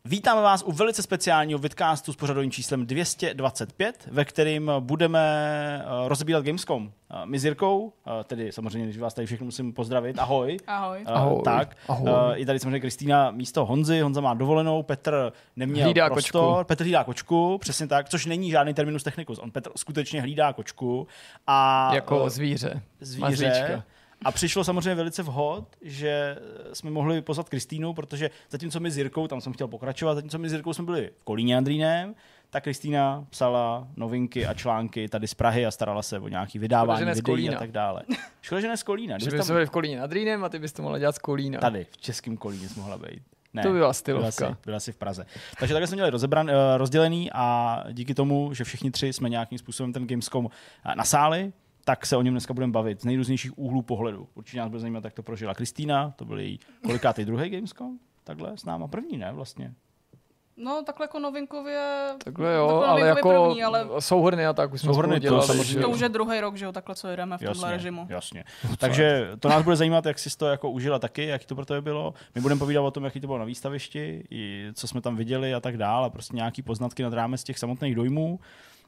Vítáme vás u velice speciálního vidcastu s pořadovým číslem 225, ve kterým budeme rozebírat Gamescom. My s Jirkou, tedy samozřejmě, když vás tady všechny musím pozdravit, ahoj. Ahoj. Tak, i tady samozřejmě Kristýna místo Honzy, Honza má dovolenou, Petr neměl hlídá prostor. kočku. Petr hlídá kočku, přesně tak, což není žádný terminus technicus, on Petr skutečně hlídá kočku. A jako zvíře. A přišlo samozřejmě velice vhod, že jsme mohli pozvat Kristýnu, protože zatímco my s Jirkou, tam jsem chtěl pokračovat, zatímco my s Jirkou jsme byli v Kolíně Andrýnem, tak Kristýna psala novinky a články tady z Prahy a starala se o nějaký vydávání videí a tak dále. Škoda, že ne z Kolína. Že bychom byli v Kolíně nad Rýnem a ty bys to mohla dělat z Kolína. Tady, v českém Kolíně jsi mohla být. Ne, to byla stylovka. Byla si v Praze. Takže takhle jsme měli rozdělený a díky tomu, že všichni tři jsme nějakým způsobem ten Gamescom nasáli, tak se o něm dneska budeme bavit z nejrůznějších úhlů pohledu. Určitě nás bude zajímat, jak to prožila Kristýna, to byl její kolikátý druhý Gamescom? Takhle s náma první, ne vlastně? No, takhle jako novinkově. Takhle jo, ale jako první, ale souhrny a tak už jsme spolu dělali. To už je druhý rok, že jo, takhle co jedeme v tomhle režimu. Jasně. Takže to nás bude zajímat, jak jsi to jako užila taky, jak to pro tebe bylo. My budeme povídat o tom, jaký to bylo na výstavišti, i co jsme tam viděli a tak dál, a prostě nějaký poznatky nad rámec těch samotných dojmů.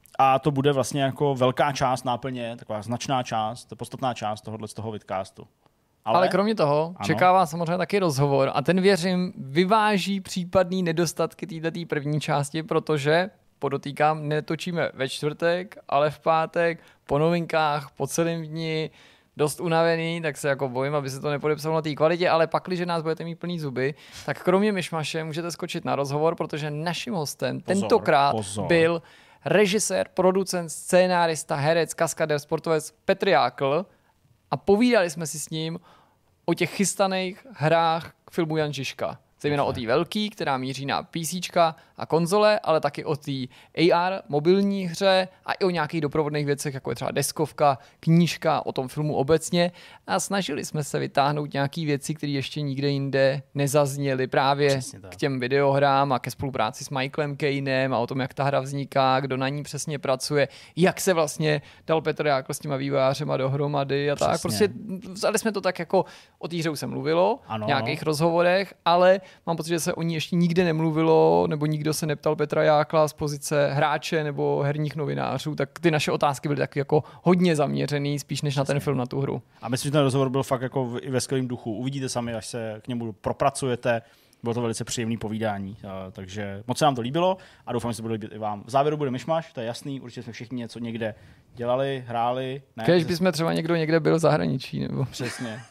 A to bude vlastně jako velká část náplně, taková značná část, podstatná část tohohle z toho vidcastu. Ale kromě toho čeká vás samozřejmě taky rozhovor a ten, věřím, vyváží případný nedostatky této první části, protože, podotýkám, netočíme ve čtvrtek, ale v pátek, po novinkách, po celém dni, dost unavený, tak se jako bojím, aby se to nepodepsalo na té kvalitě, ale pak, když nás budete mít plný zuby, tak kromě myšmaše můžete skočit na rozhovor, protože naším hostem tentokrát byl režisér, producent, scénárista, herec, kaskadér, sportovec Petr Jákl a povídali jsme si s ním o těch chystaných hrách k filmu Jan Žižka. Zejména o té velký, která míří na PCčka a konzole, ale taky o té AR mobilní hře a i o nějakých doprovodných věcech, jako je třeba deskovka, knížka o tom filmu obecně. A snažili jsme se vytáhnout nějaké věci, které ještě nikde jinde nezazněly právě k těm videohrám a ke spolupráci s Michaelem Cainem a o tom, jak ta hra vzniká, kdo na ní přesně pracuje, jak se vlastně dal Petr Jákl s těma vývojářema dohromady a tak. Prostě vzali jsme to tak, jako o té hře už se mluvilo v nějakých rozhovorech, ale mám pocit, že se o ní ještě nikde nemluvilo, nebo nikdo se neptal Petra Jákla z pozice hráče nebo herních novinářů, tak ty naše otázky byly taky jako hodně zaměřený, spíš než na ten film, na tu hru. A myslím, že ten rozhovor byl fakt jako i ve skvělém duchu. Uvidíte sami, až se k němu propracujete. Bylo to velice příjemné povídání, takže moc se nám to líbilo a doufám, že se bude líbit i vám. V závěru bude myšmaš, to je jasný, určitě jsme všichni něco někde dělali, hráli. Když bychom třeba někde byl v zahraničí, nebo... Přesně.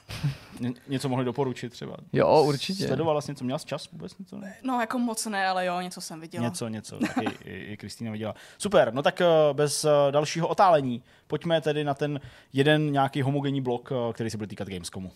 Něco mohli doporučit třeba. Jo, určitě. Sledovala jsi něco, měla jsi čas vůbec něco? No, jako moc ne, ale jo, něco jsem viděla. Něco, taky i Kristýna viděla. Super, no tak bez dalšího otálení pojďme tedy na ten jeden nějaký homogenní blok, který se bude týkat Gamescomu.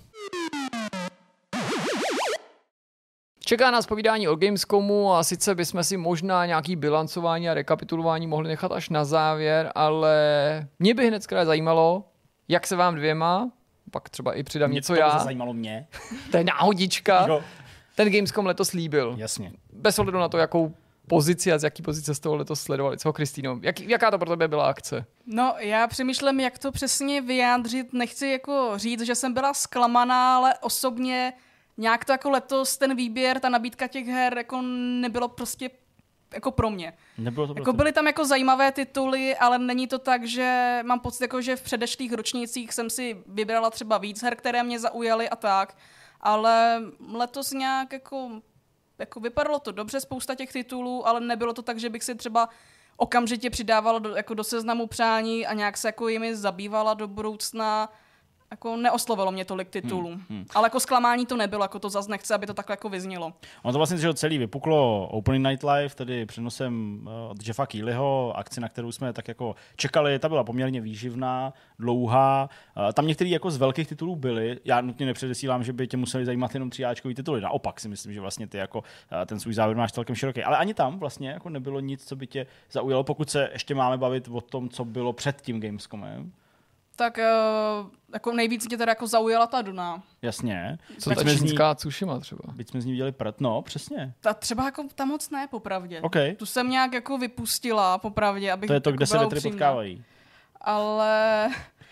Čeká nás povídání o Gamescomu a sice bychom si možná nějaký bilancování a rekapitulování mohli nechat až na závěr, ale mě by hned zkrát zajímalo, jak se vám dvěma, pak třeba i přidám něco já. To zajímalo mě. To je náhodička. Ten Gamescom letos líbil. Jasně. Bez ohledu na to, jakou pozici a z jaký pozice jste ho letos sledovali. Co, Kristýno? Jaká to pro tebe byla akce? No, já přemýšlím, jak to přesně vyjádřit. Nechci jako říct, že jsem byla zklamaná, ale osobně nějak to jako letos ten výběr, ta nabídka těch her jako nebylo prostě jako pro mě. Nebylo to jako byly tam jako zajímavé tituly, ale není to tak, že mám pocit, jako, že v předešlých ročnících jsem si vybrala třeba víc her, které mě zaujaly a tak, ale letos nějak jako vypadalo to dobře, spousta těch titulů, ale nebylo to tak, že bych si třeba okamžitě přidávala do seznamu přání a nějak se jako jimi zabývala do budoucna. Jako neoslovilo mě tolik titulů. Ale jako zklamání to nebylo, jako to zase nechce, aby to takhle jako vyznělo. Ono to vlastně že celý vypuklo Opening Night Live, tedy přenosem od Jeffa Keighleyho, akci, na kterou jsme tak jako čekali, ta byla poměrně výživná, dlouhá. Tam některý jako z velkých titulů byly. Já nutně nepředesílám, že by tě museli zajímat jenom 3áčkový tituly. Naopak si myslím, že vlastně ty jako ten svůj závěr máš celkem široký. Ale ani tam vlastně jako nebylo nic, co by tě zaujalo, pokud se ještě máme bavit o tom, co bylo před tím Gamescomem. Tak jako nejvíc tě teda jako zaujala ta Duna. Jasně. Co ta čínská Tsushima třeba? Byť jsme z ní viděli no, přesně. Ta třeba jako ta moc ne, popravdě. Okay. Tu jsem nějak jako vypustila, popravdě, abych to je to, jako kde se větry upřímná. potkávají. Ale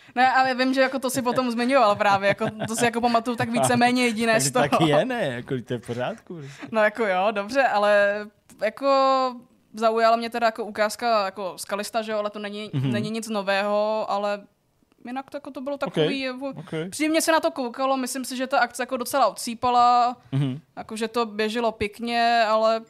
Ne, ale vím, že jako to si potom zmiňoval právě, jako to si jako pamatuju tak víceméně jediné z toho. Tak je, ne, jako to je v pořádku. Prostě. No jako jo, dobře, ale jako zaujala mě teda jako ukázka jako z Kalista, že jo, ale to není nic nového, ale jinak to, jako to bylo takový, příjemně se na to koukalo, myslím si, že ta akce jako docela odsýpala, jako že to běželo pěkně, ale...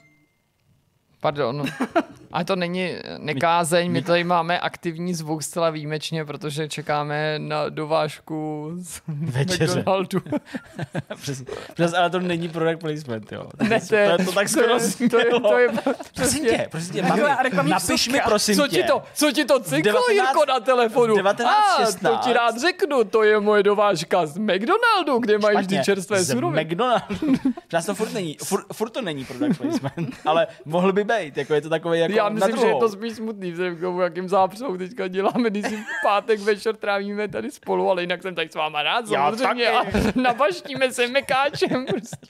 Pardon, ale to není nekázeň, my tady máme aktivní zvuk zcela výjimečně, protože čekáme na dovážku z McDonaldu. Přesně, ale to není product placement, jo. Ne, to tak skoro to je prosím tě, mami, napiš mi prosím tě. Co ti to cyklo, Jirko, na telefonu? 1916. To ti rád řeknu, to je moje dovážka z McDonaldu, kde mají vždy čerstvé suroviny. McDonaldu. To furt to není product placement, ale mohl by být, jako je to takový jako já myslím, že je to spíš smutný, vzhledem k tomu, jakým zápřou teďka děláme, když si v pátek večer trávíme tady spolu, ale jinak jsem tady s váma rád, samozřejmě, a nabaštíme se mekáčem.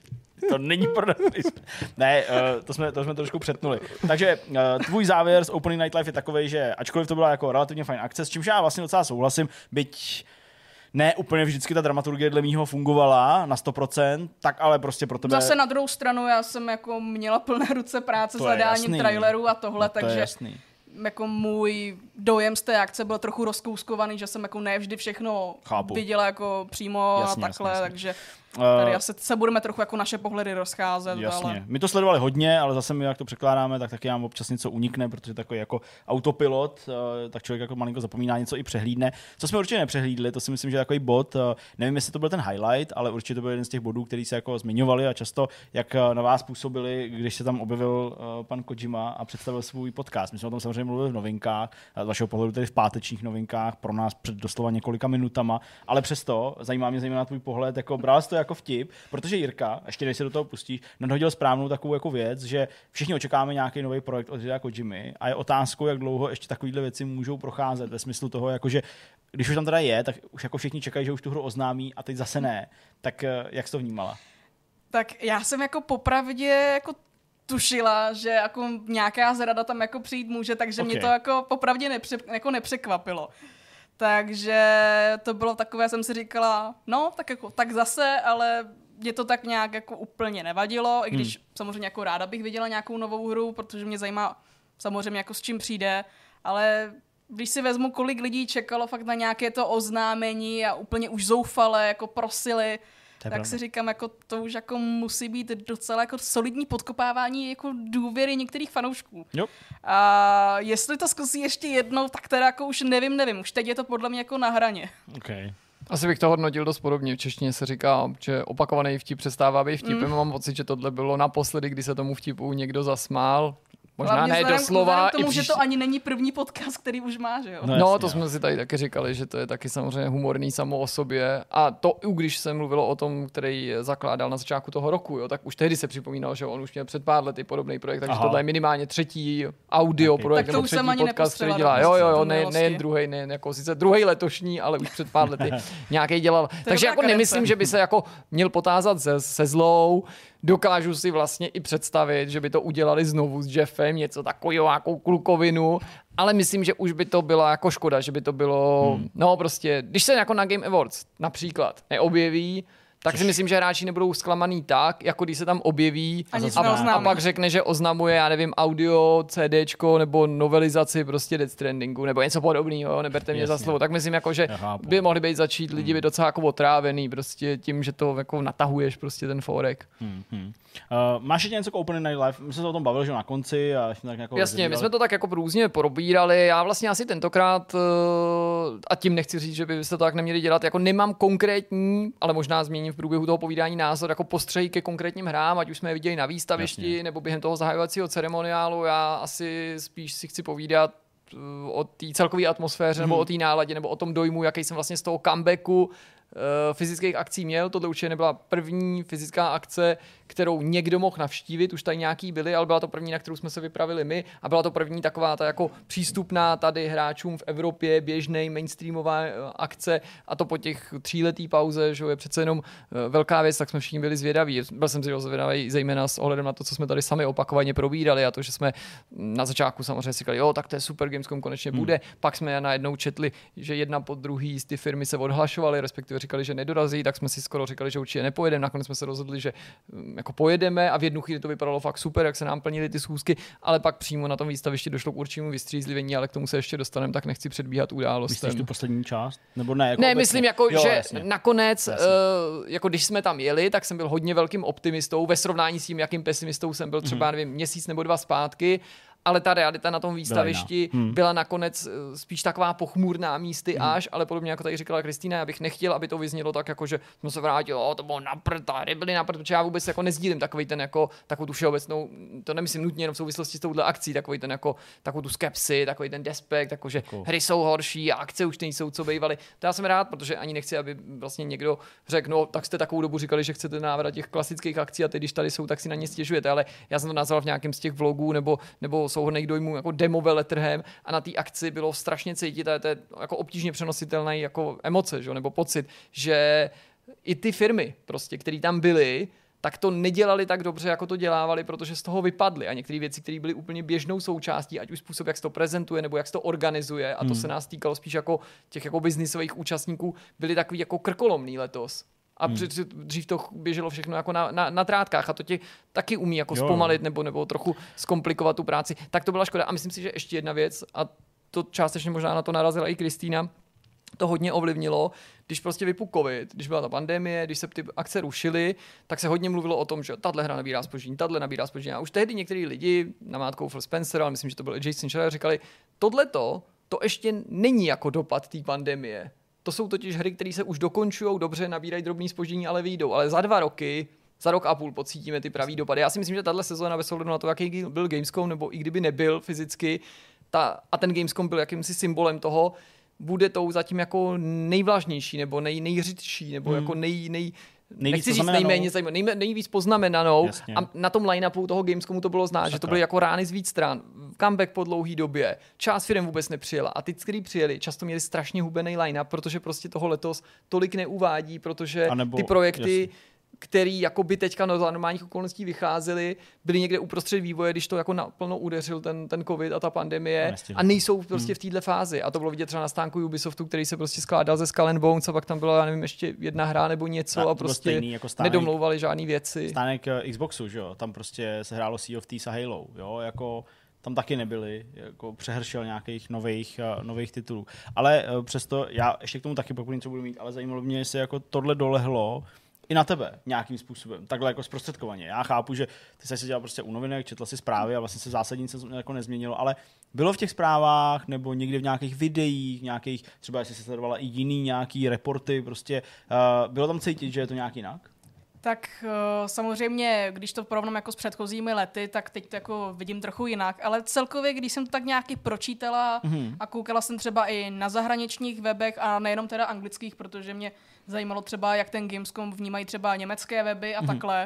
To není product placement. Ne, to jsme trošku přetnuli. Takže tvůj závěr z Opening Night Live je takovej, že ačkoliv to byla jako relativně fajn akce, s čímž já vlastně docela souhlasím, byť ne úplně vždycky ta dramaturgie dle mýho fungovala na 100%, tak ale prostě pro tebe... Zase na druhou stranu já jsem jako měla plné ruce práce s hledáním trailerů a tohle, takže jako můj dojem z té akce byl trochu rozkouskovaný, že jsem jako ne vždy všechno viděla jako přímo jasně, a takhle, jasně. Takže tady asi se budeme trochu jako naše pohledy rozcházet. Jasně. Ale... My to sledovali hodně, ale zase my, jak to překládáme, tak taky nám občas něco unikne, protože takový jako autopilot, tak člověk jako malinko zapomíná, něco i přehlídne. Co jsme určitě nepřehlídli, to si myslím, že je takový bod, nevím, jestli to byl ten highlight, ale určitě to byl jeden z těch bodů, který se jako zmiňovali a často, jak na vás působili, když se tam objevil pan Kojima a představil svůj podcast. My jsme o tom samozřejmě mluvili v novinkách, z vašeho pohledu tedy v pátečních novinkách, pro nás před doslova několika minutama, ale přesto zajímá mě zejména tvůj pohled, jako bral jsi to jako vtip, protože Jirka, ještě než se do toho pustíš, nadhodil správnou takovou jako věc, že všichni očekáváme nějaký nový projekt od Hidea Kojimy a je otázkou, jak dlouho ještě takovýhle věci můžou procházet ve smyslu toho, jakože když už tam teda je, tak už jako všichni čekají, že už tu hru oznámí a teď zase ne. Tak jak jsi to vnímala? Tak já jsem jako popravdě jako tušila, že jako nějaká zrada tam jako přijít může, takže mě to jako popravdě nepřekvapilo. Takže to bylo takové, jsem si říkala, no, tak zase, ale mě to tak nějak jako úplně nevadilo, i když samozřejmě jako ráda bych viděla nějakou novou hru, protože mě zajímá samozřejmě jako s čím přijde, ale když si vezmu, kolik lidí čekalo fakt na nějaké to oznámení a úplně už zoufale jako prosili, tak si říkám, jako to už jako musí být docela jako solidní podkopávání jako důvěry některých fanoušků. Jo. A jestli to zkusí ještě jednou, tak teda jako už nevím. Už teď je to podle mě jako na hraně. Okay. Asi bych to hodnotil dost podobně. V češtině se říká, že opakovaný vtip přestává být vtipem. Mám pocit, že tohle bylo naposledy, kdy se tomu vtipu někdo zasmál. Možná hlavně ne doslova. K tomu, že to ani není první podcast, který už má, že jo? No, to jsme si tady taky říkali, že to je taky samozřejmě humorný samo o sobě. A to, když se mluvilo o tom, který zakládal na začátku toho roku, jo, tak už tehdy se připomínal, že on už měl před pár lety podobný projekt, takže tohle je minimálně třetí audio projekt, nebo třetí podcast, který dělá. Jo, nejen druhý, nejen jako sice druhý letošní, ale už před pár lety nějaký dělal. Takže jako nemyslím, že by se jako měl potázat se zlou. Dokážu si vlastně i představit, že by to udělali znovu s Jeffem, něco takového, nějakou klukovinu, ale myslím, že už by to byla jako škoda, že by to bylo, no prostě, když se jako na Game Awards například neobjeví, tak si myslím, že hráči nebudou zklamaný tak, jako když se tam objeví a pak řekne, že oznamuje, já nevím, audio, CDčko nebo novelizaci prostě Death Strandingu nebo něco podobného, neberte mě za slovo. Tak myslím, jako, že by mohli být začít lidi by docela jako otrávený prostě tím, že to jako natahuješ prostě ten fórek. Máš ještě něco k Opening Night Live? My jsme se o tom bavili, že na konci. A tak jako jasně, my jsme to tak jako průzně probírali. Já vlastně asi tentokrát, a tím nechci říct, že byste to tak neměli dělat, jako nemám konkrétní, ale možná změním v průběhu toho povídání názor, jako postřehy ke konkrétním hrám, ať už jsme je viděli na výstavišti, nebo během toho zahajovacího ceremoniálu. Já asi spíš si chci povídat o té celkové atmosféře, nebo o té náladě, nebo o tom dojmu, jaký jsem vlastně z toho comebacku fyzických akcí měl. Tohle určitě nebyla první fyzická akce, kterou někdo mohl navštívit, už tady nějaký byly, ale byla to první, na kterou jsme se vypravili my a byla to první taková ta jako přístupná tady hráčům v Evropě, běžnej mainstreamová akce a to po těch 3letý pauze, že je přece jenom velká věc, tak jsme všichni byli zvědaví. Byl jsem si zvědavý zejména s ohledem na to, co jsme tady sami opakovaně probírali a to, že jsme na začátku samozřejmě si říkali, jo, tak to je super, Gamescom konečně bude. Pak jsme najednou četli, že jedna po druhý z ty firmy se odhlašovaly, respektive říkali, že nedorazí, tak jsme si skoro říkali, že určitě nepojedeme. Nakonec jsme se rozhodli, že jako pojedeme a v jednu chvíli to vypadalo fakt super, jak se nám plnily ty schůzky, ale pak přímo na tom výstavišti došlo k určitému vystřízlivění, ale k tomu se ještě dostaneme, tak nechci předbíhat událostem. Myslíš tu poslední část? Nebo ne? Jako ne, myslím jako, jo, že jasně. Nakonec, jako když jsme tam jeli, tak jsem byl hodně velkým optimistou ve srovnání s tím, jakým pesimistou jsem byl třeba nevím, měsíc nebo 2 zpátky. Ale ta realita na tom výstavišti byla nakonec spíš taková pochmurná místy až, ale podobně jako tady říkala Kristýna, já bych nechtěl, aby to vyznělo tak, jako že jsme se vrátili, to bylo byli na prd, protože já vůbec jako nezdílím takový ten jako takovou tu všeobecnou, to nemyslím nutně jenom v souvislosti s touhle akcí, takový ten jako takovou tu skepsi, takový ten despekt, jako že hry jsou horší a akce už nejsou, co bývaly. To já jsem rád, protože ani nechci, aby vlastně někdo řekl, no tak jste takovou dobu říkali, že chcete návrat těch klasických akcí a teď když tady jsou, tak si na ně stěžujete, ale já jsem to nazval v nějakém z těch vlogů nebo souhrnných dojmů jako demo veletrhem a na té akci bylo strašně cítit, a to je jako obtížně přenositelné jako emoce, že? Nebo pocit, že i ty firmy, prostě, které tam byly, tak to nedělali tak dobře, jako to dělávali, protože z toho vypadly a některé věci, které byly úplně běžnou součástí, ať už způsob, jak se to prezentuje, nebo jak se to organizuje, a to se nás týkalo spíš jako těch jako biznisových účastníků, byly takový jako krkolomný letos. A dřív to běželo všechno jako na trátkách a to ti taky umí jako zpomalit nebo trochu zkomplikovat tu práci. Tak to byla škoda. A myslím si, že ještě jedna věc, a to částečně možná na to narazila i Kristýna, to hodně ovlivnilo, když prostě vypukl covid, když byla ta pandemie, když se ty akce rušily, tak se hodně mluvilo o tom, že tahle hra nabírá zpoždění, tahle nabírá zpoždění. A už tehdy některý lidi, namátkou Phil Spencer, ale myslím, že to byl Jason Schreier, říkali, tohleto, to ještě není jako dopad té pandemie. To jsou totiž hry, které se už dokončují, dobře, nabírají drobný zpoždění, ale vyjdou. Ale za 2 roky, za rok a půl pocítíme ty pravý dopady. Já si myslím, že tahle sezóna bez ohledu na to, jaký byl Gamescom, nebo i kdyby nebyl fyzicky, a ten Gamescom byl jakýmsi symbolem toho, bude tou zatím jako nejvládnější, nebo nejřidší, nebo jako nechci říct nejvíc poznamenanou. Jasně. A na tom line-upu toho Gamescomu to bylo znát, že to byly jako rány z víc stran. Comeback po dlouhý době. Část firem vůbec nepřijela. A ty, kteří přijeli, často měli strašně hubený line-up, protože prostě toho letos tolik neuvádí, protože ty projekty, který jako by teďka za normálních okolností vycházely, byly někde uprostřed vývoje, když to jako naplno udeřil ten covid a ta pandemie a nejsou prostě v této fázi. A to bylo vidět třeba na stánku Ubisoftu, který se prostě skládal ze Skull and Bones a pak tam byla, já nevím, ještě jedna hra nebo něco a prostě jako nedomlouvali žádný věci. Stánek Xboxu, že jo, tam prostě se hrálo Sea of Thieves a Halo, jo, jako tam taky nebyly, jako přehršel nějakých nových titulů. Ale přesto, já ještě k tomu taky pokud něco budu mít, ale zajímalo mě, jestli jako tohle dolehlo i na tebe nějakým způsobem, takhle jako zprostředkovaně. Já chápu, že ty jsi se dělal prostě u novinek, četl si zprávy a vlastně se zásadně nic jako nezměnilo, ale bylo v těch zprávách nebo někde v nějakých videích, nějakých, třeba jestli se sledovala i jiný nějaký reporty, prostě bylo tam cítit, že je to nějak jinak? Tak samozřejmě, když to porovnám jako s předchozími lety, tak teď to jako vidím trochu jinak, ale celkově, když jsem to tak nějaký pročítala a koukala jsem třeba i na zahraničních webech a nejenom teda anglických, protože mě zajímalo třeba, jak ten Gamescom vnímají třeba německé weby a takhle,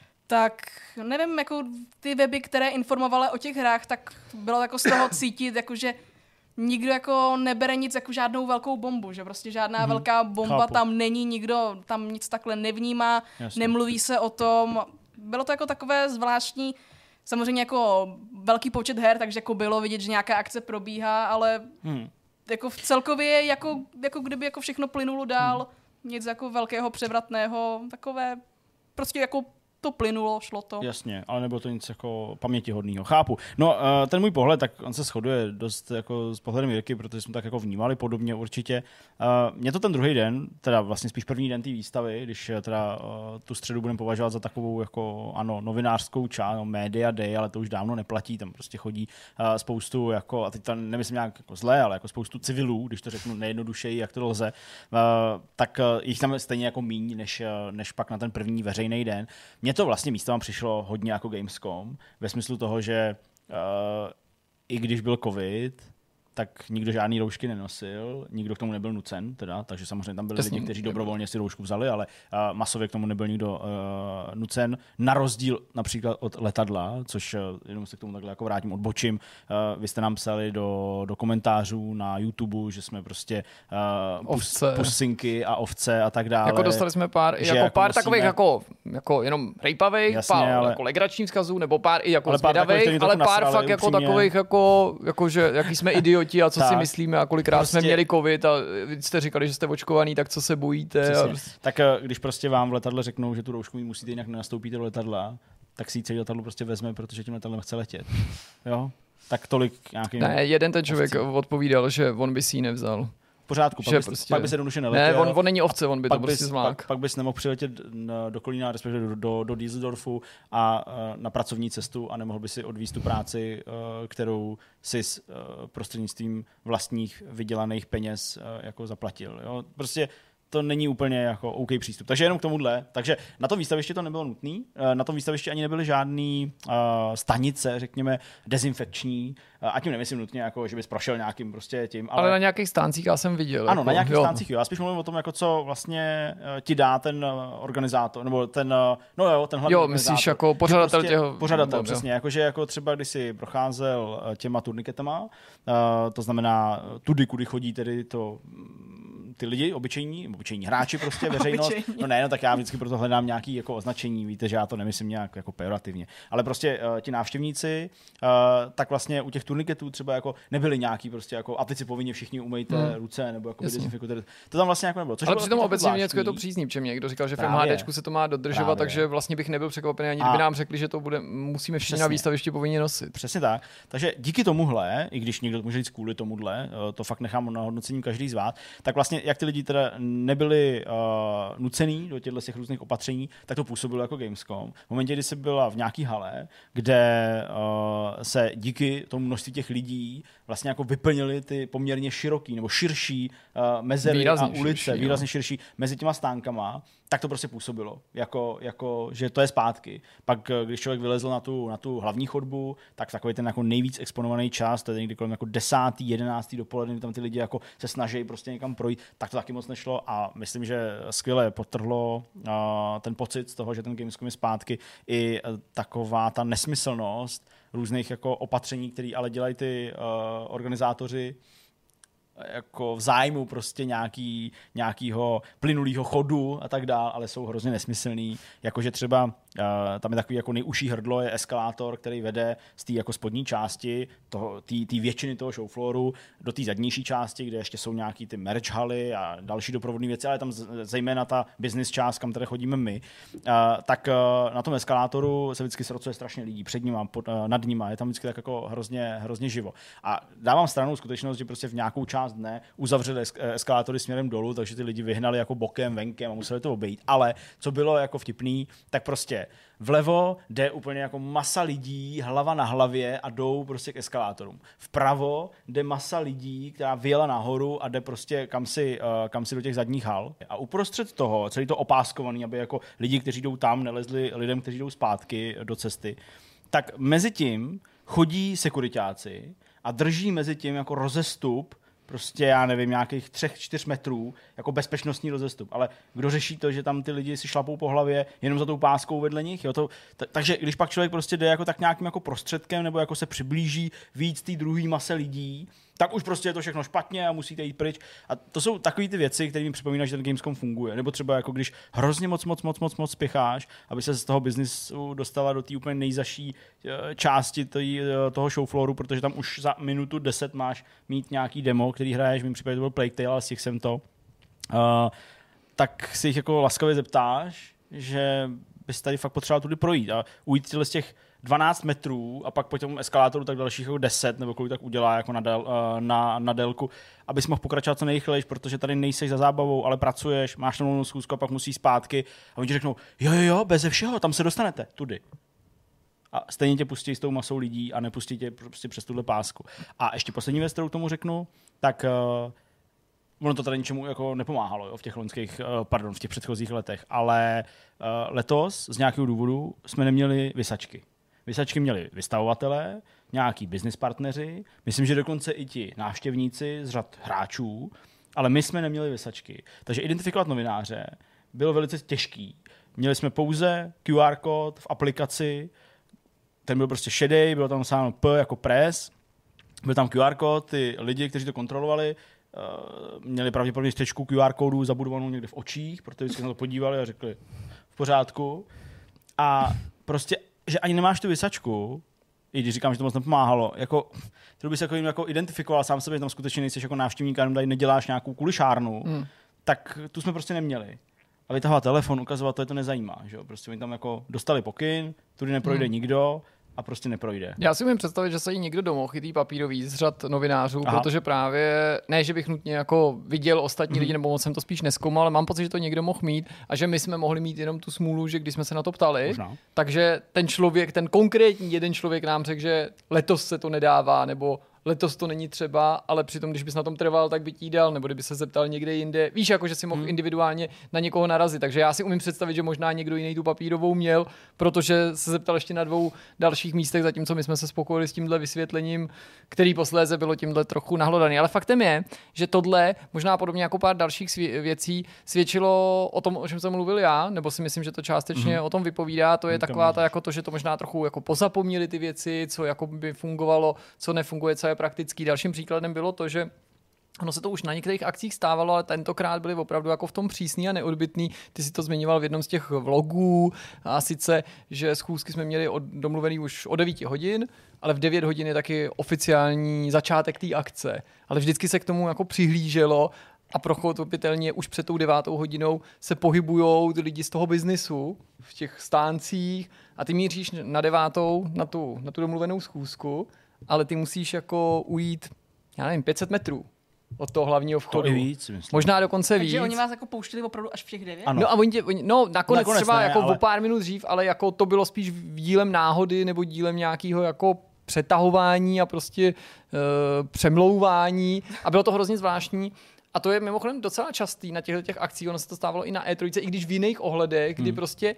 tak nevím, jako ty weby, které informovaly o těch hrách, tak bylo jako z toho cítit, jakože nikdo jako nebere nic jako žádnou velkou bombu, že prostě žádná velká bomba tam není, nikdo tam nic takhle nevnímá, nemluví se o tom. Bylo to jako takové zvláštní, samozřejmě jako velký počet her, takže jako bylo vidět, že nějaká akce probíhá, ale jako v celkově jako kdyby jako všechno plynulo dál, nic jako velkého převratného, takové prostě jako to plynulo, šlo to. Jasně, ale nebylo to nic jako pamětihodného. Chápu. No, ten můj pohled, tak on se shoduje dost jako s pohledem Jirky, protože jsme tak jako vnímali podobně určitě. Mě to ten druhý den, teda vlastně spíš první den té výstavy, když teda tu středu budeme považovat za takovou jako, ano, novinářskou část, no, media day, ale to už dávno neplatí, tam prostě chodí spoustu jako, a teď tam nemyslím nějak jako zlé, ale jako spoustu civilů, když to řeknu nejjednodušeji, jak to lze, tak jich tam stejně jako míň, než pak na ten první veřejný den. Mně to vlastně místo vám přišlo hodně jako Gamescom, ve smyslu toho, že i když byl covid, tak nikdo žádný roušky nenosil, nikdo k tomu nebyl nucen, takže samozřejmě tam byli lidi, kteří dobrovolně si roušku vzali, ale masově k tomu nebyl nikdo nucen, na rozdíl například od letadla, což jenom se k tomu takhle jako vrátím, odbočím. Vy jste nám psali do komentářů na YouTube, že jsme prostě pusinky a ovce a tak dále. Jako dostali jsme pár musíme... takových jako jenom rejpavých, pár jako legračních vzkazů, nebo pár i jako zvědavých, ale pár fakt jako takových jako že jaký jsme idioti a co si myslíme a kolikrát prostě... jsme měli covid a jste říkali, že jste očkovaný, tak co se bojíte. Tak když prostě vám v letadle řeknou, že tu roušku musíte, jinak nenastoupíte do letadla, tak si ji celý letadlo prostě vezme, protože tím letadlem chce letět. Jo? Tak tolik nějaký... Ne, jeden ten člověk odpovídal, že on by si ji nevzal. V pořádku, pak by se jednoduše neletěl. Ne, on není ovce, on by to prostě zvládl. Pak bys nemohl přiletět do Kolína, respektive do Düsseldorfu a na pracovní cestu a nemohl by si odvízt tu práci, kterou si prostřednictvím vlastních vydělaných peněz jako zaplatil. Jo? Prostě to není úplně jako OK přístup. Takže jenom k tomuhle. Takže na tom výstavišti to nebylo nutné. Na tom výstavišti ani nebyly žádný stanice, řekněme, dezinfekční. A tím nemyslím nutně, jako, že bys prošel nějakým prostě tím. Ale na nějakých stáncích já jsem viděl. Ano, jako, na nějakých stáncích jo. Já spíš mluvím o tom, jako co vlastně ti dá ten organizátor, nebo ten hlavní organizátor. Myslíš jako pořadatel prostě, těho. Pořadatel, přesně. Jakože jako třeba, když jsi procházel těma turniketama, to znamená tudy, kudy chodí tedy ty lidi, obyčejní hráči prostě, veřejnost. Tak já vždycky proto hledám nějaký jako označení, víte, že já to nemyslím nějak jako pejorativně. Ale prostě ti návštěvníci, tak vlastně u těch turniketů třeba jako nebyli nějaký prostě jako a teď si povinně všichni umejte ruce nebo jako dezinfikujete. To tam vlastně jako nebylo. Ale přitom obecně v Německu je to přísný, protože někdo říkal, že v MHDčku se to má dodržovat, takže vlastně bych nebyl překvapený, ani kdyby nám řekli, že to musíme všichni na výstavišti povinně nosit. Přesně tak. Takže díky tomuhle, i když někdo může říct kvůli tomuhle, to fakt nechám na hodnocení každý z vás, tak vlastně jak ty lidi teda nebyli nucený do těchto těch různých opatření, tak to působilo jako Gamescom. V momentě, kdy jsi byla v nějaký hale, kde se díky tomu množství těch lidí vlastně jako vyplnili ty poměrně široký nebo širší mezery výrazně a ulice, výrazně širší mezi těma stánkama, tak to prostě působilo, jako že to je zpátky. Pak, když člověk vylezl na tu hlavní chodbu, tak takový ten jako nejvíc exponovaný čas, to je někdy kolem jako 10., 11. dopoledne, tam ty lidi jako se snaží prostě někam projít, tak to taky moc nešlo a myslím, že skvěle podtrhlo ten pocit z toho, že ten Gamescom je zpátky i taková ta nesmyslnost různých jako opatření, které ale dělají ty organizátoři jako v zájmu prostě nějakýho plynulýho chodu a tak dál, ale jsou hrozně nesmyslný. Jakože třeba tam je takový jako nejužší hrdlo, je eskalátor, který vede z té jako spodní části, té většiny toho showflooru do té zadnější části, kde ještě jsou nějaký ty merch haly a další doprovodné věci, ale tam zejména ta business část, kam tady chodíme my, tak na tom eskalátoru se vždycky srocuje strašně lidí před nima, nad nima, je tam vždycky tak jako hrozně živo. A dávám stranou skutečnost, že prostě v nějakou část dne uzavřeli eskalátory směrem dolů, takže ty lidi vyhnali jako bokem, venkem a museli to obejít. Ale co bylo jako vtipný, tak prostě vlevo jde úplně jako masa lidí, hlava na hlavě a jdou prostě k eskalátorům. Vpravo jde masa lidí, která vyjela nahoru a jde prostě kam si do těch zadních hal. A uprostřed toho, celý to opáskovaný, aby jako lidi, kteří jdou tam, nelezli lidem, kteří jdou zpátky do cesty, tak mezi tím chodí sekuritáci a drží mezi tím jako rozestup prostě, já nevím, nějakých 3-4 metrů, jako bezpečnostní rozestup. Ale kdo řeší to, že tam ty lidi si šlapou po hlavě jenom za tou páskou vedle nich? Jo? Takže když pak člověk prostě jde jako tak nějakým jako prostředkem nebo jako se přiblíží víc té druhé mase lidí, tak už prostě je to všechno špatně a musíte jít pryč. A to jsou takové ty věci, které mi připomínají, že ten Gamescom funguje. Nebo třeba jako když hrozně moc spěcháš, aby se z toho biznisu dostala do té úplně nejzaší části toho showflooru, protože tam už za minutu 10 máš mít nějaký demo, který hraješ, v mém případě to byl Plague Tale, ale stihl jsem to. Tak si jich jako laskavě zeptáš, že bys tady fakt potřeboval tudy projít a ujít z těch 12 metrů a pak po tomu eskalátoru tak dalších jako 10 nebo kolik tak udělá jako na délku, abys mohl pokračovat co nejrychlejš, protože tady nejseš za zábavou, ale pracuješ, máš normální schůzku a pak musíš zpátky a oni ti řeknou, jo, beze všeho, tam se dostanete, tudy. A stejně tě pustí s tou masou lidí a nepustí tě prostě přes tuhle pásku. A ještě poslední věc, kterou k tomu řeknu, tak ono to tady ničemu jako nepomáhalo, jo, v těch předchozích letech, ale letos z nějakého důvodu jsme neměli visačky. Vysačky měli vystavovatelé, nějaký business partneři, myslím, že dokonce i ti návštěvníci z řad hráčů, ale my jsme neměli vysačky. Takže identifikovat novináře bylo velice těžký. Měli jsme pouze QR kód v aplikaci, ten byl prostě šedej, bylo tam napsáno P jako press, byl tam QR kód, ty lidi, kteří to kontrolovali, měli pravděpodobně stečku QR kódu zabudovanou někde v očích, protože se na to podívali a řekli v pořádku. A prostě, že ani nemáš tu vysačku, i když říkám, že to moc nepomáhalo, jako, kterou bys jako identifikoval sám sebe, že tam skutečně nejsi jako návštěvník a tady neděláš nějakou kulišárnu, tak tu jsme prostě neměli. A vytahovat telefon, ukazovat, to nezajímá. Že jo? Prostě oni tam jako dostali pokyn, tudy neprojde nikdo a prostě neprojde. Já si umím představit, že se jí někdo domohl chytý papírový z řad novinářů, protože právě, ne, že bych nutně jako viděl ostatní lidi, nebo moc jsem to spíš nezkoumal, ale mám pocit, že to někdo mohl mít a že my jsme mohli mít jenom tu smůlu, že když jsme se na to ptali, takže ten člověk, ten konkrétní jeden člověk nám řekl, že letos se to nedává, nebo letos to není třeba, ale přitom, když bys na tom trval, tak by ti dal, nebo kdyby se zeptal někde jinde. Víš, jako že si mohl individuálně na někoho narazit. Takže já si umím představit, že možná někdo jiný tu papírovou měl, protože se zeptal ještě na 2 dalších místech, zatímco my jsme se spokojili s tímhle vysvětlením, který posléze bylo tímhle trochu nahlodaný. Ale faktem je, že tohle, možná podobně jako pár dalších věcí, svědčilo o tom, o čem jsem mluvil já, nebo si myslím, že to částečně o tom vypovídá. To je taková ta, jako to, že to možná trochu jako pozapomněli ty věci, co jako by fungovalo, co nefunguje, co je praktický. Dalším příkladem bylo to, že ono se to už na některých akcích stávalo, ale tentokrát byly opravdu jako v tom přísný a neodbytný. Ty si to zmiňoval v jednom z těch vlogů, a sice, že schůzky jsme měli domluvený už o 9 hodin, ale v 9 hodin je taky oficiální začátek té akce. Ale vždycky se k tomu jako přihlíželo a pochopitelně už před tou 9 hodinou se pohybujou lidi z toho biznisu v těch stáncích a ty míříš na 9 na tu domluvenou schůzku, ale ty musíš jako ujít, já nevím, 500 metrů od toho hlavního vchodu. To i víc, myslím. Možná dokonce víc. Takže oni vás jako pouštili opravdu až v těch 9? Ano. No a nakonec třeba ne, jako ale... o pár minut dřív, ale jako to bylo spíš dílem náhody nebo dílem nějakého jako přetahování a prostě přemlouvání a bylo to hrozně zvláštní. A to je mimochodem docela častý na těch akcích, ono se to stávalo i na E3, i když v jiných ohledech, kdy prostě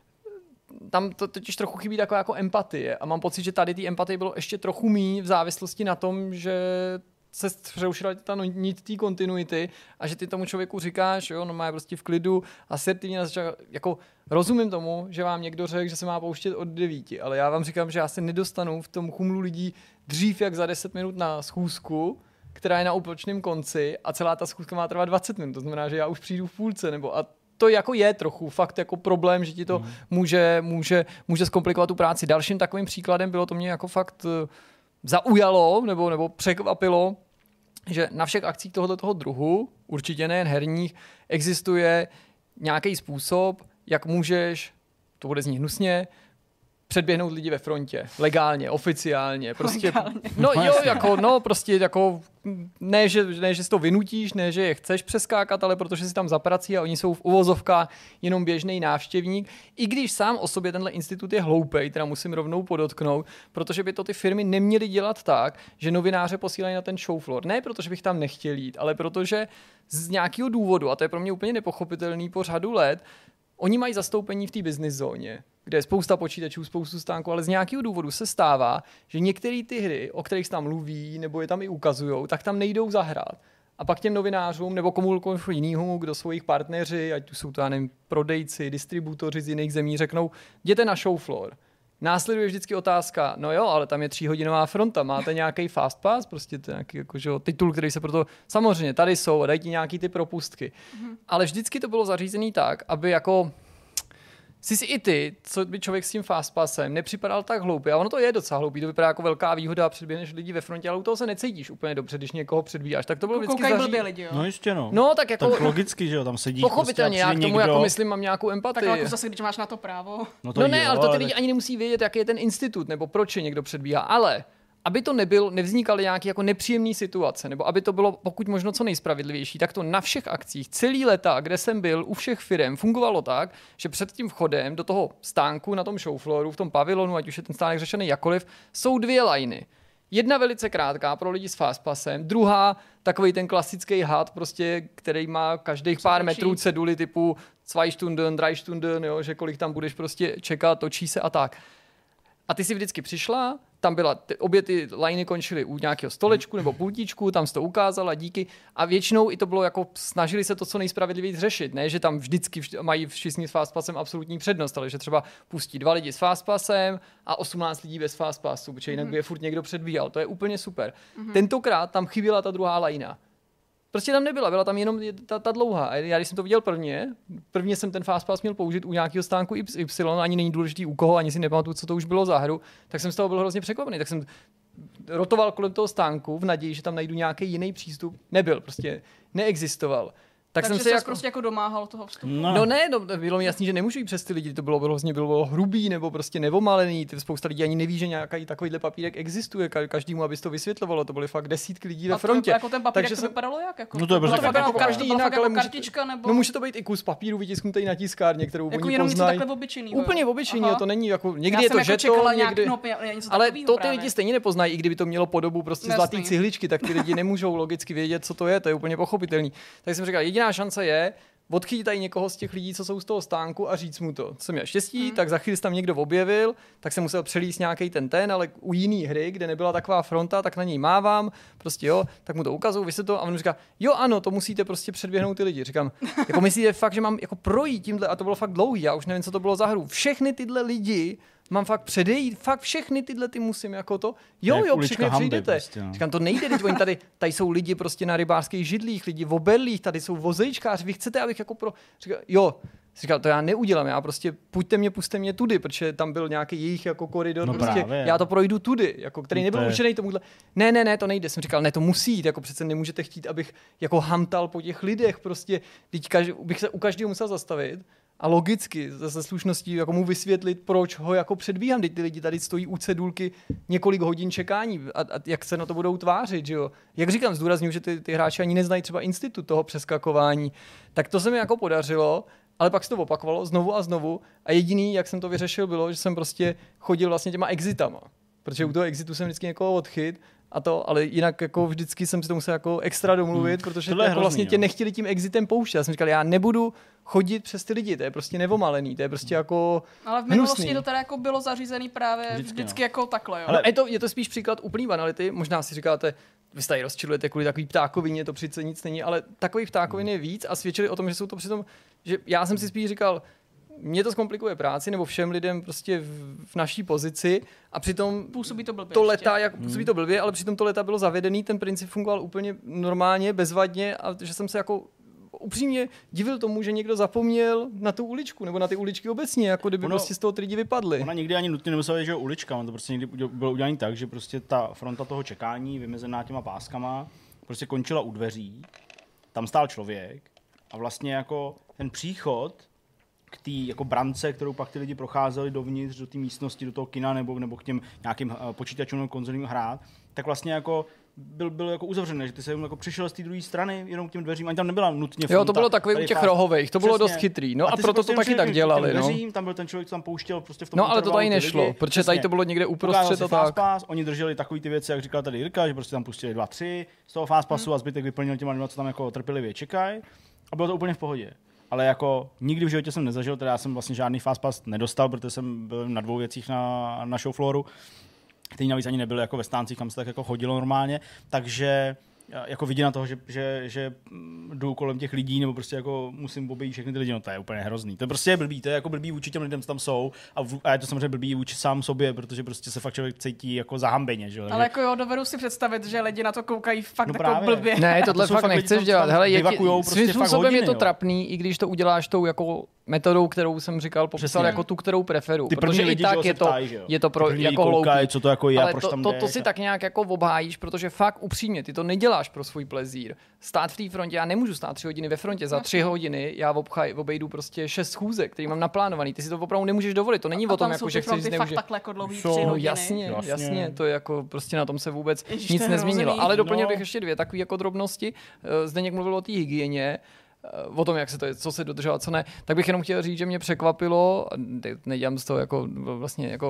tam to totiž trochu chybí taková jako empatie a mám pocit, že tady ty empatie bylo ještě trochu míň v závislosti na tom, že se přerušila ta nit té kontinuity a že ty tomu člověku říkáš, jo, no má prostě v klidu, asertivně jako rozumím tomu, že vám někdo řekl, že se má pouštět od 9, ale já vám říkám, že já se nedostanu v tom chumlu lidí dřív jak za 10 minut na schůzku, která je na opačném konci a celá ta schůzka má trvat 20 minut, to znamená, že já už přijdu v půlce, nebo a to jako je trochu fakt jako problém, že ti to může zkomplikovat tu práci. Dalším takovým příkladem bylo, to mě jako fakt zaujalo nebo překvapilo, že na všech akcích tohoto druhu, určitě nejen herních, existuje nějaký způsob, jak můžeš, to bude znít hnusně, předběhnout lidi ve frontě. Legálně, oficiálně. Prostě, legálně. No jo, prostě jako ne, že si to vynutíš, ne, že je chceš přeskákat, ale protože si tam zaprací a oni jsou v uvozovkách jenom běžný návštěvník. I když sám o sobě tenhle institut je hloupej, teda musím rovnou podotknout, protože by to ty firmy neměly dělat tak, že novináře posílají na ten show floor. Ne protože bych tam nechtěl jít, ale protože z nějakého důvodu, a to je pro mě úplně nepochopitelný po řadu let, oni mají zastoupení v té business zóně, kde je spousta počítačů, spoustu stánků, ale z nějakého důvodu se stává, že některé ty hry, o kterých se tam mluví, nebo je tam i ukazujou, tak tam nejdou zahrát. A pak těm novinářům nebo komukoliv jinému, kdo jsou jejich partneři, ať jsou to, já nevím, prodejci, distributoři z jiných zemí, řeknou, jděte na show floor. Následuje vždycky otázka, no jo, ale tam je 3hodinová fronta, máte nějaký fast pass, prostě to nějaký jako, že, titul, který se proto, samozřejmě tady jsou a dají ti nějaký ty propustky. Ale vždycky to bylo zařízené tak, aby jako si i ty, co by člověk s tím fastpassem nepřipadal tak hloupý. A ono to je docela hloupý, to vypadá jako velká výhoda a předběhneš lidi ve frontě, ale u toho se necítíš úplně dobře, když někoho předbíjáš. Tak to bylo vždycky blbě lidi, jo. No jistě no. No tak jako tak logicky, že jo, tam sedí. Pochopitelně, já k tomu někdo... jako myslím, mám nějakou empatii. Tak jako zase, když máš na to právo. No ne, ale to ty lidi ani nemusí vědět, jaký je ten institut, nebo proč je někdo předbíhá, ale aby to nevznikaly nějaké jako nepříjemné situace, nebo aby to bylo pokud možno co nejspravedlivější, tak to na všech akcích celý léta, kde jsem byl u všech firem, fungovalo tak, že před tím vchodem do toho stánku na tom showflooru, v tom pavilonu, ať už je ten stánek řešený jakkoliv, jsou 2 lajny. Jedna velice krátká pro lidi s fastpassem, druhá takový ten klasický had, prostě, který má každých pár metrů ceduly typu 2 Stunden, 3 Stunden, jo, že kolik tam budeš prostě čekat, točí se a tak. A ty si vždycky přišla, tam byla, obě ty liney končily u nějakého stolečku nebo pultíčku, tam jsi to ukázala, díky. A většinou i to bylo jako, snažili se to co nejspravedlivěji řešit, ne, že tam vždycky mají všichni s fastpassem absolutní přednost, ale že třeba pustí 2 lidi s fastpassem a 18 lidí bez fastpassu, protože jinak by je furt někdo předbíhal. To je úplně super. Tentokrát tam chyběla ta druhá lajna. Prostě tam nebyla, byla tam jenom ta dlouhá. A já když jsem to viděl prvně jsem ten fastpass měl použít u nějakého stánku Y, ani není důležitý u koho, ani si nepamatuju, co to už bylo za hru, tak jsem z toho byl hrozně překvapený. Tak jsem rotoval kolem toho stánku v naději, že tam najdu nějaký jiný přístup. Nebyl, prostě neexistoval. Takže jsem se jako... prostě jako domáhal toho vstupu. No bylo mi jasný, že nemůžu jít přes ty lidi, to bylo hrubý nebo prostě nevomalený, spousta lidí ani neví, že nějaký takovýhle papírek existuje, každému, aby to vysvětlovalo, to byly fakt desítky lidí ve frontě. A jako ten papírek to vypadalo jak? Jako? No to je prostě jako každý jinak, ale kartička nebo... No může to být i kus papíru vytisknutý na tiskárně, kterou jako oni poznají. Úplně obyčejný, to není jako někdy je to žeton, někdy. Ale to ty lidi stejně nepoznají, i kdyby to mělo podobu prostě zlatý cihličky, tak ty lidi nemůžou logicky vědět, co to je je úplně pochopitelný. Tak jsem říkal, jediná šance je odchytit tady někoho z těch lidí, co jsou z toho stánku a říct mu to. Co měl štěstí, tak za chvíli se tam někdo objevil, tak jsem musel přelíst nějaký ten, ale u jiný hry, kde nebyla taková fronta, tak na něj mávám, prostě jo, tak mu to ukazuju, vysvětluji a on říká, jo ano, to musíte prostě předběhnout ty lidi. Říkám, jako myslíte fakt, že mám jako projít tímhle, a to bylo fakt dlouhý, já už nevím, co to bylo za hru. Všechny tyhle lidi mám fakt předejít, fakt všechny tyhle ty musím jako to. Jo, všechny přijdete. Prostě, no. Říkám, to nejde, teď oni tady jsou lidi prostě na rybářských židlích, lidi v oberlích, tady jsou vozejčkáři, vy chcete, abych jako říkám, jo. Říkal, to já neudělám, já prostě puste mě tudy, protože tam byl nějaký jejich jako koridor, no prostě právě, já to projdu tudy, jako, který nebyl určený tomuhle. Ne, to nejde. Jsem říkal, ne, to musí jít, jako přece nemůžete chtít, abych jako hamtal po těch lidech, prostě, bych se u každého musel zastavit. A logicky, ze slušností, jako mu vysvětlit, proč ho jako předbíhám. Teď ty lidi tady stojí u cedulky několik hodin čekání a jak se na to budou tvářit, že jo. Jak říkám, zdůrazňuji, že ty hráči ani neznají třeba institut toho přeskakování. Tak to se mi jako podařilo, ale pak se to opakovalo znovu a znovu a jediný, jak jsem to vyřešil, bylo, že jsem prostě chodil vlastně těma exitama. Protože u toho exitu jsem vždycky někoho odchyt, ale jinak jako vždycky jsem si to musel jako extra domluvit, protože jako hrozný, vlastně tě nechtěli tím exitem pouštět. Já jsem říkal, já nebudu chodit přes ty lidi, to je prostě nevomalený, to je prostě jako ale v minulosti to teda jako bylo zařízený právě vždycky jako takhle, jo. Ale je to spíš příklad úplný banality, možná si říkáte, vy se tady rozčilujete kvůli takový ptákovině, to přece nic není, ale takových ptákovin je víc a svědčili o tom, že jsou to přitom, že já jsem si spíš říkal, mě to zkomplikuje práci, nebo všem lidem prostě v naší pozici a přitom působí to blbě. Působí to blbě, ale přitom to leta bylo zavedený, ten princip fungoval úplně normálně, bezvadně a že jsem se jako upřímně divil tomu, že někdo zapomněl na tu uličku, nebo na ty uličky obecně, jako kdyby prostě z toho ty lidi vypadly. Ona nikdy ani nutně nemusela být, že ulička, on to prostě někdy bylo udělané tak, že prostě ta fronta toho čekání, vymezená těma páskama, prostě končila u dveří, tam stál člověk a vlastně jako ten příchod k té jako brance, kterou pak ty lidi procházeli dovnitř, do té místnosti, do toho kina nebo k těm nějakým počítačům nebo konzolím hrát, tak vlastně jako byl jako uzavřený, že ty se jako přišel z té druhé strany jenom k těm dveřím, ani tam nebyla nutně fronta. Jo, to bylo takový u těch rohových, to bylo dost chytrý. No a proto prostě to taky tak dělali, dveřím, tam byl ten člověk, co tam pouštěl prostě v tom. No ale to tady nešlo, protože tady to bylo někde uprostřed a tak. Oni drželi takový ty věci, jak říkal tady Jirka, že prostě tam pustili 2-3 z toho fastpassu a zbytek vyplnil těma lidma, co tam jako trpělivě čekají. A bylo to úplně v pohodě. Ale jako nikdy v životě jsem nezažil, teda já jsem vlastně žádný fastpass nedostal, protože jsem byl na 2 věcích na show flooru, který navíc ani nebyly jako ve stáncích, kam se tak jako chodilo normálně, takže jako vidí na toho, že jdu kolem těch lidí, nebo prostě jako musím obejít všechny ty lidi, no to je úplně hrozný. To prostě je blbý, to je jako blbý vůči těm lidem, co tam jsou a je to samozřejmě blbý vůči sám sobě, protože prostě se fakt člověk cítí jako zahambeně, že jo. Ale jako jo, dovedu si představit, že lidi na to koukají fakt jako blbě. Ne, tohle fakt nechceš dělat. Hele, svým způsobem je to trapný, i když to uděláš tou jako metodou, kterou jsem říkal, popsal jako tu, kterou preferuju, protože i tak je to pro jako hloupý. Co to jako je, ale to si tak nějak jako obhájíš, protože fakt upřímně, ty to neděláš pro svůj plezír. Stát v té frontě, já nemůžu stát 3 hodiny ve frontě, za 3 hodiny já obejdu prostě 6 schůzek, který mám naplánovaný. Ty si to opravdu nemůžeš dovolit. To není o tom, jako že chceš zneužít. Takhle jako dlouhý 3 hodiny. Jasně, to je jako prostě na tom se vůbec nic nezměnilo. Ale doplnil bych ještě 2 takové jako drobnosti. Zdeněk mluvil o té hygieně, o tom, jak se to je, co se dodržovat, co ne, tak bych jenom chtěl říct, že mě překvapilo, nedělám z toho jako vlastně jako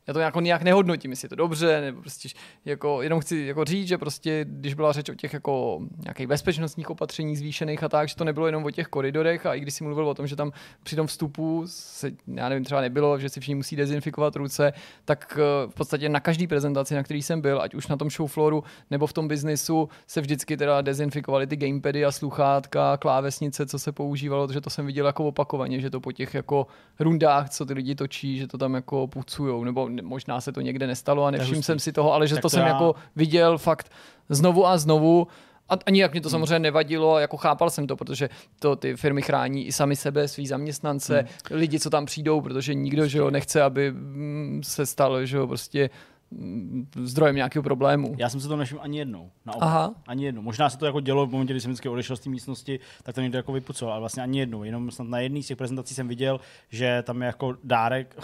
Já to jako nějak nehodnotím, jestli je to dobře, nebo prostě jako, jenom chci jako říct, že prostě, když byla řeč o těch jako nějakých bezpečnostních opatřeních zvýšených a tak, že to nebylo jenom o těch koridorech a i když si mluvil o tom, že tam při tom vstupu se, já nevím, třeba nebylo, že si všichni musí dezinfikovat ruce, tak v podstatě na každý prezentaci, na který jsem byl, ať už na tom show flooru nebo v tom biznisu, se vždycky teda dezinfikovaly ty gamepady a sluchátka, klávesnice, co se používalo, že to jsem viděl jako opakovaně, že to po těch jako rundách, co ty lidi točí, že to tam jako pucujou, nebo možná se to někde nestalo a nevšiml jsem si toho, ale že to jsem jako viděl fakt znovu a znovu a nijak mě to samozřejmě nevadilo a jako chápal jsem to, protože to ty firmy chrání i sami sebe, svý zaměstnance, lidi, co tam přijdou, protože nikdo, že jo, nechce, aby se stalo, že jo, prostě zdrojem nějakého problému. Já jsem se to nevšiml ani jednou. Naopak. Ani jednou. Možná se to jako dělo v momentě, kdy jsem vždycky odešel z té místnosti, tak to někdo jako vypucoval, ale vlastně ani jednou. Jenom snad na jedné z těch prezentací jsem viděl, že tam je jako dárek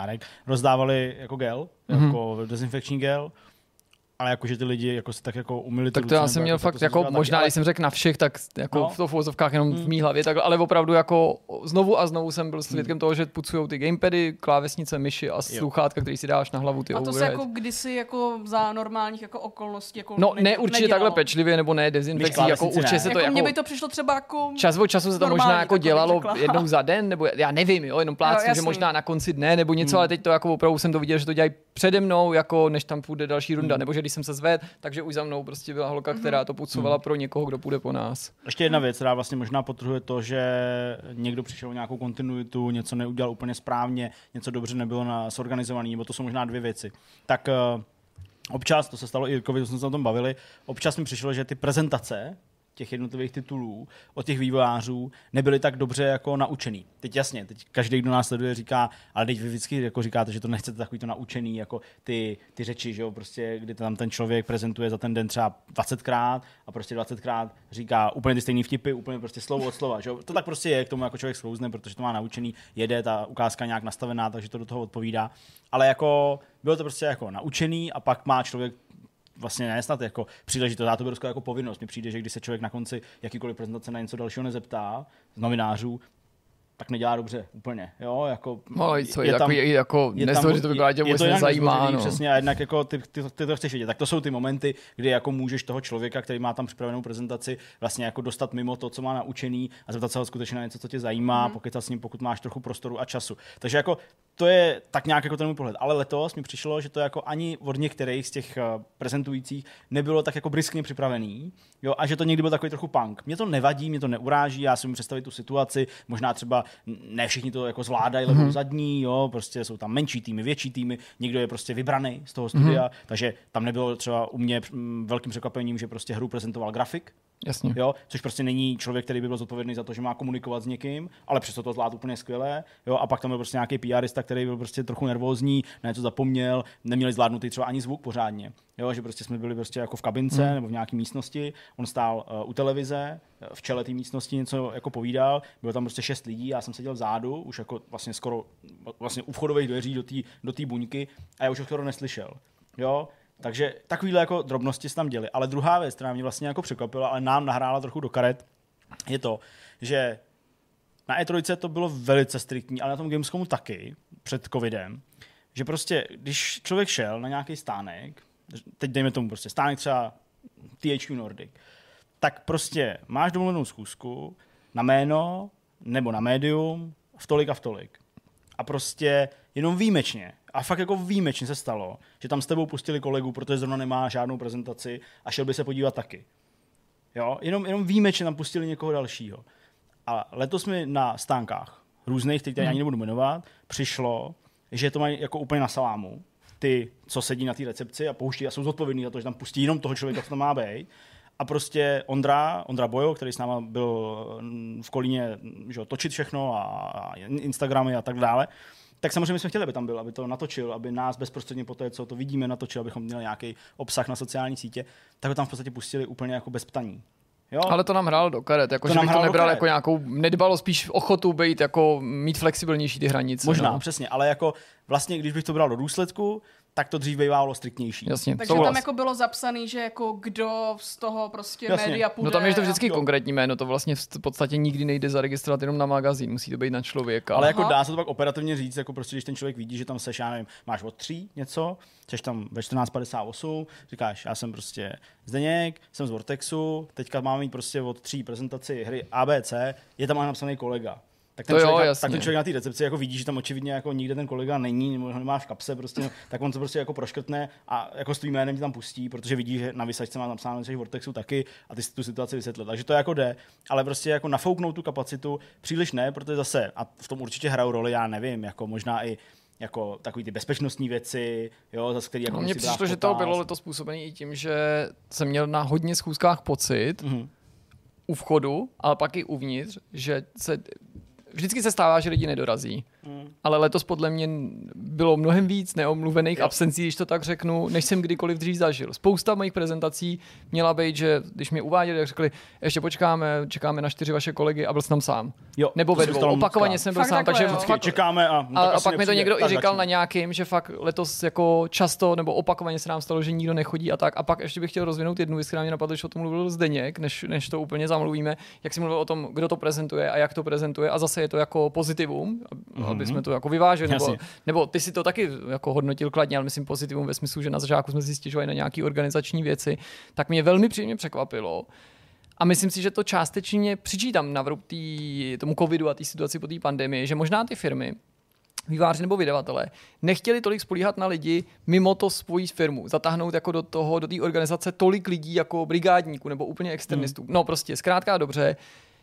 rozdávali jako gel, jako dezinfekční gel. Ale jakože ty lidi jako se tak jako umyli. Tak to já jsem měl fakt jako možná, když jsem řekl na všech, tak jako v těch uvozovkách jenom v mý hlavě, tak, ale opravdu jako znovu a znovu jsem byl svědkem toho, že pucujou ty gamepady, klávesnice, myši a sluchátka, který si dáš na hlavu ty. A to se jako kdysi jako za normálních jako okolností jako no ne určitě takhle pečlivě nebo ne dezinfekcí, jako určitě se to jako mně by to přišlo třeba jako čas od času se to možná jako dělalo jednou za den nebo já nevím, jo, jenom plácnu, že možná na konci dne nebo něco, ale teď to jako opravdu jsem to viděl, že to dělají přede mnou, jako než tam půjde další runda, nebo že když jsem se zvedl, takže už za mnou prostě byla holka, která to pucovala pro někoho, kdo půjde po nás. Ještě jedna věc, která vlastně možná podtrhuje to, že někdo přišel o nějakou kontinuitu, něco neudělal úplně správně, něco dobře nebylo zorganizovaný, nebo to jsou možná dvě věci. Tak občas, to se stalo i Jirkovi, to jsme se o tom bavili, občas mi přišlo, že ty prezentace těch jednotlivých titulů od těch vývojářů nebyli tak dobře jako naučený. Teď jasně, teď každý, kdo nás sleduje, říká, ale teď vy vždycky jako říkáte, že to nechcete takový to naučený, jako ty řeči, že jo, prostě, kdy tam ten člověk prezentuje za ten den třeba 20krát a prostě 20krát říká úplně ty stejný vtipy, úplně prostě slovo od slova, že jo. To tak prostě je, k tomu jako člověk sklouzne, protože to má naučený, jede ta ukázka nějak nastavená, takže to do toho odpovídá. Ale jako bylo to prostě jako naučený a pak má člověk vlastně ne snad jako příležitost, já to beru jako povinnost. Mně přijde, že když se člověk na konci jakýkoliv prezentace na něco dalšího nezeptá z novinářů, tak nedělá dobře úplně, jo, jako no, co je takový jako nezdoři, že to vypadá, že vůbec nezajímá, no. Přesně, a jednak jako ty to chceš vidět. Tak to jsou ty momenty, kdy jako můžeš toho člověka, který má tam připravenou prezentaci, vlastně jako dostat mimo to, co má naučený a zeptat se ho skutečně na něco, co tě zajímá, pokecat s ním, pokud máš trochu prostoru a času. Takže jako to je tak nějak jako ten můj pohled. Ale letos mi přišlo, že to jako ani od některých z těch prezentujících nebylo tak jako briskně připravený, jo, a že to někdy byl takový trochu punk. Mě to nevadí, mě to neuráží, já si můžu představit tu situaci, možná třeba ne všichni to jako zvládají levou zadní, jo, prostě jsou tam menší týmy, větší týmy, někdo je prostě vybraný z toho studia, takže tam nebylo třeba u mě velkým překvapením, že prostě hru prezentoval grafik. Jasně. Jo, což prostě není člověk, který by byl zodpovědný za to, že má komunikovat s někým, ale přesto to zvládl úplně skvěle. Jo, a pak tam byl prostě nějaký PRista, který byl prostě trochu nervózní, na něco zapomněl, neměli zvládnutý třeba ani zvuk pořádně. Jo, že prostě jsme byli prostě jako v kabince nebo v nějaké místnosti, on stál u televize, v čele té místnosti něco jako povídal, bylo tam prostě 6 lidí, já jsem seděl vzadu, už jako vlastně skoro vlastně u vchodových dveří do té buňky a já už ho skoro neslyšel. Jo. Takže takovýhle jako drobnosti se tam děly. Ale druhá věc, která mě vlastně jako překvapila, ale nám nahrála trochu do karet, je to, že na E3 to bylo velice striktní, ale na tom Gamescomu taky, před covidem, že prostě, když člověk šel na nějaký stánek, teď dejme tomu prostě stánek třeba THQ Nordic, tak prostě máš domluvenou schůzku na jméno nebo na médium v tolik a v tolik. A prostě jenom výjimečně, a fakt jako výjimečně se stalo, že tam s tebou pustili kolegu, protože zrovna nemá žádnou prezentaci a šel by se podívat taky. Jo? Jenom výjimečně tam pustili někoho dalšího. A letos mi na stánkách různých, teď ani nebudu jmenovat, přišlo, že to mají jako úplně na salámu. Ty, co sedí na té recepci a pouští a jsou zodpovědní za to, že tam pustí jenom toho člověka, co tam má být. A prostě Ondra Bojo, který s náma byl v Kolíně, že, točit všechno a Instagramy a tak dále, tak samozřejmě jsme chtěli, aby tam byl, aby to natočil, aby nás bezprostředně po té, co to vidíme, natočil, abychom měli nějaký obsah na sociální sítě, tak ho tam v podstatě pustili úplně jako bez ptaní. Jo? Ale to nám hrálo do karet, jako, že bych to nebral jako nějakou, nedbalo spíš ochotu být, jako mít flexibilnější ty hranice. Možná, no. Přesně, ale jako vlastně, když bych to bral do důsledku, tak to dřív bývalo striktnější. Jasně, takže tam jako bylo zapsaný, že jako kdo z toho prostě média půjde. No tam je to vždycky konkrétní jméno, to vlastně v podstatě nikdy nejde zaregistrovat jenom na magazín, musí to být na člověka. Ale jako dá se to pak operativně říct, jako prostě když ten člověk vidí, že tam seš, já nevím, máš od 3 něco, seš tam ve 14:58, říkáš, já jsem prostě Zdeněk, jsem z Vortexu, teďka máme mít prostě od 3 prezentaci hry ABC, je tam napsaný kolega. Tak ten, tak ten člověk na té recepci jako vidí, že tam očividně jako nikde ten kolega není, nebo ho nemá v kapse, prostě, no, tak on to prostě jako proškrtne a jako s tvým jménem ti tam pustí, protože vidí, že na vysačce má napsáno, že Vortexu taky a ty si tu situaci vysvětlil. Takže to jako jde, ale prostě jako nafouknout tu kapacitu příliš ne, protože zase, a v tom určitě hrajou roli, já nevím, jako možná i jako takový ty bezpečnostní věci, jo, zase který jako mně přišlo, že to bylo letos způsobené i tím, že jsem měl na hodně schůzkách pocit u vchodu, ale pak i uvnitř, že vždycky se stává, že lidi nedorazí. Ale letos podle mě bylo mnohem víc neomluvených absencí, když to tak řeknu, než jsem kdykoliv dřív zažil. Spousta mojich prezentací měla být, že když mě uváděli, tak řekli, ještě čekáme na 4 vaše kolegy a byl jsem tam sám. Jo, nebo ve 2. Opakovaně jsem byl sám, takže fakt čekáme a pak mi to někdo i říkal na nějakým, že fakt letos jako často nebo opakovaně se nám stalo, že nikdo nechodí a tak. A pak ještě bych chtěl rozvinout jednu věc, která mě napadla, že o tom mluvil Zdeněk, než to úplně zamluvíme, jak si mluvil o tom, kdo to prezentuje a jak to prezentuje a zase je to jako pozitivum, aby jsme to jako vyvážili, nebo ty si to taky jako hodnotil kladně, ale myslím pozitivum ve smyslu, že na začátku jsme si stěžovali na nějaké organizační věci, tak mě velmi příjemně překvapilo. A myslím si, že to částečně přičítám na vrub tomu covidu a té situaci po té pandemii, že možná ty firmy, vývojáři nebo vydavatelé, nechtěli tolik spolíhat na lidi mimo to svoji firmu, zatáhnout jako do té organizace tolik lidí jako brigádníků nebo úplně externistů. No prostě, zkrátka dobře,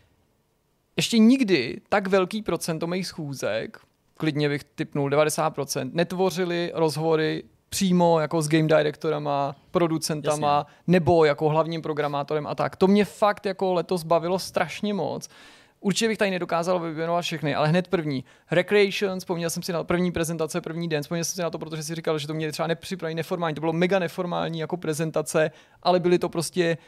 ještě nikdy tak velký procento mých schůzek, klidně bych tipnul 90%, netvořili rozhovory přímo jako s game directorama, producentama, nebo jako hlavním programátorem a tak. To mě fakt jako letos bavilo strašně moc. Určitě bych tady nedokázal vyjmenovat všechny, ale hned první. Recreation, vzpomněl jsem si na první prezentace, první den, vzpomněl jsem si na to, protože si říkal, že to mě třeba nepřipraví neformální. To bylo mega neformální jako prezentace, ale byly to prostě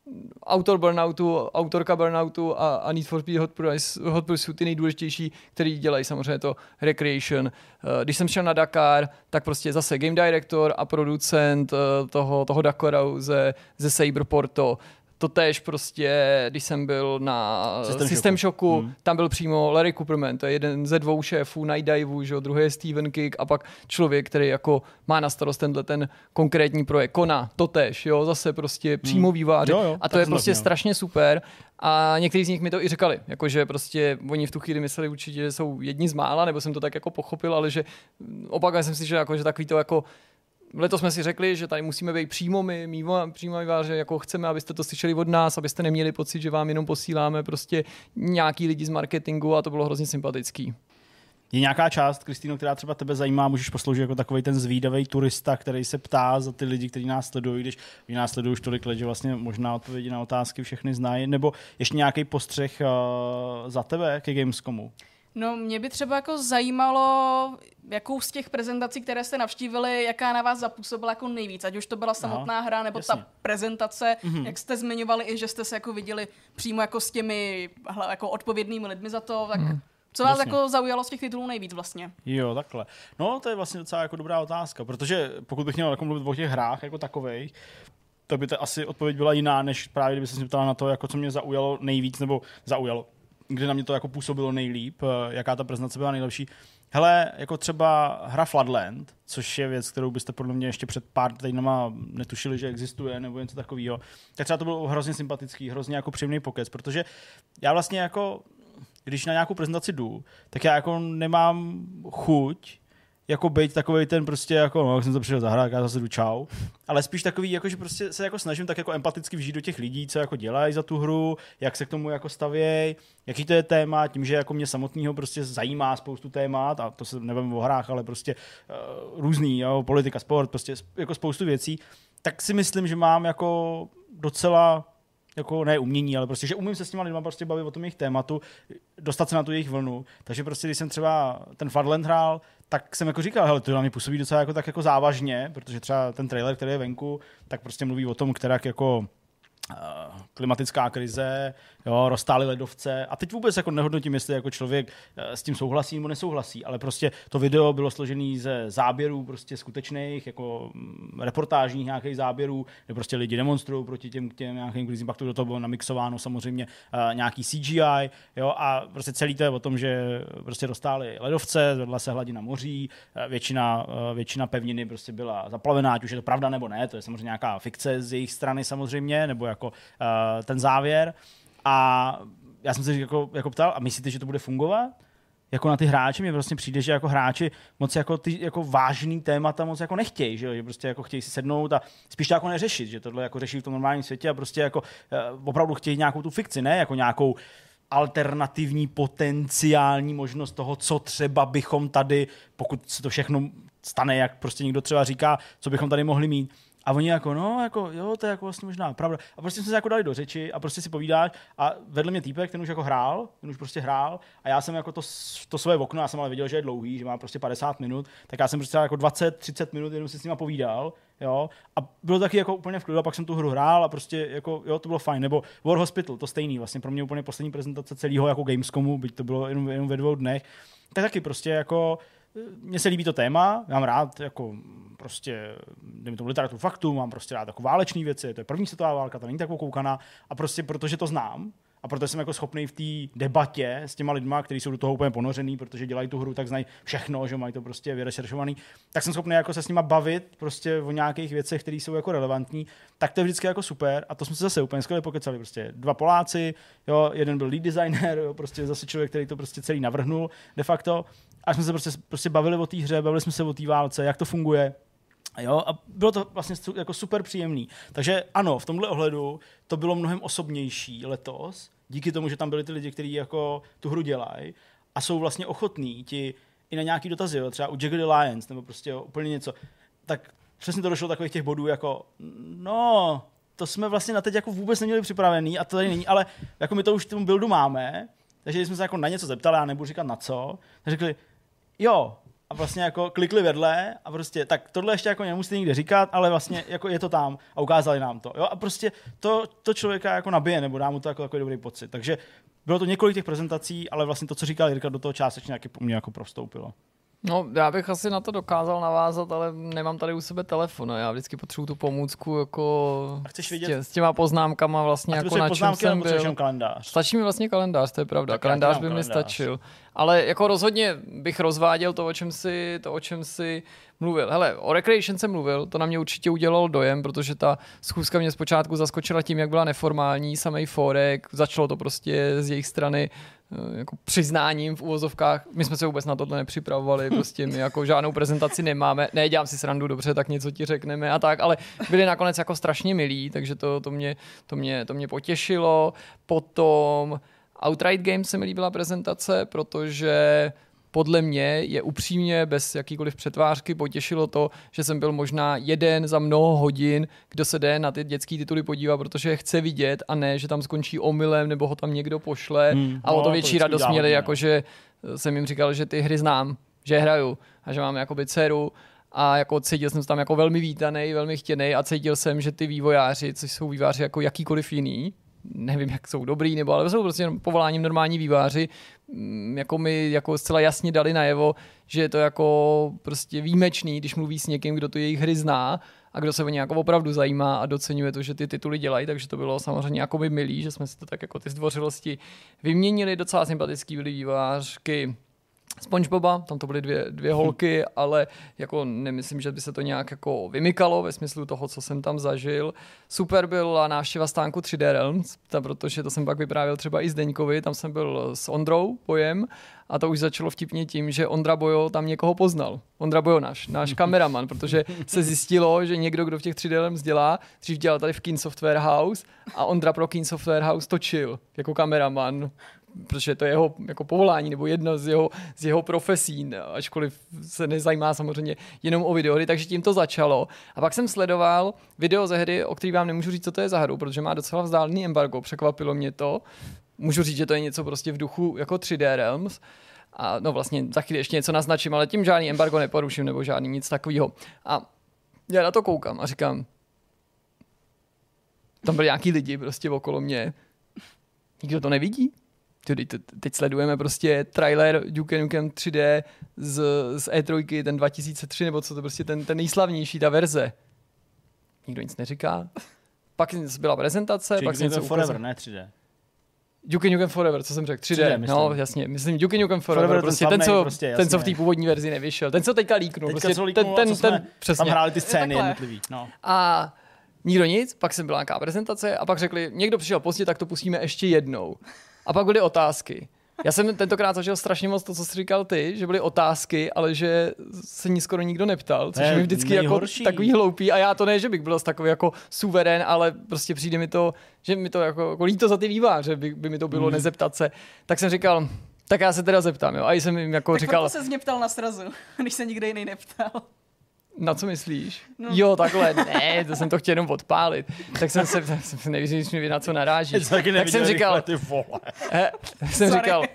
autorka Burnoutu a Need for Speed Hot Pursuit, ty nejdůležitější, který dělají samozřejmě to Recreation. Když jsem šel na Dakar, tak prostě zase game director a producent toho Dakaru ze Saberporto. To též prostě, když jsem byl na System Shocku, tam byl přímo Larry Cooperman, to je jeden ze 2 šéfů Night Dive, že druhý je Steven Kick a pak člověk, který jako má na starost ten konkrétní projekt. Kona, to též, jo, zase prostě přímo vývojáři. A to je prostě strašně super. A někteří z nich mi to i říkali, jakože prostě oni v tu chvíli mysleli určitě, že jsou jedni z mála, nebo jsem to tak jako pochopil, ale že opakovaně jsem si, že takový to jako letos jsme si řekli, že tady musíme být přímo vývojáři, jako chceme, abyste to slyšeli od nás, abyste neměli pocit, že vám jenom posíláme prostě nějaký lidi z marketingu a to bylo hrozně sympatický. Je nějaká část, Kristýno, která třeba tebe zajímá, můžeš posloužit jako takový ten zvídavý turista, který se ptá za ty lidi, kteří nás sledují, když oni nás sledují už tolik let, že vlastně možná odpovědi na otázky všechny znají, nebo ještě nějaký postřeh za tebe ke Gamescomu? No, mě by třeba jako zajímalo, jakou z těch prezentací, které jste navštívili, jaká na vás zapůsobila jako nejvíc, ať už to byla samotná hra, nebo ta prezentace, jak jste zmiňovali i, že jste se jako viděli přímo jako s těmi jako odpovědnými lidmi za to, tak co vás jako zaujalo z těch titulů nejvíc vlastně? Jo, takhle. No, to je vlastně docela jako dobrá otázka, protože pokud bych měl jako mluvit o těch hrách jako takových, tak by to asi odpověď byla jiná, než právě kdyby se mě ptala na to, jako co mě zaujalo nejvíc, nebo zaujalo, kde na mě to jako působilo nejlíp, jaká ta prezentace byla nejlepší. Hele, jako třeba hra Floodland, což je věc, kterou byste podle mě ještě před pár týdnama netušili, že existuje, nebo něco takového, tak třeba to bylo hrozně sympatický, hrozně jako příjemný pokec, protože já vlastně jako, když na nějakou prezentaci jdu, tak já jako nemám chuť jako být takovej ten prostě jako, no, jak jsem to přišel zahrát, já zase jdu čau, ale spíš takový, jako, že prostě se jako snažím tak jako empaticky vžít do těch lidí, co jako dělají za tu hru, jak se k tomu jako stavějí, jaký to je téma, tím, že jako mě samotného prostě zajímá spoustu témat, a to se nebavím o hrách, ale prostě různý, jo, politika, sport, prostě jako spoustu věcí, tak si myslím, že mám jako docela jako ne umění, ale prostě, že umím se s těma lidma prostě bavit o tom jejich tématu, dostat se na tu jejich vlnu. Takže prostě, když jsem třeba ten Floodland hrál, tak jsem jako říkal, hele, to na mě působí docela jako tak jako závažně, protože třeba ten trailer, který je venku, tak prostě mluví o tom, kterak jako klimatická krize, jo, roztály ledovce a teď vůbec jako nehodnotím, jestli jako člověk s tím souhlasí nebo nesouhlasí, ale prostě to video bylo složené ze záběrů prostě skutečných, jako reportážních nějakých záběrů, kde prostě lidi demonstrují proti těm nějakým krizím, pak to do toho bylo namixováno samozřejmě nějaký CGI, jo, a prostě celý to je o tom, že prostě roztály ledovce, zvedla se hladina moří, většina pevniny prostě byla zaplavená, ať už je to pravda nebo ne, to je samozřejmě nějaká fikce z jejich strany samozřejmě, nebo jako ten závěr. A já jsem se jako ptal, a myslíte, že to bude fungovat? Jako na ty hráče, mně prostě přijde, že jako hráči moc jako ty jako vážný témata moc jako nechtějí, že prostě jako chtějí si sednout a spíš to jako neřešit, že tohle jako řeší v tom normálním světě a prostě jako opravdu chtějí nějakou tu fikci, ne jako nějakou alternativní potenciální možnost toho, co třeba bychom tady, pokud se to všechno stane, jak prostě někdo třeba říká, co bychom tady mohli mít. A oni jako, no, jako, jo, to je jako vlastně možná pravda. A prostě jsme se jako dali do řeči a prostě si povídáš a vedle mě týpek, ten už jako hrál a já jsem jako to svoje okno, já jsem ale viděl, že je dlouhý, že má prostě 50 minut, tak já jsem prostě jako 20-30 minut jenom si s nima povídal, jo, a bylo taky jako úplně v klidu, a pak jsem tu hru hrál a prostě jako, jo, to bylo fajn, nebo War Hospital, to stejný, vlastně pro mě úplně poslední prezentace celého jako Gamescomu, byť to bylo jenom ve 2 dnech, tak taky prostě jako mně se líbí to téma, já mám rád jako prostě, dejme tomu literaturu faktu, mám prostě rád jako váleční věci, to je první světová válka, to není tak okoukaná a prostě protože to znám a protože jsem jako schopný v té debatě s těma lidma, kteří jsou do toho úplně ponořený, protože dělají tu hru, tak znají všechno, že mají to prostě vyrešeršovaný, tak jsem schopný jako se s nima bavit prostě o nějakých věcech, které jsou jako relevantní, tak to je vždycky jako super a to jsme se zase úplně skvěle pokecali, prostě 2 Poláci, jo, jeden byl lead designer, jo, prostě zase člověk, který to prostě celý navrhnul de facto. A jsme se prostě bavili o té hře, bavili jsme se o té válce, jak to funguje. Jo, a bylo to vlastně jako super příjemný. Takže ano, v tomhle ohledu to bylo mnohem osobnější letos, díky tomu, že tam byli ty lidi, kteří jako tu hru dělají a jsou vlastně ochotní ti i na nějaký dotazy, jo, třeba u Jagged Alliance nebo prostě jo, úplně něco. Tak přesně to došlo takových těch bodů jako, no, to jsme vlastně na teď jako vůbec neměli připravený a to tady není, ale jako my to už v tom buildu máme, takže když jsme se jako na něco zeptali, já nebudu říkat na co, tak řekli, jo, a vlastně jako klikli vedle a prostě tak tohle ještě jako nemusíte nikde říkat, ale vlastně jako je to tam a ukázali nám to. Jo? A prostě to člověka jako nabije nebo dá mu to jako takový dobrý pocit. Takže bylo to několik těch prezentací, ale vlastně to, co říkal Jirka, do toho částečně nějaký po mně jako prostoupilo. No, já bych asi na to dokázal navázat, ale nemám tady u sebe telefon. Já vždycky potřebuju tu pomůcku jako s těma poznámkama vlastně jako na čem jsem byl. Kalendář. Stačí mi vlastně kalendář, to je pravda. Tak kalendář by mi stačil. Ale jako rozhodně bych rozváděl to, o čem si mluvil. Hele, o Recreation jsem mluvil, to na mě určitě udělalo dojem, protože ta schůzka mě zpočátku zaskočila tím, jak byla neformální, samej fórek, začalo to prostě z jejich strany jako přiznáním v uvozovkách. My jsme se vůbec na tohle nepřipravovali, prostě my jako žádnou prezentaci nemáme. Ne, dělám si srandu, dobře, tak něco ti řekneme a tak, ale byli nakonec jako strašně milí, takže to mě potěšilo. Potom Outright Games se mi líbila prezentace, protože podle mě je upřímně bez jakýkoliv přetvářky potěšilo to, že jsem byl možná jeden za mnoho hodin, kdo se jde na ty dětský tituly podívat, protože je chce vidět a ne, že tam skončí omylem nebo ho tam někdo pošle a o to větší radost měli, jakože jsem jim říkal, že ty hry znám, že hraju a že mám jakoby dceru a jako cítil jsem se tam jako velmi vítanej, velmi chtěnej a cítil jsem, že ty vývojáři, což jsou vývojáři jako jakýkoliv jiný, nevím, jak jsou dobrý, nebo ale jsou prostě povoláním normální výváři, jako mi jako zcela jasně dali najevo, že je to jako prostě výjimečný, když mluví s někým, kdo tu jejich hry zná a kdo se o ně jako opravdu zajímá a doceňuje to, že ty tituly dělají, takže to bylo samozřejmě jako by milý, že jsme si to tak jako ty zdvořilosti vyměnili, docela sympatický byly vývojářky SpongeBoba, tam to byly dvě holky, ale jako nemyslím, že by se to nějak jako vymykalo ve smyslu toho, co jsem tam zažil. Super byla návštěva stánku 3D Realms, protože to jsem pak vyprávěl třeba i Zdeňkovi, tam jsem byl s Ondrou Bojem a to už začalo vtipně tím, že Ondra Bojo tam někoho poznal. Ondra Bojo náš kameraman, protože se zjistilo, že někdo, kdo v těch 3D Realms dělá, dřív dělal tady v King Software House a Ondra pro King Software House točil jako kameraman, protože to je jeho jako povolání nebo jedno z jeho profesí, ačkoliv se nezajímá samozřejmě jenom o videohry, takže tím to začalo. A pak jsem sledoval video ze hry, o který vám nemůžu říct, co to je za hru, protože má docela vzdálený embargo, překvapilo mě to. Můžu říct, že to je něco prostě v duchu jako 3D Realms. A no vlastně za chvíli ještě něco naznačím, ale tím žádný embargo neporuším nebo žádný nic takového. A já na to koukám a říkám, tam byli nějaký lidi prostě okolo mě. Nikdo to nevidí? Teď sledujeme prostě trailer Duke Nukem 3D z E3, ten 2003, nebo co to prostě ten nejslavnější, ta verze. Nikdo nic neříká. Pak byla prezentace, pak se něco Forever, ne 3D. Duke Nukem Forever, co jsem řekl, 3D no jasně, myslím Duke Nukem Forever prostě ten, co v té původní verzi nevyšel, ten, co teďka líknul, prostě ten přesně. Tam hráli ty scény jednotlivý. No. A nikdo nic, pak se byla nějaká prezentace a pak řekli, někdo přišel pozdě, tak to pustíme ještě jednou. A pak byly otázky. Já jsem tentokrát zažil strašně moc to, co jsi říkal ty, že byly otázky, ale že se ní skoro nikdo neptal, což mi vždycky jako takový hloupý. A já to ne, že bych byl takový jako suverén, ale prostě přijde mi to, že mi to jako líto za ty výváře, by mi to bylo nezeptat se. Tak jsem říkal, tak já se teda zeptám, jo. A jsem jim jako tak říkal... Tak se mě ptal na srazu, když se nikdo jiný neptal. Na co myslíš? No. Jo, takhle, ne, to jsem to chtěl jenom odpálit. Tak jsem se nevěřil, že mi na co narážíš. Tak jsem říkal, ty vole. Jsem říkal,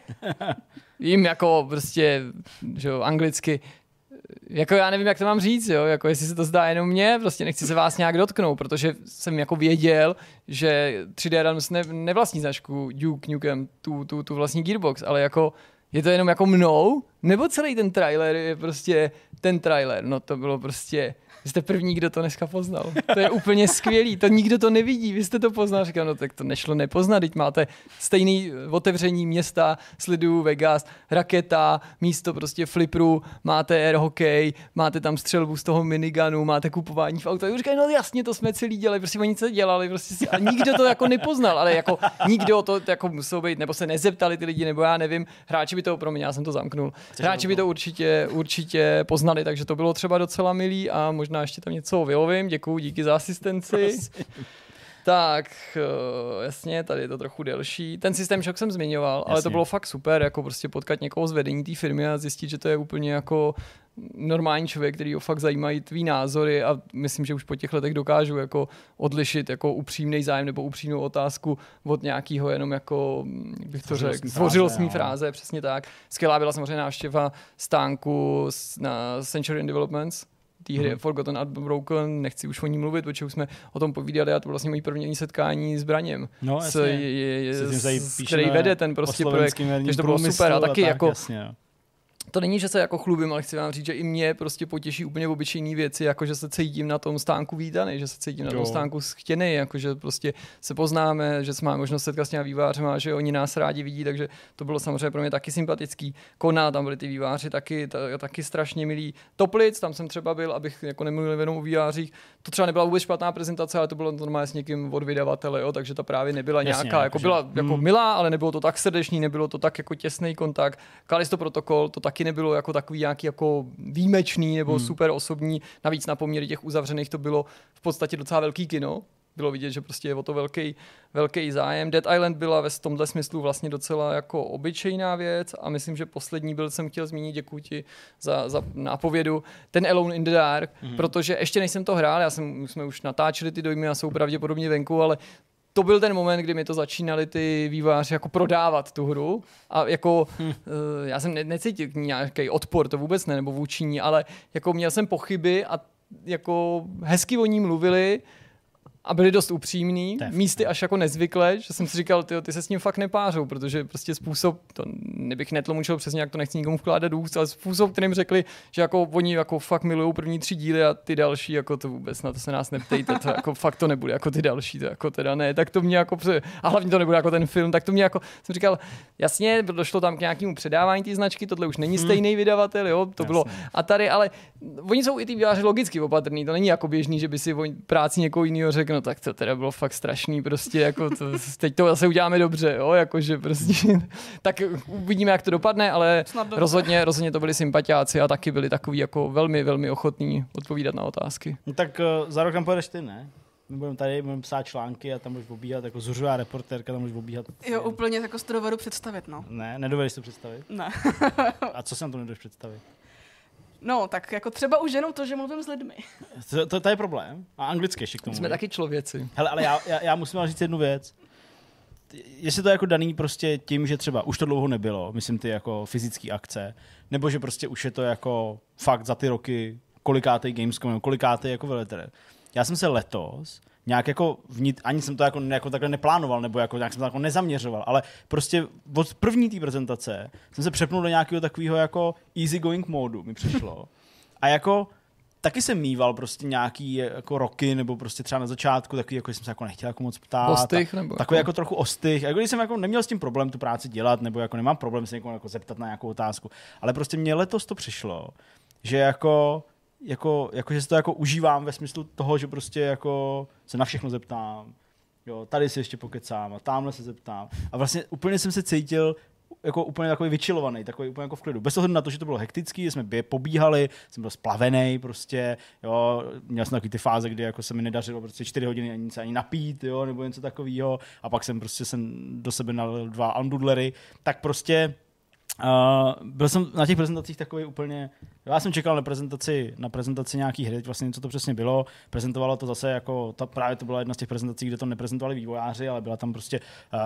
jim jako prostě, že jo, anglicky, jako já nevím, jak to mám říct, jo, jako jestli se to zdá jenom mně, prostě nechci se vás nějak dotknout, protože jsem jako věděl, že 3D Realms nevlastní značku Duke Nukem, tu vlastní Gearbox, ale jako je to jenom jako mnou? Nebo celý ten trailer je prostě ten trailer? No to bylo prostě... Vy jste první, kdo to dneska poznal. To je úplně skvělý, to nikdo to nevidí, vy jste to poznal. Říkám, no tak to nešlo nepoznat, teď máte stejný otevření města, slidu Vegas, raketa, místo prostě flipru, máte air hokej, máte tam střelbu z toho minigunu, máte kupování v auto. A říkají, no jasně, to jsme celý dělali, prostě oni co dělali, prostě a nikdo to jako nepoznal, ale jako nikdo to jako musel být, nebo se nezeptali ty lidi, nebo já nevím, hráči by to, promiň, já jsem to zamknul, hráči by to určitě poznali, takže to bylo třeba docela milý a možná ještě tam něco vylovím. Děkuju, díky za asistenci. Tak, jasně, tady je to trochu delší. Ten System Shock jsem zmiňoval, ale to bylo fakt super, jako prostě potkat někoho z vedení té firmy a zjistit, že to je úplně jako normální člověk, který ho fakt zajímají tvý názory a myslím, že už po těch letech dokážu jako odlišit jako upřímný zájem nebo upřímnou otázku od nějakého jenom jako, jak bych to řekl, zdvořilostní fráze, přesně tak. Skvělá byla samozřejmě návštěva stánku na Centurion Developments, té hry Forgotten Unbroken, nechci už o ní mluvit, protože už jsme o tom povídali a to bylo vlastně moje první setkání s Braněm, no, který vede ten prostě projekt, takže to bylo super a taky jako jasně. To není, že se jako chlubím, ale chci vám říct, že i mě prostě potěší úplně obyčejné věci, jako že se cítím na tom stánku vítaný, že se cítím na tom stánku chtěný, jako že prostě se poznáme, že jsme možnost setkat s těmi vývářema, že oni nás rádi vidí, takže to bylo samozřejmě pro mě taky sympatický. Kona, tam byli ty výváři taky strašně milí. Toplic, tam jsem třeba byl, abych jako nemluvil jenom o vývářích. To třeba nebyla vůbec špatná prezentace, ale to bylo normálně s někým od vydavatele, jo, takže ta právě nebyla nějaká, jako byla jako milá, ale nebylo to tak srdečný, nebylo to tak jako těsný kontakt. Callisto Protocol, to taky nebylo jako takový nějaký jako výjimečný nebo super osobní. Navíc na poměry těch uzavřených to bylo v podstatě docela velký kino. Bylo vidět, že prostě je o to velký zájem. Dead Island byla ve tomhle smyslu vlastně docela jako obyčejná věc a myslím, že poslední jsem chtěl zmínit, děkuji ti za nápovědu, ten Alone in the Dark, protože ještě než jsem to hrál, jsme už natáčeli ty dojmy a jsou pravděpodobně venku, ale to byl ten moment, kdy mi to začínali ty vývojáři jako prodávat tu hru a jako já jsem necítil nějaký odpor, to vůbec ne, nebo vůči ní, ale jako měl jsem pochyby a jako hezky o ní mluvili a byli dost upřímní, místy až jako nezvykle, že jsem si říkal, ty se s ním fakt nepářou, protože prostě způsob, to nebych netlomučil přesně, jak to nechci nikomu vkládat do úst, ale způsob, kterým řekli, že jako oni jako fakt milujou první 3 díly a ty další, jako to vůbec, na to se nás neptejte, to jako fakt to nebude jako ty další, to jako teda ne, tak to mě jako, a hlavně to nebude jako ten film, tak to mě jako, jsem říkal, jasně, došlo tam k nějakému předávání té značky, tohle už není stejný vydavatel, jo, to bylo, a tady, ale oni jsou i ty vývojáři logicky opatrný, to není jako běžný, že by si práci někoho jiného řekl, no tak to teda bylo fakt strašný, prostě jako teď to zase uděláme dobře, jo, jakože prostě, tak uvidíme, jak to dopadne, ale rozhodně to byli sympatiáci a taky byli takový jako velmi, velmi ochotní odpovídat na otázky. No tak za rok tam pojedeš ty, ne? My budeme psát články a tam můžeš obíhat, jako zuřová reportérka, tam můžeš obíhat. Jo, úplně jako si to dovedu představit, no. Ne, nedovedeš to představit? Ne. A co se na to nedovedeš představit? No, tak jako třeba už jenom to, že mluvím s lidmi. To je problém. A anglicky ještě k tomu. Jsme taky člověci. Hele, ale já musím říct jednu věc. Jestli to je jako daný prostě tím, že třeba už to dlouho nebylo, myslím ty jako fyzický akce, nebo že prostě už je to jako fakt za ty roky kolikátej Gamescom, kolikátej jako veletrh. Já jsem se letos nějak jako ani jsem to jako takhle neplánoval, nebo jako nějak jsem to jako nezaměřoval, ale prostě od první té prezentace jsem se přepnul do nějakého takového jako easy going módu, mi přišlo. A jako taky jsem mýval prostě nějaký jako roky, nebo prostě třeba na začátku takový, jako jsem se jako nechtěl jako moc ptát. Ostych, nebo takový jako trochu ostych. Jako když jsem jako neměl s tím problém tu práci dělat, nebo jako nemám problém se někomu jako zeptat na nějakou otázku. Ale prostě mě letos to přišlo, že jako že si to jako užívám ve smyslu toho, že prostě jako se na všechno zeptám. Jo, tady si ještě pokecám a tamhle se zeptám. A vlastně úplně jsem se cítil jako úplně takový vyčilovaný, takový úplně jako v klidu. Bez ohledu na to, že to bylo hektický, že jsme pobíhali, jsem byl splavený prostě, jo, měl jsem takový ty fáze, kdy jako se mi nedařilo prostě 4 hodiny ani napít, jo, nebo něco takového, a pak jsem do sebe nalil 2 andudlery, tak prostě byl jsem na těch prezentacích takový úplně, já jsem čekal na prezentaci nějaký hry, vlastně co to přesně bylo, prezentovalo to zase jako, právě to byla jedna z těch prezentací, kde to neprezentovali vývojáři, ale byla tam prostě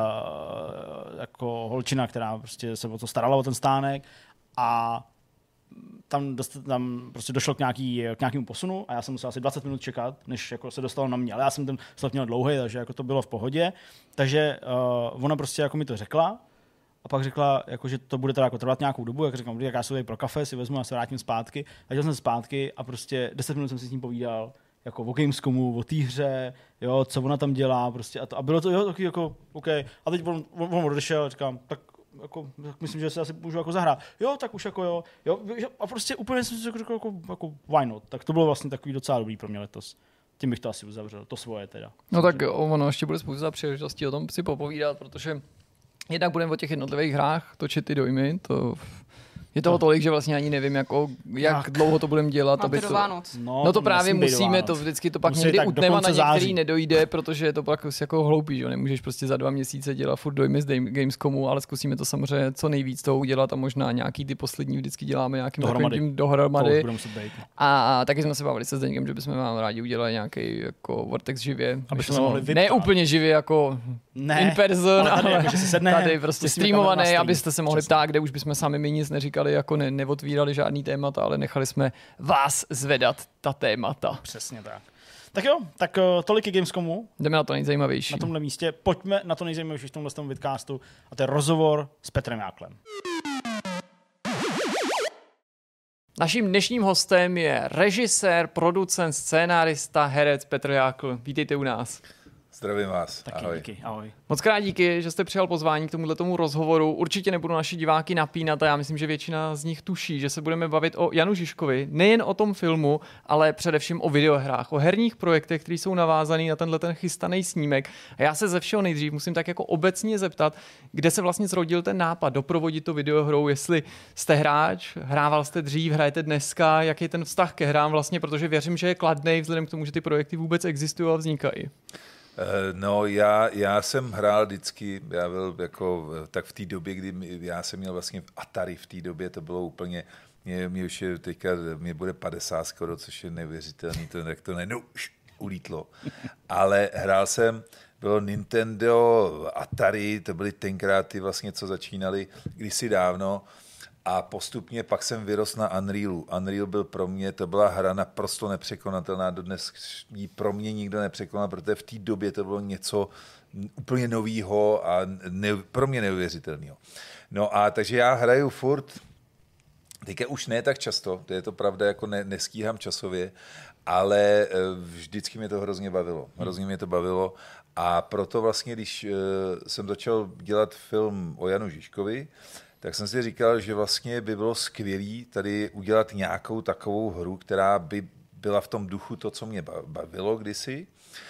jako holčina, která prostě se o to starala, o ten stánek, a tam prostě došlo k nějakému posunu a já jsem musel asi 20 minut čekat, než jako se dostalo na mě, ale já jsem ten slot měl dlouhý, takže jako to bylo v pohodě, takže ona prostě jako mi to řekla. A pak řekla, jako, že to bude teda jako trvat nějakou dobu, jak říkám, jak já se tady pro kafe si vezmu a se vrátím zpátky. A jel jsem zpátky a prostě 10 minut jsem si s ním povídal, jako o Gamescomu, o té hře, jo, co ona tam dělá, prostě a bylo to, jo, taky jako, OK. A teď on odešel, říkám, tak myslím, že se asi můžu jako zahrát. Jo, tak už jako jo, a prostě úplně jsem si řekl, jako why not. Tak to bylo vlastně takový docela dobrý pro mě letos. Tím bych to asi uzavřel, to svoje teda. No tak ono ještě bude spousta příležitostí o tom si popovídat, protože jednak budeme o těch jednotlivých hrách točit ty dojmy, je toho tolik, že vlastně ani nevím, jak dlouho to budeme dělat. Aby to Vánoc. No to právě musíme, to vždycky to pak někdy utneme a na některý nedojde, protože je to pak jako hloupý, že nemůžeš prostě za 2 měsíce dělat furt dojmy z Gamescomu, ale zkusíme to samozřejmě co nejvíc toho udělat a možná nějaký ty poslední vždycky děláme nějakým takovým dohromady. A taky jsme se bavili se Zdeňkem, že bychom vám rádi udělali nějaký jako Vortex živě. Aby jsme mohli vyptat. Ne úplně živě jako in person, ale tady prostě streamovaný, abyste se mohli ptát, kde už bychom sami my nic neříkali, jako neotvírali žádný témata, ale nechali jsme vás zvedat ta témata. Přesně tak. Tak jo, tak tolik je Gamescomu. Jdeme na to nejzajímavější. Na tomhle místě. Pojďme na to nejzajímavější v tomhle vidcastu a to je rozhovor s Petrem Jáklem. Naším dnešním hostem je režisér, producent, scénárista, herec Petr Jákl. Vítejte u nás. Zdravím vás. Taky ahoj. Díky, ahoj. Moc krát díky, že jste přijal pozvání k tomuto rozhovoru. Určitě nebudu naši diváky napínat a já myslím, že většina z nich tuší, že se budeme bavit o Janu Žižkovi. Nejen o tom filmu, ale především o videohrách, o herních projektech, které jsou navázané na tenhle ten chystaný snímek. A já se ze všeho nejdřív musím tak jako obecně zeptat, kde se vlastně zrodil ten nápad doprovodit to videohrou, jestli jste hráč, hrával jste dřív, hrajete dneska, jaký je ten vztah ke hrám vlastně, protože věřím, že je kladnej vzhledem k tomu, že ty projekty vůbec existují a vznikají. No, já jsem hrál vždycky, já byl jako, tak v té době, kdy já jsem měl vlastně Atari v té době, to bylo úplně, mě už je teďka, mě bude 50 skoro, což je neuvěřitelný, jak to už ulítlo. Ale hrál jsem, bylo Nintendo, Atari, to byly tenkrát ty vlastně, co začínali kdysi dávno. A postupně pak jsem vyrostl na Unrealu. Unreal byl pro mě, to byla hra naprosto nepřekonatelná, dodnes ji pro mě nikdo nepřekonal, protože v té době to bylo něco úplně novýho a pro mě neuvěřitelného. No a takže já hraju furt, teďka už ne tak často, to je to pravda, jako nestíhám časově, ale vždycky mě to hrozně bavilo. A proto vlastně, když jsem začal dělat film o Janu Žižkovi, tak jsem si říkal, že vlastně by bylo skvělé tady udělat nějakou takovou hru, která by byla v tom duchu to, co mě bavilo kdysi.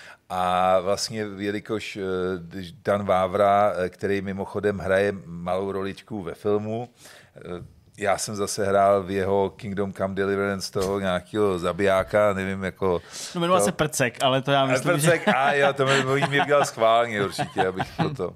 A vlastně, jelikož Dan Vávra, který mimochodem hraje malou roličku ve filmu, já jsem zase hrál v jeho Kingdom Come Deliverance toho nějakého zabijáka, nevím, jako... No jmenoval se Prcek, ale to já myslím, Prcek, jo, to mi udělal schválně určitě, abych proto...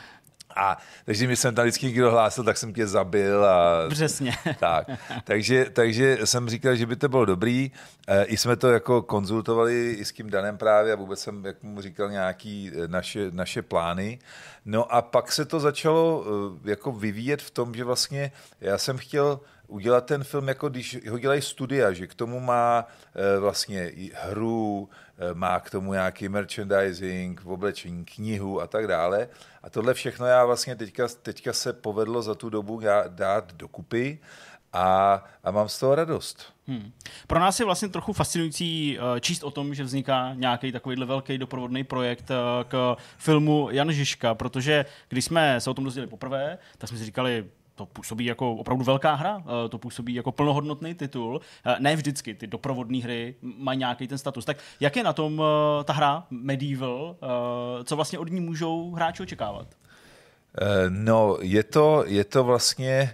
A takže mi jsem tam vždycky někdo hlásil, tak jsem tě zabil a... Přesně. Tak. Takže jsem říkal, že by to bylo dobrý. I jsme to jako konzultovali i s tím Danem právě a vůbec jsem, jak mu říkal, nějaký naše plány. No a pak se to začalo jako vyvíjet v tom, že vlastně já jsem chtěl udělat ten film, jako když ho dělají studia, že k tomu má vlastně hru, má k tomu nějaký merchandising, oblečení, knihu a tak dále. A tohle všechno já vlastně teďka se povedlo za tu dobu dát dokupy a mám z toho radost. Pro nás je vlastně trochu fascinující číst o tom, že vzniká nějaký takovýhle velký doprovodný projekt k filmu Jan Žižka, protože když jsme se o tom dozvěděli poprvé, tak jsme si říkali, to působí jako opravdu velká hra, to působí jako plnohodnotný titul. Ne vždycky ty doprovodné hry mají nějaký ten status. Tak jak je na tom ta hra Medieval? Co vlastně od ní můžou hráči očekávat? No, je to vlastně...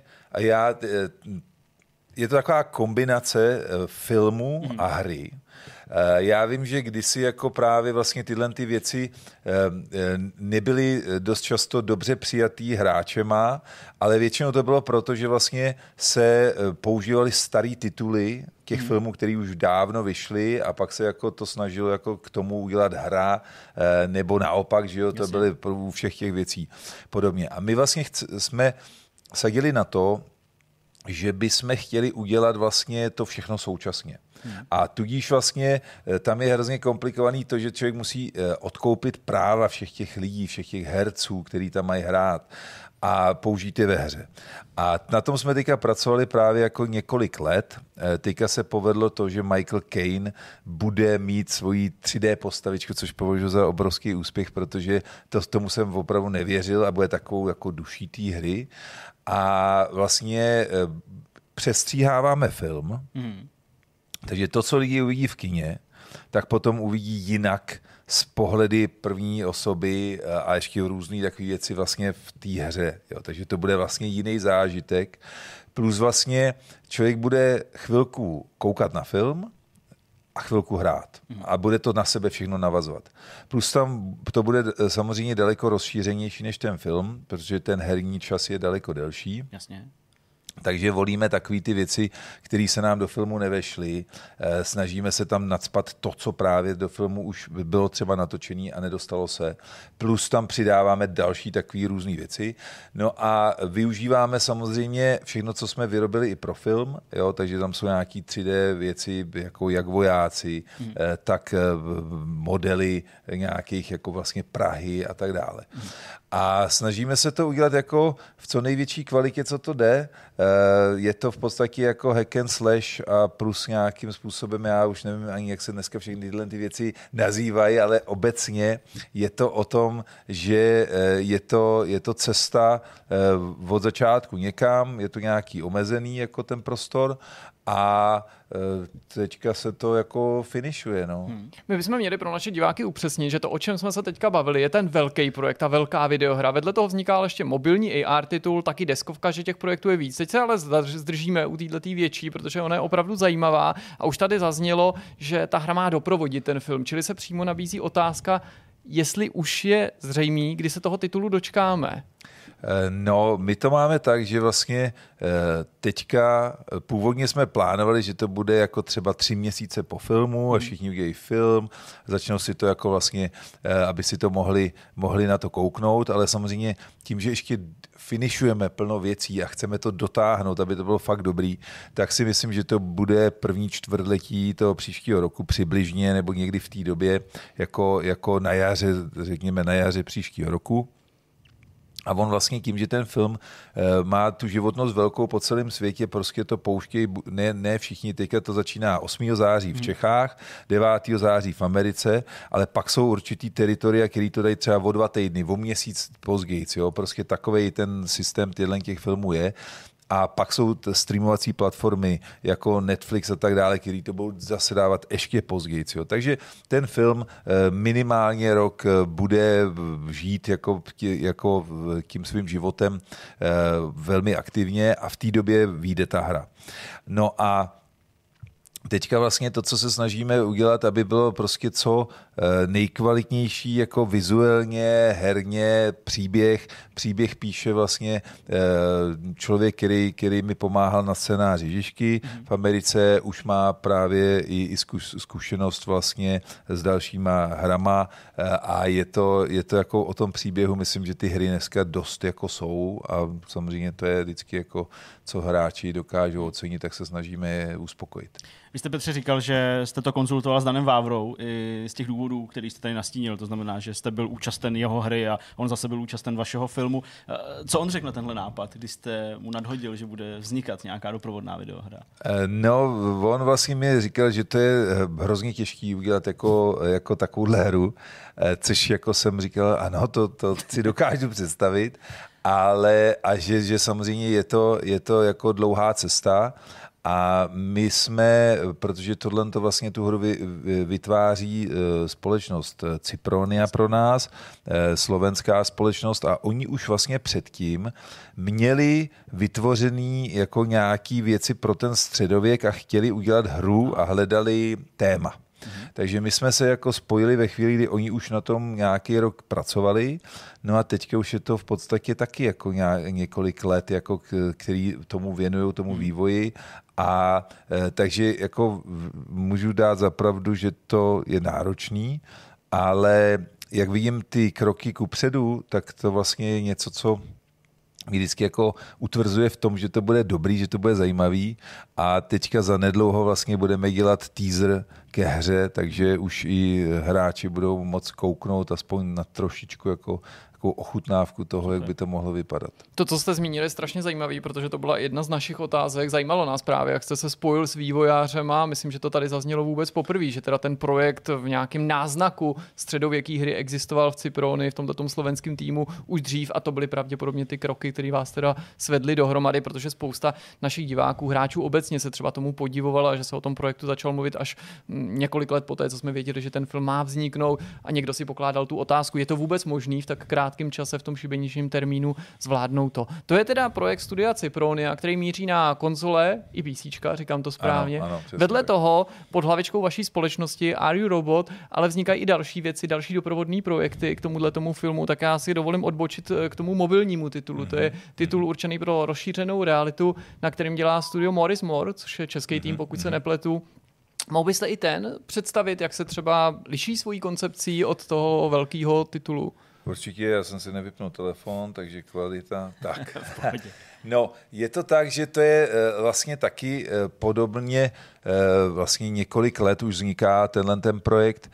Je to taková kombinace filmu a hry. Já vím, že kdysi jako právě vlastně tyhle ty věci nebyly dost často dobře přijatý hráčema, ale většinou to bylo proto, že vlastně se používaly starý tituly těch filmů, které už dávno vyšly a pak se jako to snažilo jako k tomu udělat hra, nebo naopak, že jo, to byly u všech těch věcí podobně. A my vlastně jsme sadili na to, že bychom chtěli udělat vlastně to všechno současně. A tudíž vlastně tam je hrozně komplikovaný to, že člověk musí odkoupit práva všech těch lidí, všech těch herců, který tam mají hrát a použít je ve hře. A na tom jsme teďka pracovali právě jako několik let. Teďka se povedlo to, že Michael Caine bude mít svoji 3D postavičku, což považuji za obrovský úspěch, protože tomu jsem opravdu nevěřil a bude takovou jako duší té hry. A vlastně přestříháváme film, takže to, co lidi uvidí v kině, tak potom uvidí jinak z pohledy první osoby a ještě různý takové věci vlastně v té hře. Jo. Takže to bude vlastně jiný zážitek. Plus vlastně člověk bude chvilku koukat na film a chvilku hrát. A bude to na sebe všechno navazovat. Plus tam to bude samozřejmě daleko rozšířenější než ten film, protože ten herní čas je daleko delší. Jasně. Takže volíme takové ty věci, které se nám do filmu nevešly. Snažíme se tam nacpat to, co právě do filmu už bylo třeba natočené a nedostalo se. Plus tam přidáváme další takové různé věci. No a využíváme samozřejmě všechno, co jsme vyrobili i pro film. Jo? Takže tam jsou nějaké 3D věci, jako jak vojáci, tak modely nějakých jako vlastně Prahy a tak dále. A snažíme se to udělat jako v co největší kvalitě, co to jde. Je to v podstatě jako hack and slash a plus nějakým způsobem, já už nevím ani, jak se dneska všechny tyhle ty věci nazývají, ale obecně je to o tom, že je to cesta od začátku někam, je to nějaký omezený jako ten prostor a teďka se to jako finišuje. No. My bychom měli pro naše diváky upřesnit, že to, o čem jsme se teďka bavili, je ten velký projekt, ta velká videohra. Vedle toho vzniká ještě mobilní AR titul, taky deskovka, že těch projektů je víc. Teď se ale zdržíme u této větší, protože ona je opravdu zajímavá a už tady zaznělo, že ta hra má doprovodit ten film, čili se přímo nabízí otázka, jestli už je zřejmý, kdy se toho titulu dočkáme. No, my to máme tak, že vlastně teďka původně jsme plánovali, že to bude jako třeba 3 měsíce po filmu a všichni udělají film, začnou si to jako vlastně, aby si to mohli na to kouknout, ale samozřejmě tím, že ještě finišujeme plno věcí a chceme to dotáhnout, aby to bylo fakt dobrý, tak si myslím, že to bude první čtvrtletí toho příštího roku přibližně nebo někdy v té době jako na jaře, řekněme na jaře příštího roku. A on vlastně tím, že ten film má tu životnost velkou po celém světě, prostě to pouštějí, ne všichni, teďka to začíná 8. září v Čechách, 9. září v Americe, ale pak jsou určitý teritoria, který to dají třeba o 2 týdny, o měsíc později, jo, prostě takovej ten systém těch filmů je. A pak jsou streamovací platformy jako Netflix a tak dále, který to budou zase dávat ještě později. Jo. Takže ten film minimálně rok bude žít jako tím svým životem velmi aktivně a v té době vyjde ta hra. No a teďka vlastně to, co se snažíme udělat, aby bylo prostě co nejkvalitnější jako vizuálně, herně, příběh píše vlastně člověk, který mi pomáhal na scénáři Žižky. V Americe už má právě i zkušenost vlastně s dalšíma hrama a je to jako o tom příběhu, myslím, že ty hry dneska dost jako jsou a samozřejmě to je vždycky jako co hráči dokážou ocenit, tak se snažíme je uspokojit. Vy jste, Petře, říkal, že jste to konzultoval s Danem Vávrou i z těch důvodů, který jste tady nastínil. To znamená, že jste byl účasten jeho hry a on zase byl účasten vašeho filmu. Co on řekl na tenhle nápad, když jste mu nadhodil, že bude vznikat nějaká doprovodná videohra? No, on vlastně mi říkal, že to je hrozně těžký udělat jako takovouhle hru, což jako jsem říkal, ano, to si dokážu představit, ale a že samozřejmě je to jako dlouhá cesta. A my jsme, protože tohle to vlastně tu hru vytváří společnost Cypronia pro nás, slovenská společnost a oni už vlastně předtím měli vytvořený jako nějaký věci pro ten středověk a chtěli udělat hru a hledali téma. Takže my jsme se jako spojili ve chvíli, kdy oni už na tom nějaký rok pracovali, no a teďka už je to v podstatě taky jako několik let, jako který tomu věnují, tomu vývoji a takže jako můžu dát za pravdu, že to je náročný, ale jak vidím ty kroky kupředu, tak to vlastně je něco, co mě vždycky jako utvrzuje v tom, že to bude dobrý, že to bude zajímavý a teďka za nedlouho vlastně budeme dělat teaser ke hře, takže už i hráči budou moc kouknout aspoň na trošičku jako ochutnávku toho, jak by to mohlo vypadat. To, co jste zmínili, je strašně zajímavý, protože to byla jedna z našich otázek. Zajímalo nás právě, jak jste se spojil s vývojářem a myslím, že to tady zaznělo vůbec poprvé, že teda ten projekt v nějakém náznaku středověké hry existoval v Cypronii, v tomto slovenském týmu už dřív a to byly pravděpodobně ty kroky, které vás teda svedly dohromady, protože spousta našich diváků, hráčů obecně se třeba tomu podivovala, že se o tom projektu začal mluvit až několik let poté, co jsme věděli, že ten film má vzniknout a někdo si pokládal tu otázku, je to vůbec možný v tak krátkém čase v tom šibeničním termínu zvládnout to. To je teda projekt studia Cypronia, který míří na konzole i PCčka, říkám to správně. Ano, vedle toho pod hlavičkou vaší společnosti Are You Robot, ale vznikají i další věci, další doprovodné projekty k tomu filmu, tak já si dovolím odbočit k tomu mobilnímu titulu. To je titul určený pro rozšířenou realitu, na kterém dělá studio Morris More, což je český tým, pokud se nepletu. Mohl byste i ten představit, jak se třeba liší svojí koncepcí od toho velkého titulu? Určitě, já jsem si nevypnul telefon, takže kvalita, tak. No, je to tak, že to je vlastně taky podobně, vlastně několik let už vzniká ten projekt.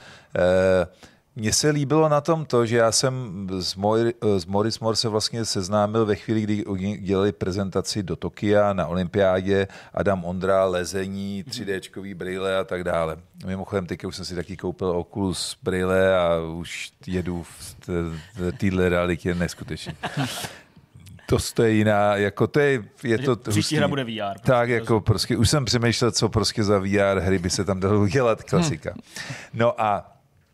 Mně se líbilo na tom to, že já jsem s Morris More se vlastně seznámil ve chvíli, kdy dělali prezentaci do Tokia na olympiádě, Adam Ondra, lezení, 3Dčkový brýle a tak dále. Mimochodem, teďka už jsem si taky koupil Oculus brýle a už jedu v téhle realitě neskutečně. To je jiná, jako to je to příští hra bude VR. Tak, jako prostě, už jsem přemýšlel, co prostě za VR hry by se tam dalo udělat, klasika. No a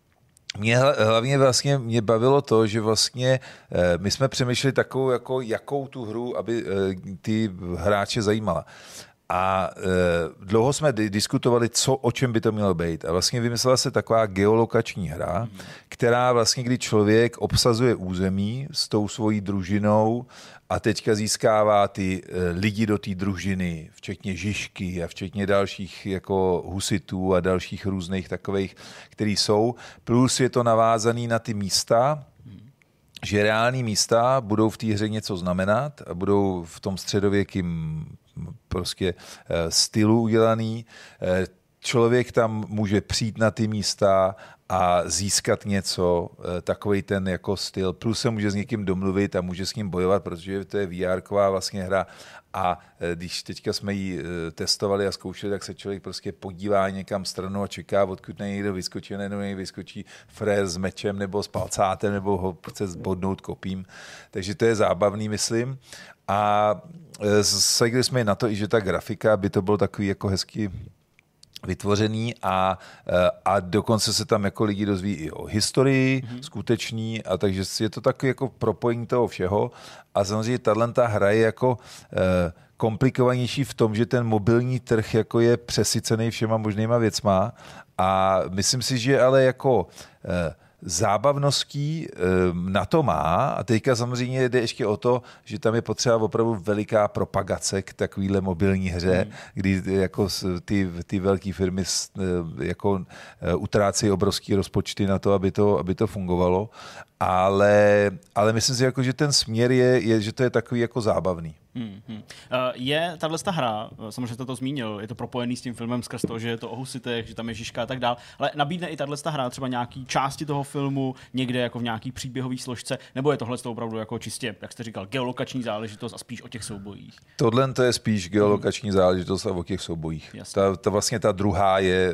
hlavně vlastně mě bavilo to, že vlastně my jsme přemýšleli takovou, jako, jakou tu hru, aby ty hráče zajímala. A dlouho jsme diskutovali, o čem by to mělo být. A vlastně vymyslela se taková geolokační hra, která vlastně, kdy člověk obsazuje území s tou svojí družinou a teďka získává ty lidi do té družiny, včetně Žižky a včetně dalších jako husitů a dalších různých takových, který jsou. Plus je to navázaný na ty místa, že reální místa budou v té hře něco znamenat a budou v tom středověkým prostě stylu udělaný. Člověk tam může přijít na ty místa a získat něco, takovej ten jako styl. Plus se může s někým domluvit a může s ním bojovat, protože to je VR-ková vlastně hra. A když teďka jsme ji testovali a zkoušeli, tak se člověk prostě podívá někam stranou a čeká, odkud na někdo vyskočí, nebo někdo vyskočí frér s mečem nebo s palcátem, nebo ho chce zbodnout kopím. Takže to je zábavný, myslím. A sadili jsme na to, i že ta grafika by to bylo takový jako hezky vytvořený a dokonce se tam jako lidi dozví i o historii skuteční a takže je to takový jako propojení toho všeho a samozřejmě tato hra je jako komplikovanější v tom, že ten mobilní trh jako je přesycený všema možnýma věcma a myslím si, že ale jako zábavností na to má a teďka samozřejmě jde ještě o to, že tam je potřeba opravdu veliká propagace k takovýhle mobilní hře, kdy jako ty velké firmy jako utrácejí obrovský rozpočty na to, aby to fungovalo, ale myslím si, jako, že ten směr je, že to je takový jako zábavný. Je tato hra, samozřejmě to zmínil, je to propojený s tím filmem skrz to, že je to o husitech, že tam je Žižka a tak dál, ale nabídne i tato hra třeba nějaký části toho filmu, někde jako v nějaký příběhový složce, nebo je tohle opravdu jako čistě, jak jste říkal, geolokační záležitost a spíš o těch soubojích? Tohle to je spíš geolokační záležitost a o těch soubojích. Ta vlastně ta druhá je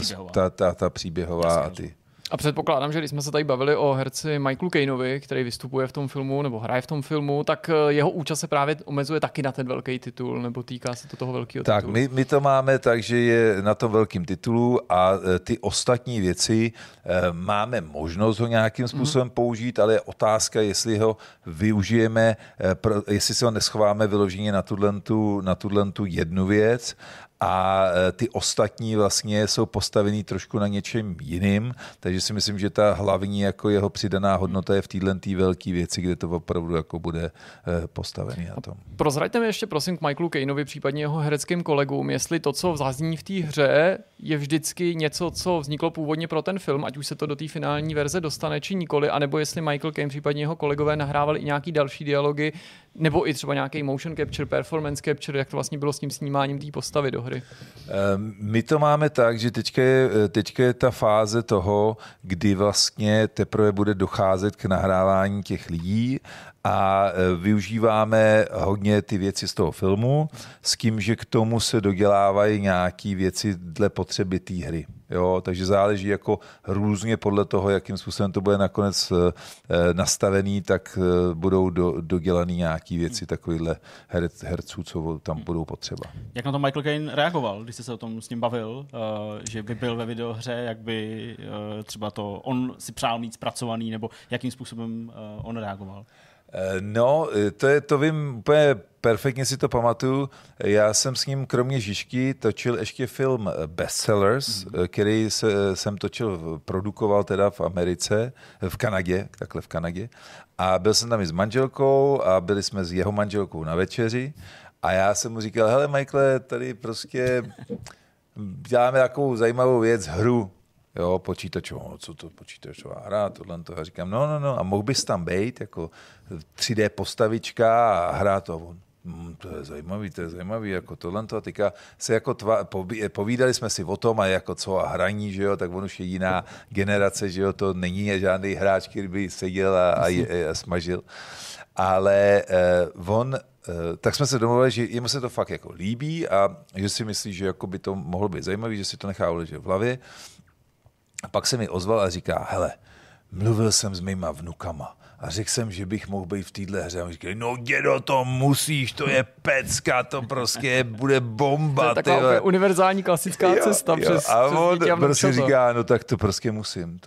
ta příběhová a ty. A předpokládám, že když jsme se tady bavili o herci Michaelu Caineovi, který vystupuje v tom filmu nebo hraje v tom filmu, tak jeho účast se právě omezuje taky na ten velký titul, nebo týká se to toho velkého titulu. Tak, my to máme tak, že je na tom velkým titulu a ty ostatní věci máme možnost ho nějakým způsobem použít, ale je otázka, jestli ho využijeme, jestli se ho neschováme vyloženě na tu jednu věc, a ty ostatní vlastně jsou postavený trošku na něčem jiným, takže si myslím, že ta hlavní jako jeho přidaná hodnota je v této velké věci, kde to opravdu jako bude postavený na tom. Prozraďte mi ještě prosím k Michaelu Caineovi, případně jeho hereckým kolegům, jestli to, co zazní v té hře, je vždycky něco, co vzniklo původně pro ten film, ať už se to do té finální verze dostane či nikoli, anebo jestli Michael Caine, případně jeho kolegové nahrávali i nějaký další dialogy, nebo i třeba nějaký motion capture, performance capture, jak to vlastně bylo s tím snímáním té postavy do hry. My to máme tak, že teďka je ta fáze toho, kdy vlastně teprve bude docházet k nahrávání těch lidí a využíváme hodně ty věci z toho filmu s tím, že k tomu se dodělávají nějaké věci dle potřeby té hry. Jo, takže záleží jako různě podle toho, jakým způsobem to bude nakonec nastavený, tak budou dodělaný nějaké věci takovýchhle herců, co tam budou potřeba. Jak na to Michael Caine reagoval, když jste se o tom s ním bavil, že by byl ve videohře, jak by třeba to on si přál mít zpracovaný, nebo jakým způsobem on reagoval? No, to vím úplně perfektně, si to pamatuju. Já jsem s ním kromě Žižky točil ještě film Bestsellers, který jsem produkoval teda v Americe, v Kanadě. A byl jsem tam i s manželkou a byli jsme s jeho manželkou na večeři a já jsem mu říkal, hele Michaele, tady prostě děláme takovou zajímavou věc, hru. Jo, počítačová, co to počítačová hra, tohle to. Já říkám, no, a mohl bys tam být jako 3D postavička a hrát to. To je zajímavý, jako tohle to. A teďka se jako povídali jsme si o tom a jako co a hraní, že jo, tak on už je jiná generace, že jo, to není žádný hráč, který by seděl a smažil. Ale tak jsme se domluvili, že jemu se to fakt jako líbí a že si myslí, že jako by to mohlo být zajímavý, že si to nechá uležet v hlavě. A pak se mi ozval a říká, hele, mluvil jsem s mýma vnukama a řekl jsem, že bych mohl být v téhle hře. A on říká, no dědo, to musíš, to je pecka, to prostě bude bomba. To je taková univerzální klasická cesta. A on prostě říká, no tak to prostě musím.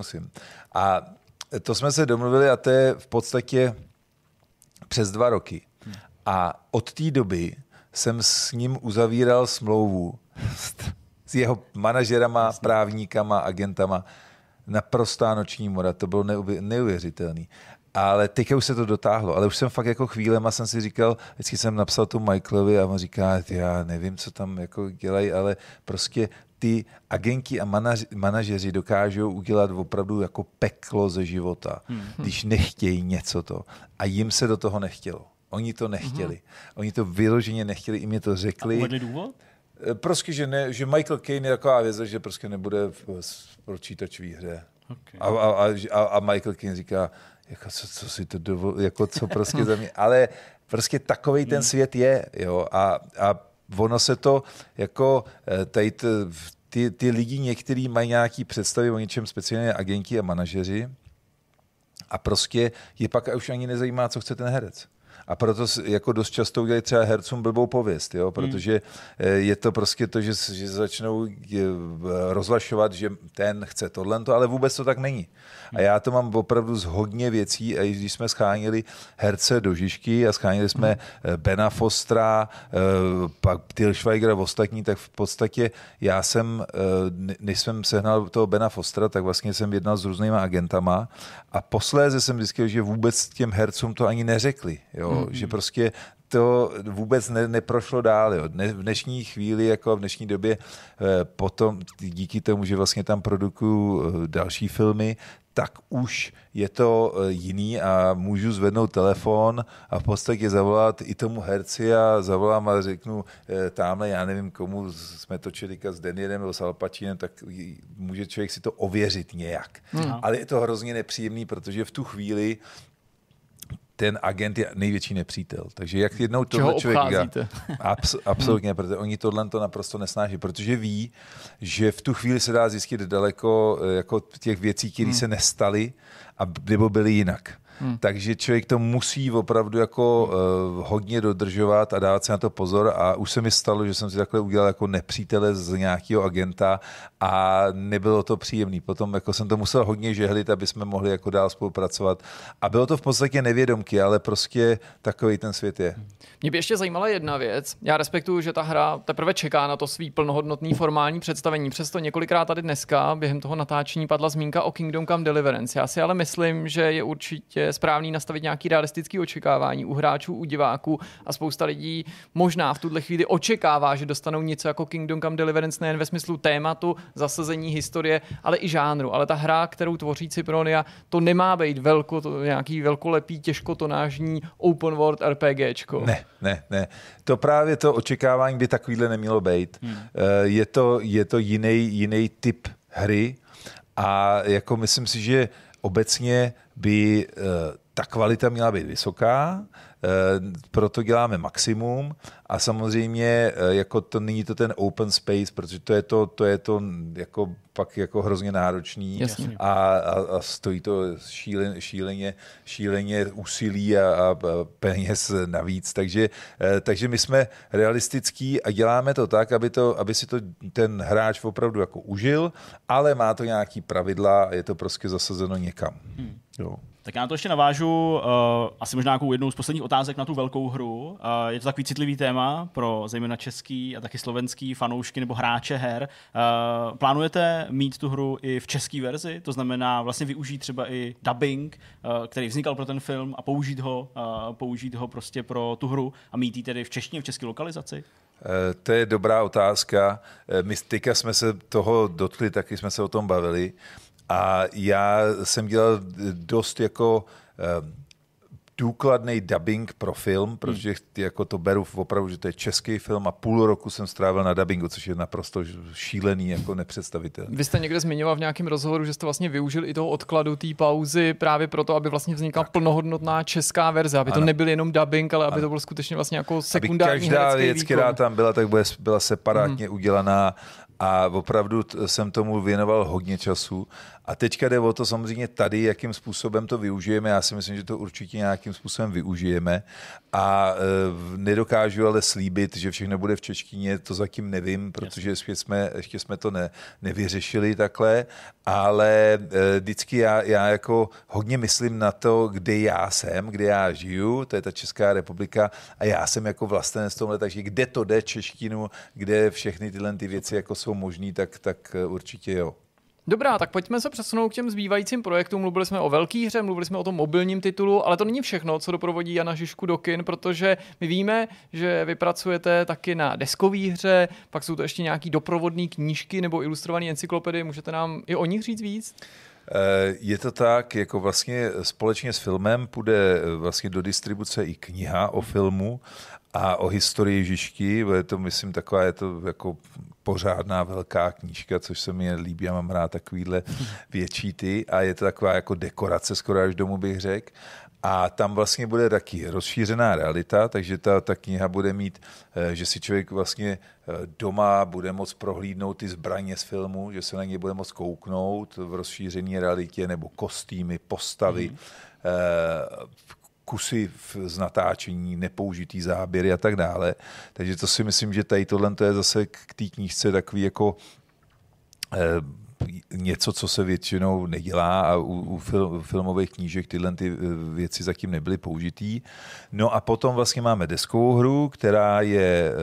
A to jsme se domluvili a to je v podstatě přes 2 roky. A od té doby jsem s ním uzavíral smlouvu s jeho manažerama, právníkama, agentama, naprostá noční mora, to bylo neuvěřitelný. Ale teďka už se to dotáhlo, ale už jsem fakt jako chvílema jsem si říkal, vždycky jsem napsal tu Michaelovi a on říká, já nevím, co tam jako dělají, ale prostě ty agenti a manažeři dokážou udělat opravdu jako peklo ze života, když nechtějí něco to. A jim se do toho nechtělo. Oni to nechtěli. Oni to vyloženě nechtěli, i mě to řekli. A uvedli důvod? Prostě, že Michael Caine je taková věc, že prostě nebude v počítačové hře. Okay. A Michael Caine říká, jako co si to dovolí, jako co prostě za mě. Ale prostě takovej ten svět je. Jo? A ono se to jako tady ty lidi některý mají nějaký představy o něčem, speciálně agenti a manažeři a prostě je pak už ani nezajímá, co chce ten herec. A proto jako dost často udělají třeba hercům blbou pověst, jo? Protože je to prostě to, že začnou rozlašovat, že ten chce tohle, ale vůbec to tak není. A já to mám opravdu z hodně věcí, a když jsme schánili herce do Žižky a schánili jsme Bena Fostera, pak Til Schweigera ostatní, tak v podstatě já jsem, než jsem sehnal toho Bena Fostera, tak vlastně jsem jednal s různýma agentama a posléze jsem zjistil, že vůbec těm hercům to ani neřekli, jo? Že prostě to vůbec neprošlo dál. Jo. V dnešní chvíli, jako v dnešní době, potom díky tomu, že vlastně tam produkuju další filmy, tak už je to jiný a můžu zvednout telefon a v podstatě zavolat i tomu herci a zavolám a řeknu tamhle, já nevím, komu jsme točili s Daniem nebo s Al Pacinem, tak může člověk si to ověřit nějak. Ale je to hrozně nepříjemný, protože v tu chvíli ten agent je největší nepřítel. Takže jak jednou tohle člověk... Absolutně, protože oni tohle to naprosto nesnáší, protože ví, že v tu chvíli se dá zjistit daleko jako těch věcí, které se nestaly a nebo byly jinak. Takže člověk to musí opravdu jako hodně dodržovat a dávat si na to pozor a už se mi stalo, že jsem si takhle udělal jako nepřítele z nějakého agenta a nebylo to příjemný. Potom jako jsem to musel hodně žehlit, aby jsme mohli jako dál spolupracovat a bylo to v podstatě nevědomky, ale prostě takový ten svět je. Mě by ještě zajímala jedna věc. Já respektuju, že ta hra teprve čeká na to svý plnohodnotný formální představení. Přesto několikrát tady dneska během toho natáčení padla zmínka o Kingdom Come Deliverance. Já si ale myslím, že je určitě správný nastavit nějaký realistický očekávání u hráčů, u diváků a spousta lidí možná v tuhle chvíli očekává, že dostanou něco jako Kingdom Come Deliverance nejen ve smyslu tématu, zasazení historie, ale i žánru. Ale ta hra, kterou tvoří Cybernia, to nemá být nějaký velkolepý, těžkotonážní open world RPGčko. Ne. To právě to očekávání by takovýhle nemělo být. Je to jiný typ hry a jako myslím si, že obecně by ta kvalita měla být vysoká, proto děláme maximum a samozřejmě jako to není to ten open space, protože to je to jako pak jako hrozně náročný a stojí to šíleně úsilí a peněz navíc, takže my jsme realistický a děláme to tak, aby si to ten hráč opravdu jako užil, ale má to nějaký pravidla a je to prostě zasazeno někam. Jo. Tak já na to ještě navážu asi možná nějakou jednou z posledních otázek na tu velkou hru. Je to takový citlivý téma pro zejména český a taky slovenský fanoušky nebo hráče her. Plánujete mít tu hru i v české verzi? To znamená vlastně využít třeba i dubbing, který vznikal pro ten film a použít ho prostě pro tu hru a mít ji tedy v češtině, v české lokalizaci? To je dobrá otázka. My teďka jsme se toho dotkli, taky jsme se o tom bavili. A já jsem dělal dost jako důkladný dubbing pro film, protože jako to beru opravdu, že to je český film a půl roku jsem strávil na dubbingu, což je naprosto šílený, jako nepředstavitelný. Vy jste někde zmiňoval v nějakém rozhovoru, že jste vlastně využil i toho odkladu, té pauzy právě proto, aby vlastně vznikla plnohodnotná česká verze, aby to nebyl jenom dubbing, ale aby to byl skutečně vlastně jako sekundární herecký výkon. Každá věc, která tam byla, tak byla separátně udělaná a opravdu jsem tomu věnoval hodně času. A teďka jde o to samozřejmě tady, jakým způsobem to využijeme. Já si myslím, že to určitě nějakým způsobem využijeme. A nedokážu ale slíbit, že všechno bude v češtině, to zatím nevím, protože ještě jsme to nevyřešili takhle. Ale vždycky já jako hodně myslím na to, kde já jsem, kde já žiju, to je ta Česká republika a já jsem jako vlastenec tomhle, takže kde to jde češtinu, kde všechny tyhle ty věci jako jsou možný, tak určitě jo. Dobrá, tak pojďme se přesunout k těm zbývajícím projektům. Mluvili jsme o velké hře, mluvili jsme o tom mobilním titulu, ale to není všechno, co doprovodí Jana Žižku do kin, protože my víme, že vy pracujete taky na deskové hře, pak jsou to ještě nějaký doprovodné knížky nebo ilustrované encyklopedie. Můžete nám i o nich říct víc? Je to tak, jako vlastně společně s filmem půjde vlastně do distribuce i kniha o filmu a o historii Žižky. Je to, myslím, taková, je to jako pořádná velká knížka, což se mi líbí, já mám rád takovýhle větší ty a je to taková jako dekorace skoro až domů bych řekl. A tam vlastně bude taky rozšířená realita, takže ta kniha bude mít, že si člověk vlastně doma bude moct prohlídnout ty zbraně z filmu, že se na ně bude moct kouknout v rozšířené realitě nebo kostýmy, postavy, kusy z natáčení, nepoužitý záběry a tak dále. Takže to si myslím, že tady tohle to je zase k té knížce takový jako něco, co se většinou nedělá a u filmových knížek tyhle ty věci zatím nebyly použitý. No a potom vlastně máme deskovou hru, která je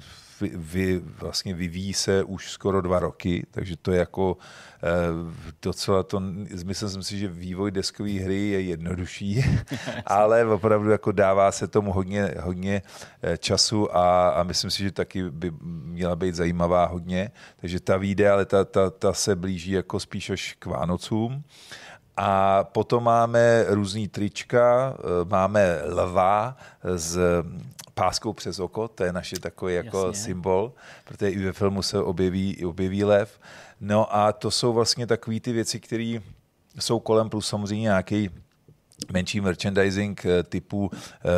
vlastně vyvíjí se už skoro 2 roky, takže to je jako docela to, myslím si, že vývoj deskové hry je jednodušší, ale opravdu jako dává se tomu hodně času a myslím si, že taky by měla být zajímavá hodně, takže ta vyjde, ale ta se blíží jako spíš až k Vánocům. A potom máme různý trička, máme lva s páskou přes oko, to je naše takový jako symbol, protože i ve filmu se objeví lev. No a to jsou vlastně takové ty věci, které jsou kolem, plus samozřejmě nějaký menší merchandising typu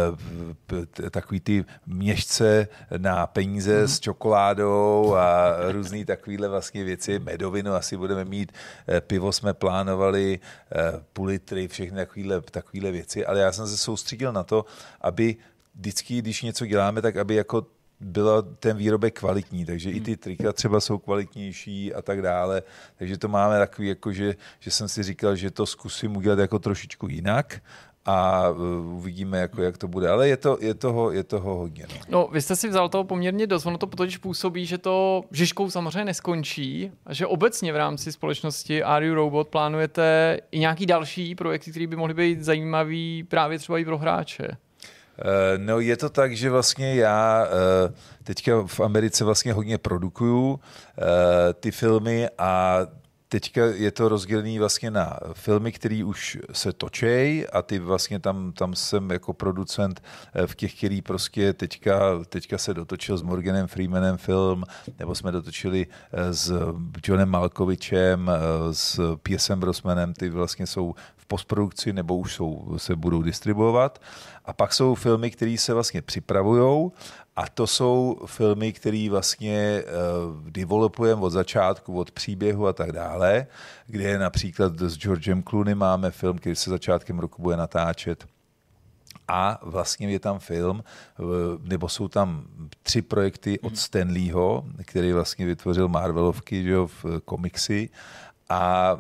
takový ty měšce na peníze s čokoládou a různý takovýhle vlastně věci. Medovinu asi budeme mít, pivo jsme plánovali, půl litry, všechny takovýhle věci, ale já jsem se soustředil na to, aby vždycky, když něco děláme, tak aby jako byl ten výrobek kvalitní, takže i ty trika třeba jsou kvalitnější a tak dále, takže to máme takový, jako že jsem si říkal, že to zkusím udělat jako trošičku jinak a uvidíme, jako, jak to bude, ale je toho hodně. No, vy jste si vzal toho poměrně dost, ono to totiž působí, že to Žižkou samozřejmě neskončí a že obecně v rámci společnosti Are You Robot plánujete i nějaký další projekty, které by mohly být zajímavý právě třeba i pro hráče. No je to tak, že vlastně já teďka v Americe vlastně hodně produkuju ty filmy a teďka je to rozdělený vlastně na filmy, které už se točej a ty vlastně tam jsem jako producent v těch, který prostě teďka se dotočil s Morganem Freemanem film, nebo jsme dotočili s Johnem Malkovičem, s Piercem Brosnanem, ty vlastně jsou v postprodukci nebo už se budou distribuovat. A pak jsou filmy, které se vlastně připravujou a to jsou filmy, které vlastně developujeme od začátku, od příběhu a tak dále, kde například s Georgem Clooney máme film, který se začátkem roku bude natáčet. A vlastně je tam film, nebo jsou tam 3 projekty od Stanleyho, který vlastně vytvořil Marvelovky, že jo, v komiksy. A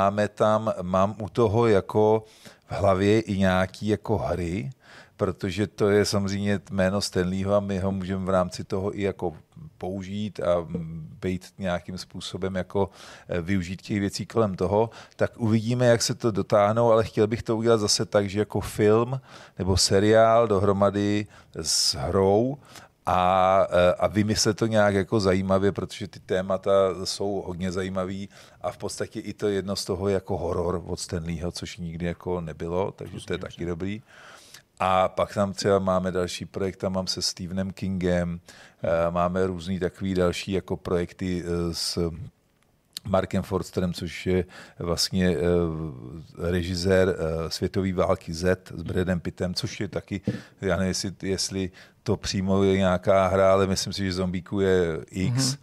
mám u toho jako v hlavě i nějaký jako hry, protože to je samozřejmě jméno Stanleyho a my ho můžeme v rámci toho i jako použít a být nějakým způsobem jako využít těch věcí kolem toho, tak uvidíme, jak se to dotáhnou, ale chtěl bych to udělat zase tak, že jako film nebo seriál dohromady s hrou a vymyslet to nějak jako zajímavě, protože ty témata jsou hodně zajímavý a v podstatě i to jedno z toho jako horor od Stanleyho, což nikdy jako nebylo, takže to je taky dobrý. A pak tam třeba máme další projekt, tam mám se Stephenem Kingem, máme různý takový další jako projekty s Markem Forsterem, což je vlastně režisér Světové války Z s Bradem Pittem, což je taky, já nevím, jestli to přímo je nějaká hra, ale myslím si, že Zombíku je X.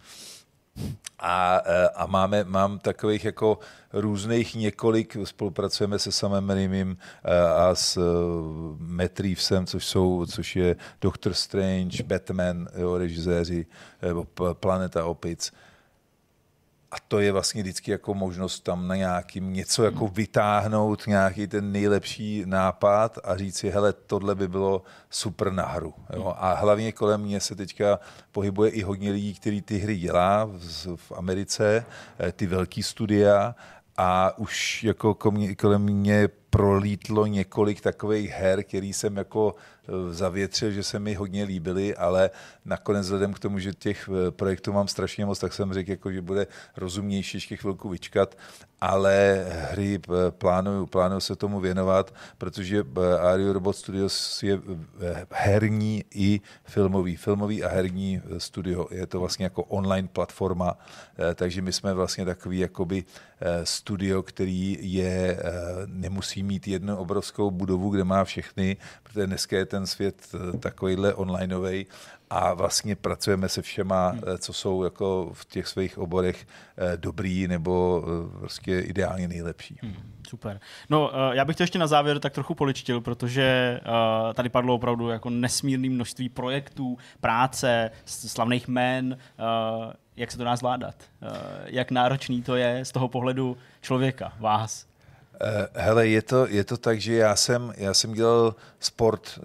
A mám takových jako různých několik, spolupracujeme se Samem Raimim a s Matt Reevesem, což je Doctor Strange, Batman, jo, režiséři, Planeta opic. A to je vlastně vždycky jako možnost tam na nějakým něco jako vytáhnout, nějaký ten nejlepší nápad a říct si, hele, tohle by bylo super na hru. Jo? A hlavně kolem mě se teďka pohybuje i hodně lidí, kteří ty hry dělá v Americe, ty velký studia a už jako kolem mě prolítlo několik takových her, který jsem jako zavětřil, že se mi hodně líbily, ale nakonec vzhledem k tomu, že těch projektů mám strašně moc, tak jsem řekl, jako, že bude rozumnější ještě chvilku vyčkat, ale hry plánuju se tomu věnovat, protože Are You Robot Studios je herní i filmový a herní studio. Je to vlastně jako online platforma, takže my jsme vlastně takový jakoby studio, který nemusí mít jednu obrovskou budovu, kde má všechny, protože dneska je ten svět takovýhle onlineovej a vlastně pracujeme se všema, co jsou jako v těch svých oborech dobrý nebo prostě ideálně nejlepší. Super. No, já bych to ještě na závěr tak trochu poličtil, protože tady padlo opravdu jako nesmírné množství projektů, práce, slavných jmén, jak se to dá zvládat? Jak náročný to je z toho pohledu člověka, vás? Hele, je to tak, že já jsem dělal sport.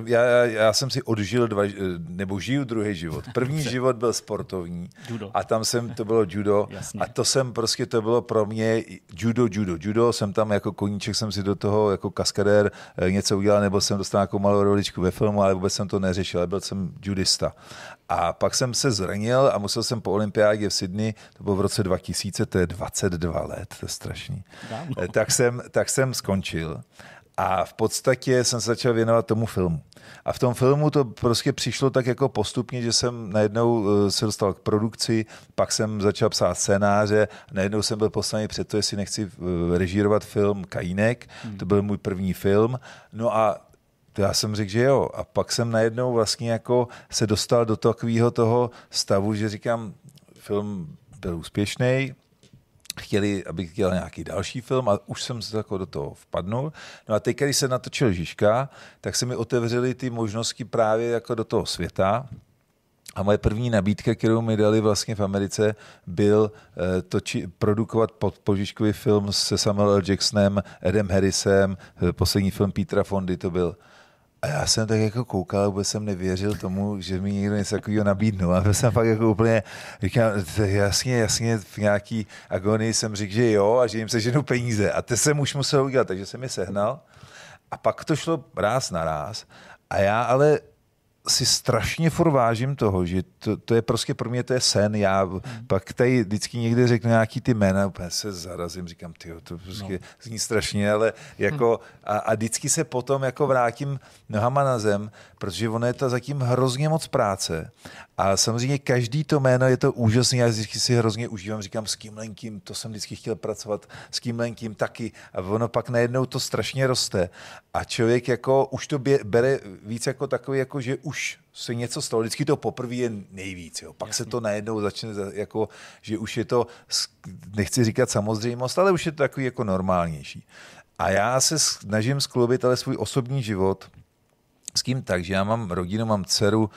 Já jsem si odžil žiju druhý život. První život byl sportovní. Judo. A tam to bylo judo. Jasně. A to bylo pro mě judo. Jsem tam jako koníček, jsem si do toho jako kaskadér něco udělal, nebo jsem dostal nějakou malou roličku ve filmu, ale vůbec jsem to neřešil, ale byl jsem judista. A pak jsem se zranil a musel jsem po olympiádě v Sydney, to bylo v roce 2000, to je 22 let, to je strašný. Tak jsem skončil a v podstatě jsem se začal věnovat tomu filmu. A v tom filmu to prostě přišlo tak jako postupně, že jsem najednou se dostal k produkci, pak jsem začal psát scénáře, najednou jsem byl poslaný před to, jestli nechci režírovat film Kajínek, to byl můj první film, no a já jsem řekl, že jo. A pak jsem najednou vlastně jako se dostal do takového toho stavu, že říkám, film byl úspěšný, chtěli, abych dělal nějaký další film a už jsem se jako do toho vpadnul. No a teď, když se natočil Žižka, tak se mi otevřely ty možnosti právě jako do toho světa. A moje první nabídka, kterou mi dali vlastně v Americe, byl produkovat podpožičkový film se Samuel L. Jacksonem, Edem Harrisem, poslední film Petra Fondy to byl. A já jsem tak jako koukal, vůbec jsem nevěřil tomu, že mi někdo něco takového nabídnul. A jsem fakt jako úplně říkal, jasně, v nějaký agonii jsem řekl, že jo a že jim seženou peníze. A to jsem už musel udělat, takže jsem je sehnal. A pak to šlo ráz na ráz. A já ale si strašně furt vážím toho, že to je prostě pro mě to je sen. Já pak tady vždycky někde řeknu nějaký ty jména, úplně se zarazím, říkám, tyjo, to prostě zní strašně, ale jako a vždycky se potom jako vrátím nohama na zem, protože ono je to zatím hrozně moc práce a samozřejmě každý to jméno je to úžasné, já vždycky si hrozně užívám, říkám s kýmlenkým, to jsem vždycky chtěl pracovat, s kýmlenkým taky a ono pak najednou to strašně roste a člověk jako už to bere víc jako takový, jako že už se něco stalo, vždycky to poprvé je nejvíc, jo. Pak Jasně. se to najednou začne jako, že už je to, nechci říkat samozřejmost, ale už je to takový jako normálnější. A já se snažím skloubit ale svůj osobní život s kým tak, že já mám rodinu, mám dceru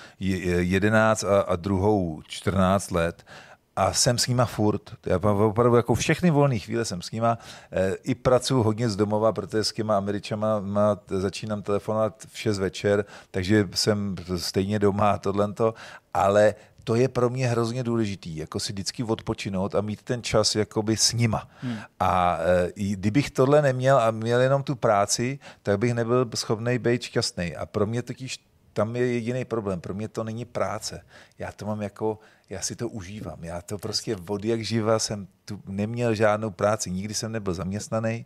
11 a druhou 14 let a jsem s nima furt. Já mám opravdu jako všechny volné chvíle jsem s nima. I pracuji hodně z domova, protože s těma Američama začínám telefonovat v 6 večer, takže jsem stejně doma a tohleto, ale to je pro mě hrozně důležitý, jako si vždycky odpočinout a mít ten čas jakoby s nima. A kdybych tohle neměl a měl jenom tu práci, tak bych nebyl schopný být šťastný. A pro mě totiž tam je jediný problém. Pro mě to není práce. Já to mám jako, já si to užívám. Já to prostě od jak živa jsem tu neměl žádnou práci. Nikdy jsem nebyl zaměstnaný.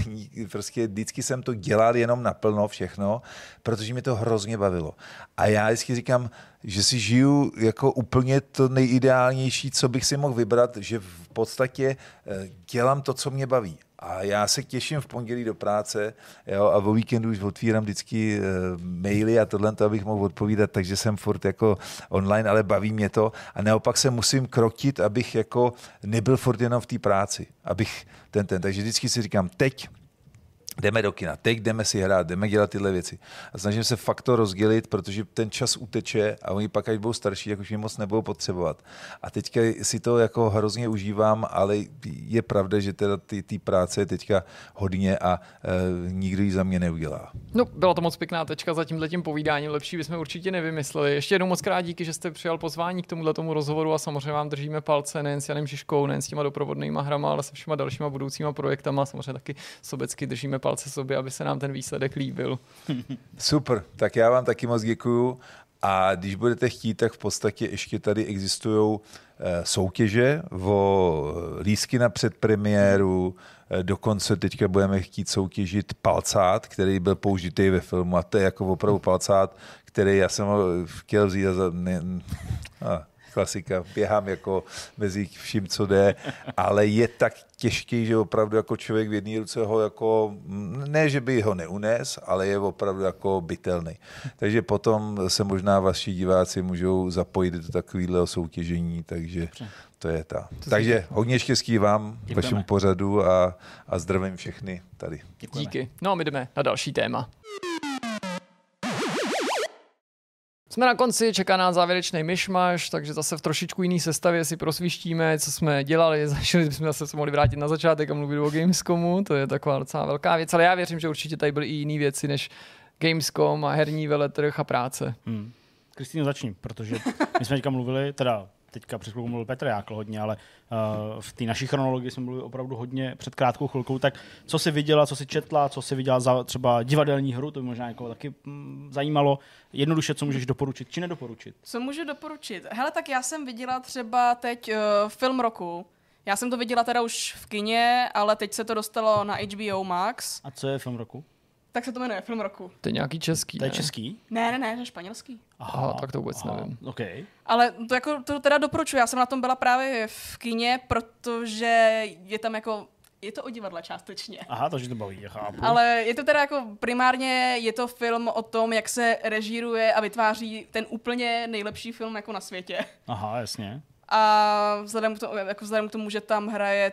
Prostě vždycky jsem to dělal jenom naplno všechno, protože mi to hrozně bavilo. A já vždycky říkám, že si žiju jako úplně to nejideálnější, co bych si mohl vybrat, že v podstatě dělám to, co mě baví. A já se těším v pondělí do práce, jo, a o víkendu už otvírám vždycky maily a tohle, abych mohl odpovídat, takže jsem furt jako online, ale baví mě to. A naopak se musím krotit, abych jako nebyl furt jenom v té práci. Abych takže vždycky si říkám, teď jdeme do kina, teď jdeme si hrát, jdeme dělat tyhle věci. A snažím se fakt to rozdělit, protože ten čas uteče a oni pak, až budou starší, tak už mě moc nebudou potřebovat. A teďka si to jako hrozně užívám, ale je pravda, že teda ty práce je teďka hodně a nikdo ji za mě neudělá. No, byla to moc pěkná tečka za tímhletím povídáním, lepší bychom určitě nevymysleli. Ještě jednou moc krát díky, že jste přijal pozvání k tomuhletomu rozhovoru a samozřejmě vám držíme palce nejen s Janem Žižkou, nejen s těma doprovodnýma hrama, ale se všema dalšíma budoucíma projektama, samozřejmě taky sobecky držíme palce sobě, aby se nám ten výsledek líbil. Super, tak já vám taky moc děkuju a když budete chtít, tak v podstatě ještě tady existují soutěže o lístky na předpremiéru, dokonce teďka budeme chtít soutěžit palcát, který byl použitý ve filmu a to je jako opravdu palcát, který já jsem ho chtěl vzít klasika, běhám jako mezi vším, co jde, ale je tak těžký, že opravdu jako člověk v jedné ruce ho jako, ne, že by ho neunes, ale je opravdu jako bytelný. Takže potom se možná vaši diváci můžou zapojit do takového soutěžení, takže to je ta. Takže hodně štěstí vám, vašemu pořadu a zdravím všechny tady. Děkujeme. Díky. No a my jdeme na další téma. Jsme na konci, čeká nás závěrečný myšmaš, takže zase v trošičku jiný sestavě si prosvištíme, co jsme dělali. Začali jsme se mohli vrátit na začátek a mluvit o Gamescomu, to je taková docela velká věc, ale já věřím, že určitě tady byly i jiné věci než Gamescom a herní veletrh a práce. Kristýno, začni, protože my jsme teďka mluvili, teďka před chvilkou mluvil Petr Jákl hodně, ale v té naší chronologii jsme mluvili opravdu hodně před krátkou chvilkou, tak co jsi viděla, co jsi četla, co jsi viděla za třeba divadelní hru, to by možná někoho taky zajímalo. Jednoduše, co můžeš doporučit či nedoporučit? Co můžu doporučit? Hele, tak já jsem viděla třeba teď film roku. Já jsem to viděla teda už v kině, ale teď se to dostalo na HBO Max. A co je film roku? Tak se to jmenuje film roku. To je nějaký český, To je český? Ne, to je španělský. Aha, tak to vůbec nevím. Okay. Ale to teda doporučuji. Já jsem na tom byla právě v kině, protože je tam jako... Je to o divadle částečně. Aha, takže to baví, já chápu. Ale je to teda jako primárně, je to film o tom, jak se režíruje a vytváří ten úplně nejlepší film jako na světě. Aha, jasně. A vzhledem k tomu, že tam hraje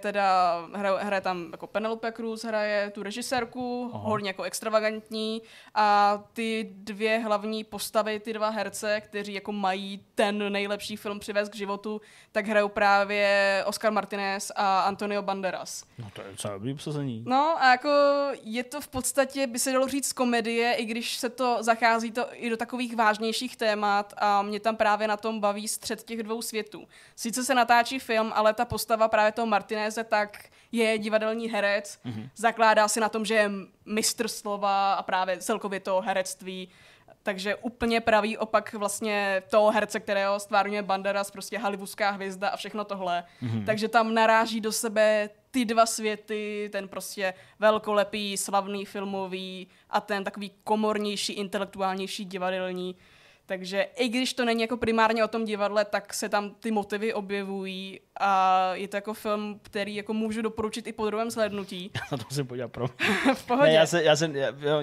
tam jako Penelope Cruz, hraje tu režisérku, hodně jako extravagantní, a ty dvě hlavní postavy, ty dva herce, kteří jako mají ten nejlepší film přivést k životu, tak hrajou právě Oscar Martinez a Antonio Banderas. No to je docela dobrý obsazení. No a jako je to v podstatě, by se dalo říct, komedie, i když se to zachází to i do takových vážnějších témat, a mě tam právě na tom baví střet těch dvou světů. Sice se natáčí film, ale ta postava právě toho Martineze tak je divadelní herec, zakládá si na tom, že je mistr slova a právě celkově toho herectví, takže úplně pravý opak vlastně toho herce, kterého stvárňuje Banderas, prostě hollywoodská hvězda a všechno tohle. Takže tam naráží do sebe ty dva světy, ten prostě velkolepý, slavný filmový a ten takový komornější, intelektuálnější divadelní. Takže i když to není jako primárně o tom divadle, tak se tam ty motivy objevují a je to jako film, který jako můžu doporučit i po druhém zhlédnutí. Na to se podívám pro. V pohodě. Ne, já jsem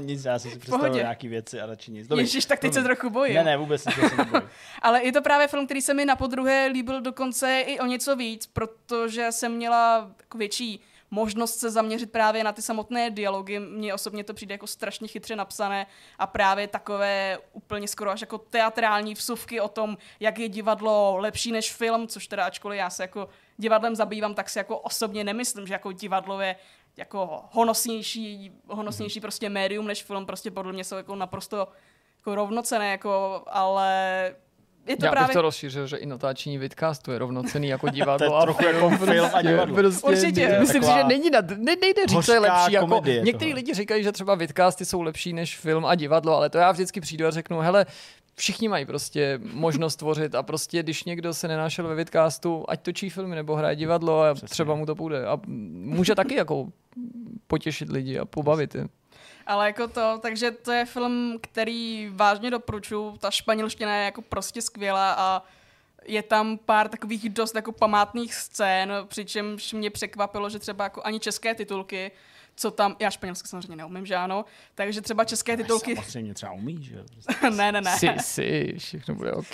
si představil nějaký věci a radši nic. Ježiš, tak teď se trochu bojím. Ne, vůbec se nebojím. Ale je to právě film, který se mi na podruhé líbil dokonce i o něco víc, protože jsem měla jako větší možnost se zaměřit právě na ty samotné dialogy. Mně osobně to přijde jako strašně chytře napsané a právě takové úplně skoro až jako teatrální vsuvky o tom, jak je divadlo lepší než film, což teda ačkoliv já se jako divadlem zabývám, tak si jako osobně nemyslím, že jako divadlo je jako honosnější prostě médium než film, prostě podle mě jsou jako naprosto jako rovnocenné, jako, ale je to já právě... bych to rozšířil, že i natáčení vidcastu je rovnocenný jako divadlo. To je trochu jako film a divadlo. Určitě. Myslím si, že nejde říct, co je lepší. Jako, některý toho. lidi říkají, že třeba vidcasty jsou lepší než film a divadlo, ale to já vždycky přijdu a řeknu, hele, všichni mají prostě možnost tvořit a prostě, když někdo se nenášel ve vidcastu, ať točí filmy nebo hraje divadlo a třeba mu to půjde. A může taky jako potěšit lidi a pobavit je. Ale jako to, takže to je film, který vážně doporučuji. Ta španělština je jako prostě skvělá a je tam pár takových dost jako památných scén, přičemž mě překvapilo, že třeba jako ani české titulky, co tam, já španělsky samozřejmě neumím, že ano, takže třeba české titulky... Samozřejmě třeba umíš, že? ne. Si, všechno bude OK.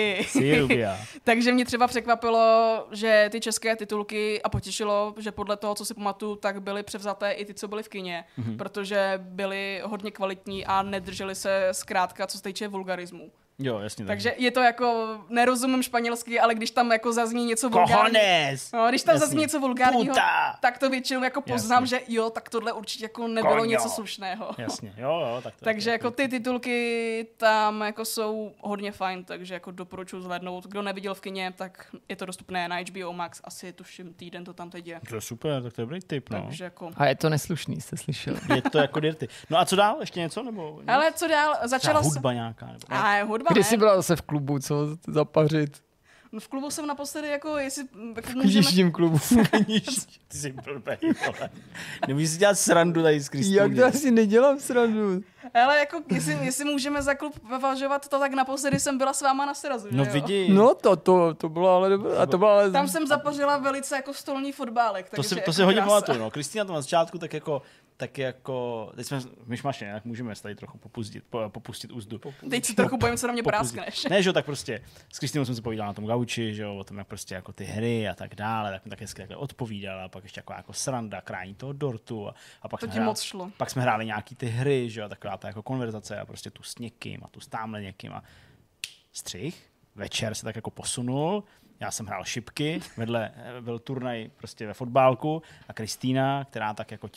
Takže mě třeba překvapilo, že ty české titulky, a potěšilo, že podle toho, co si pamatuju, tak byly převzaté i ty, co byly v kině, protože byly hodně kvalitní a nedržely se zkrátka, co se týče vulgarismu. Jo, jasně. Takže je to jako, nerozumím španělsky, ale když tam jako zazní něco vulgárního, když tam zazní něco vulgárního, tak to většinou jako poznám, že jo, tak tohle určitě jako nebylo něco slušného. Jasně, jo, tak to takže jako ty titulky tam jako jsou hodně fajn, takže jako doporučuji zhlédnout. Kdo neviděl v kině, tak je to dostupné na HBO Max, asi tuším týden to tam teď je. To je super, tak to je dobrý tip, no. Takže jako... A je to neslušný, jste slyšeli. Je to jako dirty. No a co dál? Ještě něco? Nebo ale co dál? Začala hudba nějaká? Nebo... Hudba Kdy jsi byla zase v klubu, co zapařit? No v klubu jsem naposledy jako, jestli... Jako v knižním klubu. Ty jsi blbej, vole. Nemůžeš si dělat srandu tady s Kristýnou. Jak to asi nedělám srandu? Ale jako, jestli můžeme za klub považovat to, tak naposledy jsem byla s váma na srazu, No že jo? vidíš. No to bylo ale dobré. A to bylo ale... Tam jsem zapořila velice jako stolní fotbálek. To si jako hodně krása. pamatuju. No. Kristýna to na začátku tak jako, teď jsme myšmašně, jak můžeme tady trochu popustit úzdu. Teď si trochu bojím, co na mě práskneš. Ne, že jo, tak prostě s Kristýnou jsem si povídal na tom gauči, že jo, o tom, jak prostě jako ty hry a tak dále, tak mi tak hezky takhle odpovídala, a pak ještě jako sranda, krání toho dortu a pak To ti moc šlo. Pak jsme hráli nějaký ty hry, že jo, taková ta jako konverzace a prostě tu s někým a tu s támhle někým a střih. Večer se tak jako posunul, já jsem hrál šipky, vedle byl turnaj prostě ve fotbálku a Kristýna, která tak jako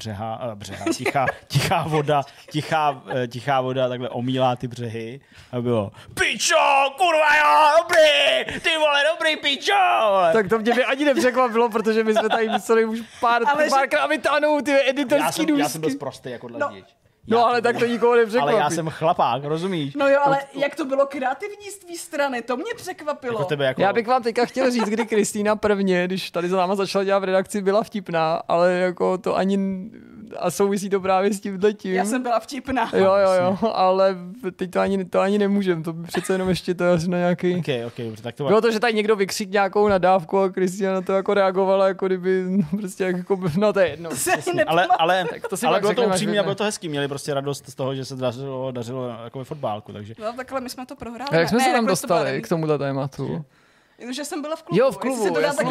tichá voda takhle omílá ty břehy a bylo pičo, kurva jo, dobrý, ty vole, dobrý pičo, vole. Tak to mě ani nepřekvapilo, protože my jsme tady mysleli už párkrát vytáhnou ty editorský důsky. Já jsem byl prostý jako dlaždič. No ale tak to nikoho nepřekvapí. Ale já jsem chlapák, rozumíš? No jo, ale jak to bylo kreativní z tvý strany, to mě překvapilo. Jako tebe jako... Já bych vám teďka chtěl říct, kdy Kristýna prvně, když tady za náma začala dělat v redakci, byla vtipná, ale jako to ani... A souvisí to právě s tímhletím. Já jsem byla vtipná. Jo, ale teď to ani nemůžem, to by přece jenom ještě to asi na nějaký... Okay, tak to... Bylo to, že tady někdo vykřik nějakou nadávku a Kristýna na to jako reagovala, jako kdyby prostě jako, no to je jedno. Ale to si bylo to upřímně a bylo to hezký, měli prostě radost z toho, že se dařilo jako ve fotbálku, takže... No takhle my jsme to prohráli. A jak jsme se tam dostali k tomuto tématu? Že jsem byla v klubu. Jo, v klubu,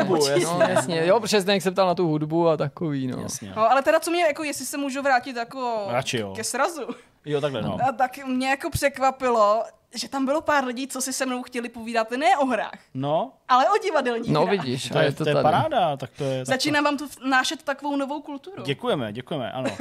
jasně. Jo, protože jsem se ptal na tu hudbu a takový, no. Jasně. No, ale teda co mě, jako jestli se můžu vrátit jako ke srazu. Jo, takhle, no. A tak mě jako překvapilo, že tam bylo pár lidí, co si se mnou chtěli povídat ne o hrách, no, ale o divadelních hrách. No vidíš, to je paráda, tak to je... Začínám vám tu vnášet takovou novou kulturu. Děkujeme, ano.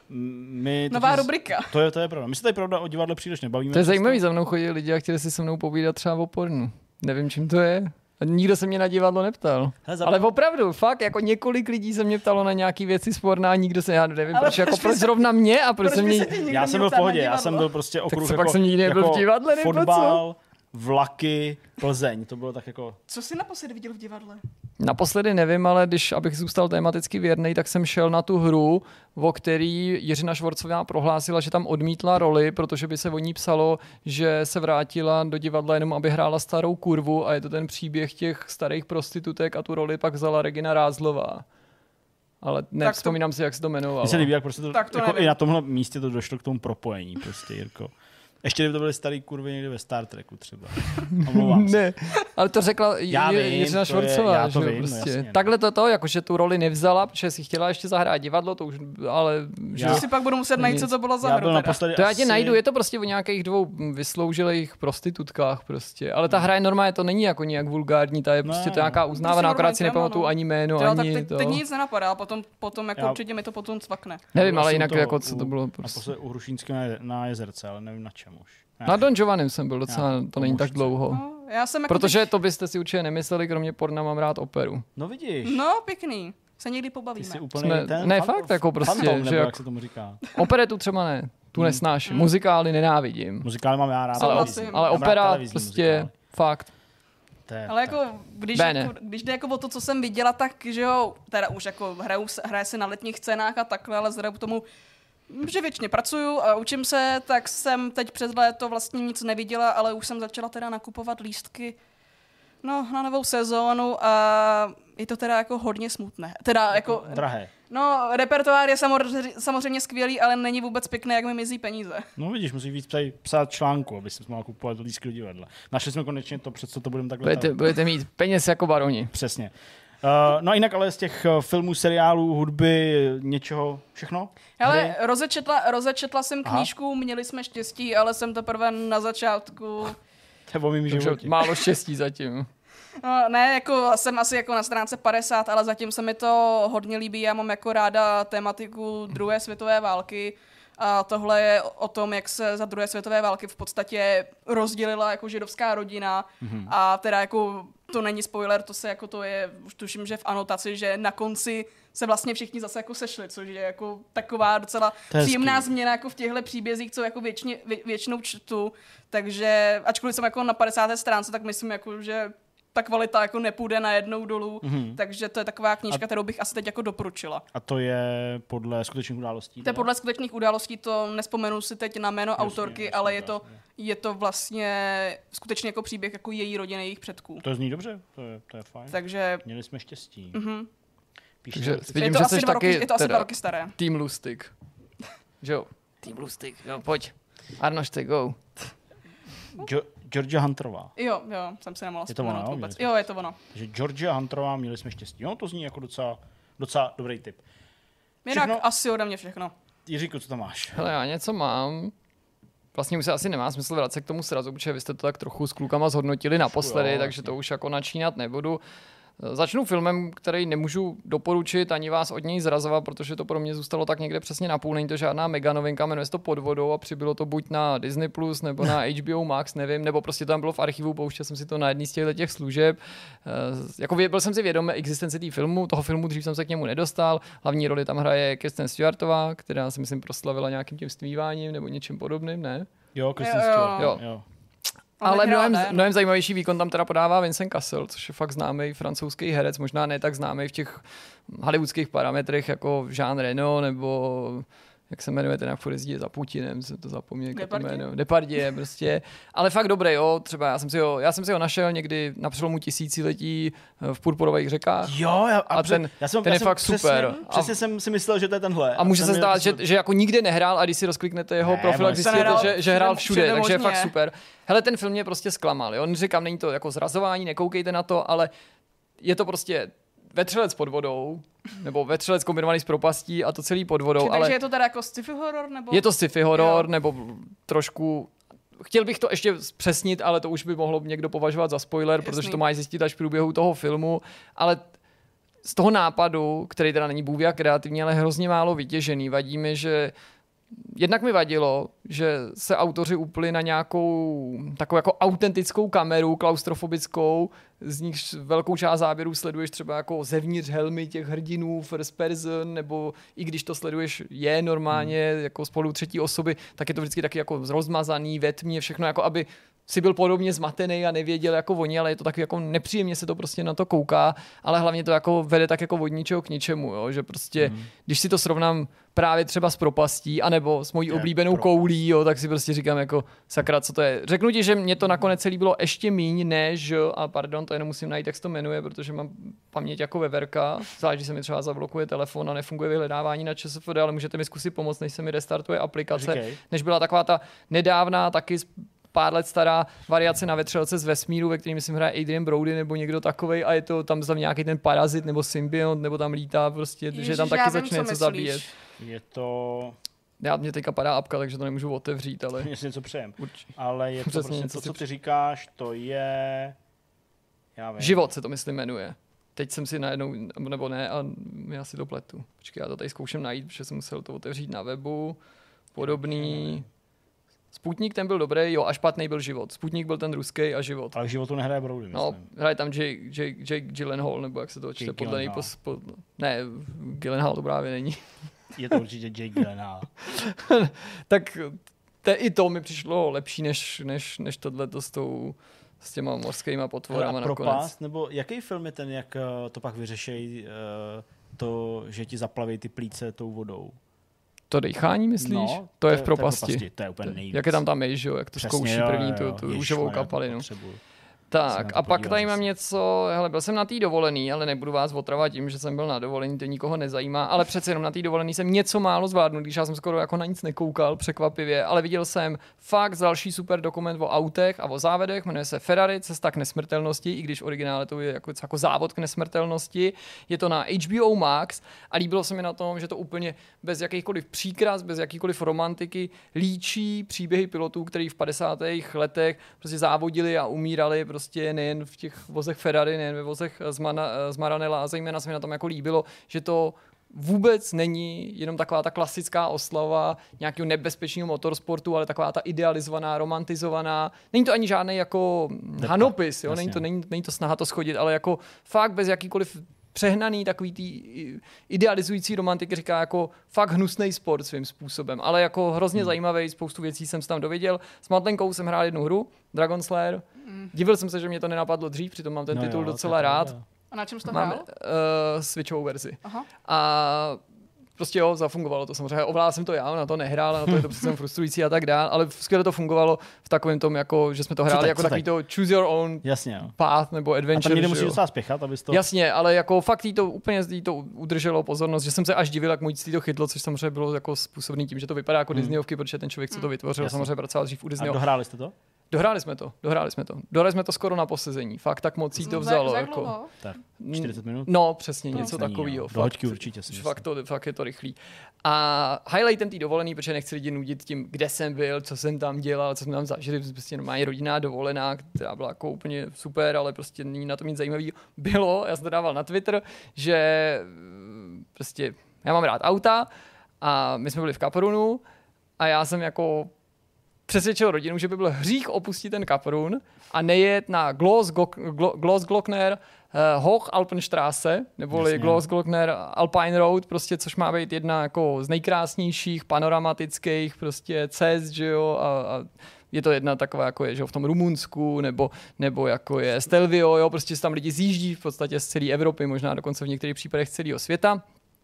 Nová rubrika. To je pravda. My se tady pravda o divadle příliš nebavíme. To je zajímavý, za mnou chodili lidi a chtěli si se mnou povídat třeba o pornu. Nevím, čím to je. A nikdo se mě na divadlo neptal. Ale opravdu, fakt, jako několik lidí se mě ptalo na nějaký věci sporná, nikdo se, já nevím, proč zrovna mě a proč se mě... Já jsem byl v pohodě, já jsem byl prostě okruh jako, pak jsem nikdy nebyl v divadle, fotbal, vlaky, Plzeň, to bylo tak jako... Co jsi naposledy viděl v divadle? Naposledy nevím, ale abych zůstal tematicky věrnej, tak jsem šel na tu hru, o který Jiřina Švorcová prohlásila, že tam odmítla roli, protože by se o ní psalo, že se vrátila do divadla jenom, aby hrála starou kurvu a je to ten příběh těch starých prostitutek a tu roli pak vzala Regina Rázlová. Ale nevzpomínám si, jak se to jmenovalo. Mně se líbí, jak prostě to jako nevím. i na tomhle místě to došlo k tomu propojení, prostě, Jirko. Ještě kdyby to byly starý kurvy někde ve Star Treku třeba. Omlouvám se. Ne, ale to řekla Jiřina Švorcová. Já to vím, prostě. no jasně. Takhle to, jakože tu roli nevzala, protože si chtěla ještě zahrát divadlo, to už, ale... Já si pak budu muset najít, co to bylo za hru. To já tě najdu, je to prostě o nějakých dvou vysloužilých prostitutkách prostě. Ale ta hra je normálně, to není jako nějak vulgární, ta je prostě to nějaká uznávaná, akorát si nepamatuju ani jméno, ani to. Teď nic nenapadá, potom jako určitě mi to potom cvakne. Nevím, ale jinak jako co to bylo prostě. Naposled u Hrušínského na Jezerce, ale nevím na čem už. Na Don Giovannim jsem byl docela, to není tak dlouho. No, já jsem jako protože to byste si určitě nemysleli, kromě porna mám rád operu. No vidíš. No, pěkný. Se někdy pobavíme. Ty jsi úplně ne, fakt, jako prostě. Fantom, nebo jak se tomu říká. Operetu třeba ne, tu nesnáším. Muzikály nenávidím. Muzikály mám já rád. Ale opera prostě fakt. Ale jako, když jde jako o to, co jsem viděla, tak že jo, teda už jako hraje se na letních scénách a takhle, ale vzhledem k tomu, že většině pracuju a učím se, tak jsem teď přes léto vlastně nic neviděla, ale už jsem začala teda nakupovat lístky na novou sezónu a je to teda jako hodně smutné. Teda jako drahé. No, repertoár je samozřejmě skvělý, ale není vůbec pěkné, jak mi mizí peníze. No vidíš, musíš víc psát článku, aby jsi mohl kupovat lístky do divadla. Našli jsme konečně to, před co to budeme takhle... Budete mít peněz jako baroni. Přesně. No jinak ale z těch filmů, seriálů, hudby, něčeho, všechno? Hele, rozečetla jsem knížku, měli jsme štěstí, ale jsem teprve na začátku. To je o mým životě. Málo štěstí zatím. No, ne, jako jsem asi jako na stránce 50, ale zatím se mi to hodně líbí. Já mám jako ráda tematiku druhé světové války. A tohle je o tom, jak se za druhé světové války v podstatě rozdělila jako židovská rodina. Mm-hmm. A teda jako to není spoiler, to je, už tuším, že v anotaci, že na konci se vlastně všichni zase jako sešli, což je jako taková docela příjemná změna jako v těchto příbězích, co jako většinou čtu. Takže ačkoliv jsem jako na 50. stránce, tak myslím, jako, že ta kvalita jako nepůjde najednou dolů, takže to je taková knížka, kterou bych asi teď jako doporučila. A to je podle skutečných událostí? To je podle skutečných událostí, to nespomenu si teď na jméno autorky, ale je to vlastně skutečně jako příběh jako její rodiny, jejich předků. To zní dobře, to je fajn. Takže měli jsme štěstí. Takže vidím, že jsi taky je to asi 2 roky staré. Tým Lustig. Že jo? Tým Lustig, jo, pojď. Arnošte, go. Georgia Hunterová. Jo, jsem si nemohla vzpomenout vůbec. Jo, je to ono. Takže Georgia Hunterová, měli jsme štěstí. No, to zní jako docela dobrý tip. Jinak asi ode mě všechno. Jiříku, co tam máš? Hele, já něco mám. Vlastně už se asi nemá smysl vracet k tomu srazu, protože vy jste to tak trochu s klukama zhodnotili naposledy, takže to už jako načínat nebudu. Začnu filmem, který nemůžu doporučit ani vás od něj zrazovat, protože to pro mě zůstalo tak někde přesně napůl. Není to žádná mega novinka, jmenuje se to Pod vodou a přibylo to buď na Disney+, nebo na HBO Max, nevím, nebo prostě tam bylo v archivu, pouštěl jsem si to na jedný z těch služeb. Jako byl jsem si vědom existence toho filmu, dřív jsem se k němu nedostal. Hlavní roli tam hraje Kristen Stewartová, která si myslím proslavila nějakým tím zpíváním nebo něčím podobným, ne? Jo, Kristen Stewart. Jo. Ale mnohem zajímavější výkon tam teda podává Vincent Cassel, což je fakt známý francouzský herec, možná ne tak známý v těch hollywoodských parametrech jako Jean Reno nebo jak se jmenuje ten, jak furt jezdí za Putinem, jsem to zapomněl. Depardieu prostě. Ale fakt dobrý, jo. Třeba já jsem si ho našel někdy na přelomu tisíciletí v Purpurových řekách. Jo, ten je fakt super. Přesně jsem si myslel, že to je tenhle. A může se zdát, že jako nikde nehrál a když si rozkliknete jeho profil, tak zjistíte, že hrál všude, takže je fakt super. Hele, ten film mě prostě zklamal, jo. Říkám, není to jako zrazování, nekoukejte na to, ale je to prostě vetřelec pod vodou, nebo vetřelec kombinovaný s propastí a to celý pod vodou. Takže je to teda jako sci-fi horor? Nebo? Je to sci-fi horor, nebo trošku... Chtěl bych to ještě zpřesnit, ale to už by mohlo někdo považovat za spoiler, protože to máš zjistit až v průběhu toho filmu, ale z toho nápadu, který teda není bůh jak kreativní, ale hrozně málo vytěžený, vadí mi, že jednak mi vadilo, že se autoři upli na nějakou takovou jako autentickou kameru, klaustrofobickou, z nich velkou část záběrů sleduješ třeba jako zevnitř helmy těch hrdinů, first person, nebo i když to sleduješ normálně jako spolu třetí osoby, tak je to vždycky taky jako rozmazaný, ve tmě, všechno jako aby si byl podobně zmatený a nevěděl jako oni, ale je to taky jako nepříjemně se to prostě na to kouká, ale hlavně to jako vede tak jako od ničeho k ničemu, jo? Že prostě, když si to srovnám právě třeba s propastí, anebo s mojí oblíbenou koulí, jo, tak si prostě říkám jako sakra, co to je. Řeknu ti, že mě to nakonec celý bylo ještě míň, než, a pardon, to jenom musím najít, jak se to jmenuje, protože mám paměť jako veverka, záleží, že se mi třeba zablokuje telefon a nefunguje vyhledávání na ČSFD, ale můžete mi zkusit pomoct, než se mi restartuje aplikace, než byla taková ta nedávná taky pár let stará variace na vetřelce z vesmíru, ve kterým myslím hraje Adrian Brody nebo někdo takovej a je to tam nějaký ten parazit nebo symbiont nebo tam lítá prostě, že tam taky začne něco zabíjet. Je to... Mně teďka padá apka, takže to nemůžu otevřít, ale... Mně si něco přejem. Ale je to prostě to, co ty říkáš, to je... Já vím. Život se to myslím jmenuje. Teď jsem si najednou, nebo ne, a já si to pletu. Počkej, já to tady zkouším najít, protože jsem musel to otevřít na webu. Podobný... Sputnik ten byl dobrý, jo, a špatný byl Život. Sputnik byl ten ruský a Život. Ale v Životu nehraje Brody, myslím. No, hraje tam Jake Gyllenhaal, nebo jak se to čte podle něj. Ne, Gyllenhaal to právě není. Je to určitě Jake Gyllenhaal. Tak i to mi přišlo lepší, než tohleto s těma morskýma potvorama nakonec. Propast, nebo jaký film je ten, jak to pak vyřešejí, to, že ti zaplaví ty plíce tou vodou? To dýchání, myslíš? No, to je v propasti. To je úplně nejvíc. Jak je tam ta myš, jo? Jak to přesně, zkouší první tu růžovou kapalinu. Tak, a pak tady mám něco, hele, byl jsem na té dovolený, ale nebudu vás otravovat tím, že jsem byl na dovolený, to nikoho nezajímá, ale přece jenom na té dovolený jsem něco málo zvládnul, když já jsem skoro jako na nic nekoukal, překvapivě, ale viděl jsem fakt další super dokument o autech a o závodech, jmenuje se Ferrari, cesta k nesmrtelnosti, i když v originále to je jako závod k nesmrtelnosti, je to na HBO Max a líbilo se mi na tom, že to úplně bez jakýchkoliv příkras, bez jakýkoliv romantiky líčí příběhy pilotů, kteří v 50. letech prostě závodili a umírali prostě nejen v těch vozech Ferrari, nejen ve vozech z Maranella a zejména se mi na tom jako líbilo, že to vůbec není jenom taková ta klasická oslava nějakého nebezpečného motorsportu, ale taková ta idealizovaná, romantizovaná. Není to ani žádný jako hanopis, jo? Není to snaha to schodit, ale jako fakt bez jakýkoliv přehnaný takový tý idealizující romantiky, říká jako fakt hnusný sport svým způsobem, ale jako hrozně zajímavý, spoustu věcí jsem se tam dověděl. S Matlenkou jsem hrál jednu hru, Dragon Slayer. Divil jsem se, že mě to nenapadlo dřív, přitom mám ten titul docela rád. A na čem jsi to hrál? Switchovou verzi. Aha. A prostě jo, zafungovalo to samozřejmě. Ovládal jsem to já, na to nehrál, na to je to přece frustrující a tak dál, ale skvěle to fungovalo v takovém tom, jako, že jsme to hráli jako takový to choose your own path nebo adventure. A tam někdy musíš docela spěchat, abys to... Jasně, ale jako fakt jí to úplně udrželo pozornost, že jsem se až divil, jak moc to chytlo, což samozřejmě bylo jako způsobný tím, že to vypadá jako Disneyovky, protože ten člověk, co to vytvořil, samozřejmě pracoval dřív u Disneyho. A dohráli jste to? Dohráli jsme to skoro na posezení. Fakt tak moc jí to vzalo. Jako. Tak 40 minut? No, přesně, něco takového. Do hoďky určitě. Fakt je to rychlý. A highlightem té dovolený, protože nechci lidi nudit tím, kde jsem byl, co jsem tam dělal, co jsme tam zažili, prostě normálně rodinná dovolená, která byla jako úplně super, ale prostě není na to nic zajímavý. Bylo, já jsem to dával na Twitter, že prostě já mám rád auta a my jsme byli v Kaprunu a já jsem jako přesvědčil rodinu, že by byl hřích opustit ten Kaprun a nejet na Großglockner Hochalpenstraße, neboli Großglockner Alpine Road, prostě, což má být jedna jako z nejkrásnějších panoramatických prostě cest, že jo, a je to jedna taková, jako je, že jo, v tom Rumunsku, nebo jako je Stelvio, jo, prostě tam lidi zjíždí v podstatě z celé Evropy, možná dokonce v některých případech z celého světa.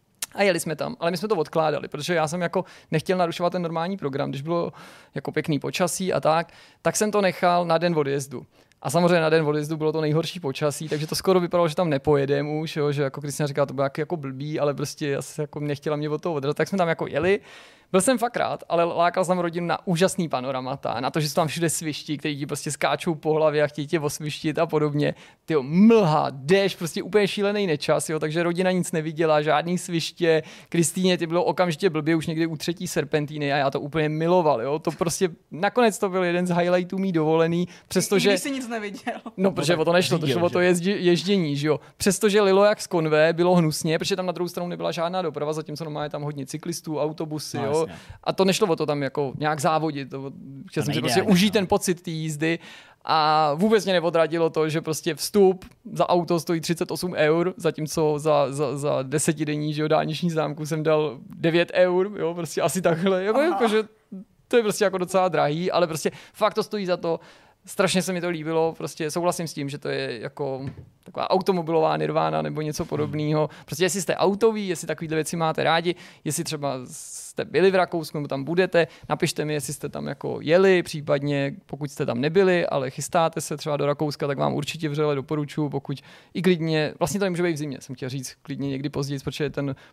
A jeli jsme tam, ale my jsme to odkládali, protože já jsem jako nechtěl narušovat ten normální program, když bylo jako pěkný počasí a tak jsem to nechal na den odjezdu. A samozřejmě na den odjezdu bylo to nejhorší počasí, takže to skoro vypadalo, že tam nepojedem už, jo, že jako Kristina říkala, to bylo jako blbý, ale prostě já se jako nechtěla mě od toho odrazit, tak jsme tam jako jeli. Byl jsem fakt rád, ale lákal jsem rodinu na úžasný panoramata, na to, že jsou tam všude svišti, kteří ti prostě skáčou po hlavě a chtějí tě osvištit a podobně. Tyjo, mlha, déšť, prostě úplně šílený nečas, jo, takže rodina nic neviděla, žádný sviště. Kristýně ty bylo okamžitě blbě už někdy u 3. serpentíny a já to úplně miloval, jo. To prostě nakonec to byl jeden z highlightů mý dovolený, přestože Když jsi nic neviděl. No, protože o to nešlo, to šlo o to ježdění, že jo. Přestože lilo jak z konve, bylo hnusně, protože tam na druhou stranu nebyla žádná doprava, zatímco normálně tam hodně cyklistů, autobusy, jo. A to nešlo o to tam jako nějak závodit, chtěl jsem si prostě užít ten pocit té jízdy a vůbec mě neodradilo to, že prostě vstup za auto stojí 38 €, zatímco za 10denní, že jo, dálniční známku jsem dal 9 €, jo, prostě asi takhle, jako že to je prostě jako docela drahý, ale prostě fakt to stojí za to. Strašně se mi to líbilo, prostě souhlasím s tím, že to je jako taková automobilová nirvána nebo něco podobného. Prostě jestli jste autoví, jestli takovýhle věci máte rádi, jestli třeba jste byli v Rakousku nebo tam budete, napište mi, jestli jste tam jako jeli, případně pokud jste tam nebyli, ale chystáte se třeba do Rakouska, tak vám určitě vřele doporučuji, pokud i klidně, vlastně to nemůže být v zimě, jsem chtěl říct, klidně někdy později, protože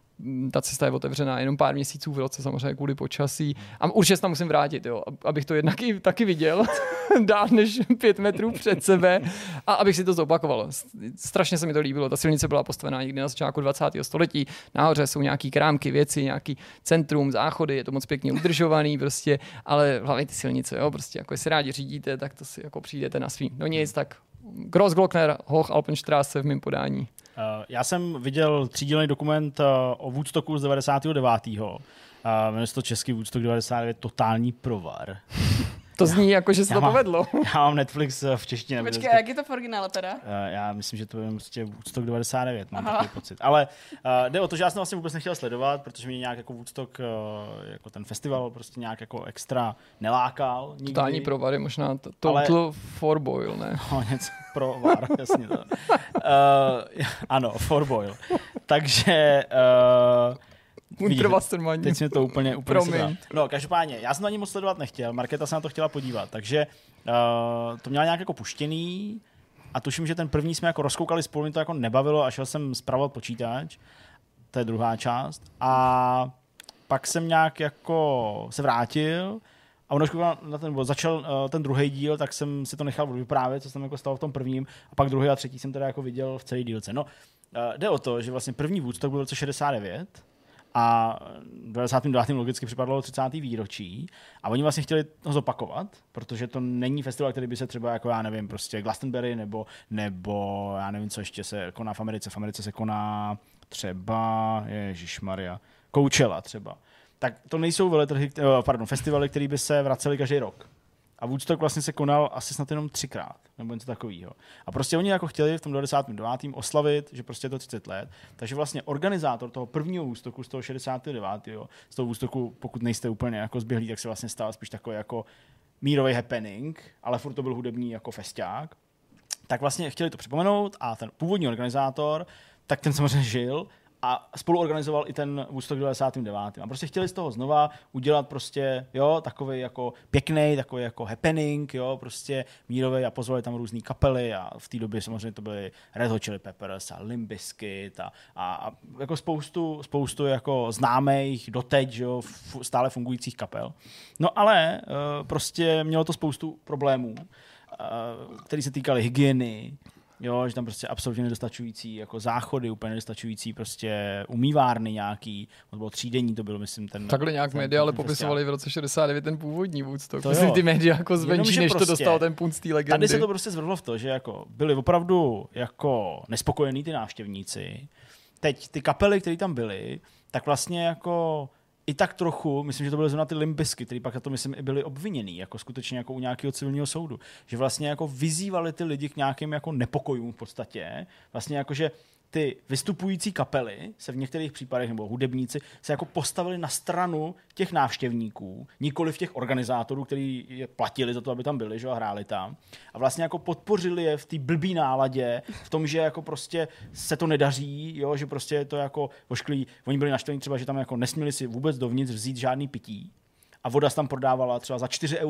ta cesta je otevřená jenom pár měsíců v roce, samozřejmě kvůli počasí. A určitě se tam musím vrátit, jo, abych to jednak i taky viděl, dál než 5 metrů před sebe a abych si to zopakoval. Strašně se mi to líbilo. Ta silnice byla postavená někdy na začátku 20. století. Nahoře jsou nějaký krámky, věci, nějaký centrum, záchody, je to moc pěkně udržovaný, prostě, ale hlavně ty silnice, jo, prostě, jako jestli rádi řídíte, tak to si jako přijdete na svý. No nic, tak Großglockner Hochalpenstraße v mém podání. Já jsem viděl 3dílný dokument o Woodstocku z 99. Jmenuje se to český Woodstock 99, totální provar. To zní jako, že se to povedlo. Já mám Netflix v češtině. Počkej, a jak je to v originále teda? Já myslím, že to je prostě Woodstock 99, mám takový pocit. Ale jde o to, že já jsem vlastně vůbec nechtěl sledovat, protože mě nějak jako Woodstock, jako ten festival prostě nějak jako extra nelákal. Nikdy. Totální provar je možná total forboil, ne? No, něco provar, jasně to. Ano, forboil. Takže... Teď jsme to úplně sebral. No, každopádně, já jsem na ní moc sledovat nechtěl, Markéta se na to chtěla podívat, takže to měla nějak jako puštěný a tuším, že ten první jsme jako rozkoukali spolu, mi to jako nebavilo a šel jsem spravovat počítač, to je druhá část, a pak jsem nějak jako se vrátil a ono začal ten druhý díl, tak jsem si to nechal vyprávět, co jsem jako stalo v tom prvním, a pak druhý a třetí jsem teda jako viděl v celé dílce. No, jde o to, že vlastně první Woodstock byl v roce 69, a 29. logicky připadlo 30. výročí a oni vlastně chtěli ho zopakovat, protože to není festival, který by se třeba jako, já nevím, prostě Glastonbury nebo já nevím, co ještě se koná v Americe. V Americe se koná třeba, ježišmarja, Coachella třeba. Tak to nejsou festivaly, které by se vracely každý rok. A Woodstock vlastně se konal asi snad jenom 3krát, nebo něco takového. A prostě oni jako chtěli v tom 99. oslavit, že prostě je to 30 let. Takže vlastně organizátor toho prvního Woodstocku z toho 69. z toho Woodstocku, pokud nejste úplně jako zběhlí, tak se vlastně stál spíš takový jako mírový happening, ale furt to byl hudební jako festiák. Tak vlastně chtěli to připomenout a ten původní organizátor, tak ten samozřejmě žil a spoluorganizoval i ten Woodstock 99. A prostě chtěli z toho znova udělat prostě, jo, takový jako pěkný, takový jako happening, jo, prostě mírový a pozvali tam různý kapely a v té době samozřejmě to byly Red Hot Chili Peppers a Limp Bizkit a jako spoustu jako známých doteď, jo, stále fungujících kapel. No ale prostě mělo to spoustu problémů, které se týkaly hygieny, jo, že tam prostě absolutně nedostačující jako záchody, úplně nedostačující prostě umývárny nějaký, to bylo třídenní, to bylo, myslím, ten... Takhle nějak média ale popisovali v roce 69 ten původní Woodstock. To myslím, ty média jako zvenčí, než prostě, to dostal ten punt z té legendy. Tady se to prostě zvrhlo v to, že jako byli opravdu jako nespokojení ty návštěvníci. Teď ty kapely, které tam byly, tak vlastně jako i tak trochu, myslím, že to byly zrovna ty Limp Bizkit, který pak na to, myslím, i byli obvinění, jako skutečně jako u nějakého civilního soudu. Že vlastně jako vyzývali ty lidi k nějakým jako nepokojům v podstatě. Vlastně jako, že ty vystupující kapely se v některých případech, nebo hudebníci, se jako postavili na stranu těch návštěvníků, nikoli v těch organizátorů, kteří je platili za to, aby tam byli, že a hráli tam. A vlastně jako podpořili je v té blbý náladě, v tom, že jako prostě se to nedaří, jo, že prostě je to jako ošklý. Oni byli naštvaní třeba, že tam jako nesměli si vůbec dovnitř vzít žádný pití a voda se tam prodávala třeba za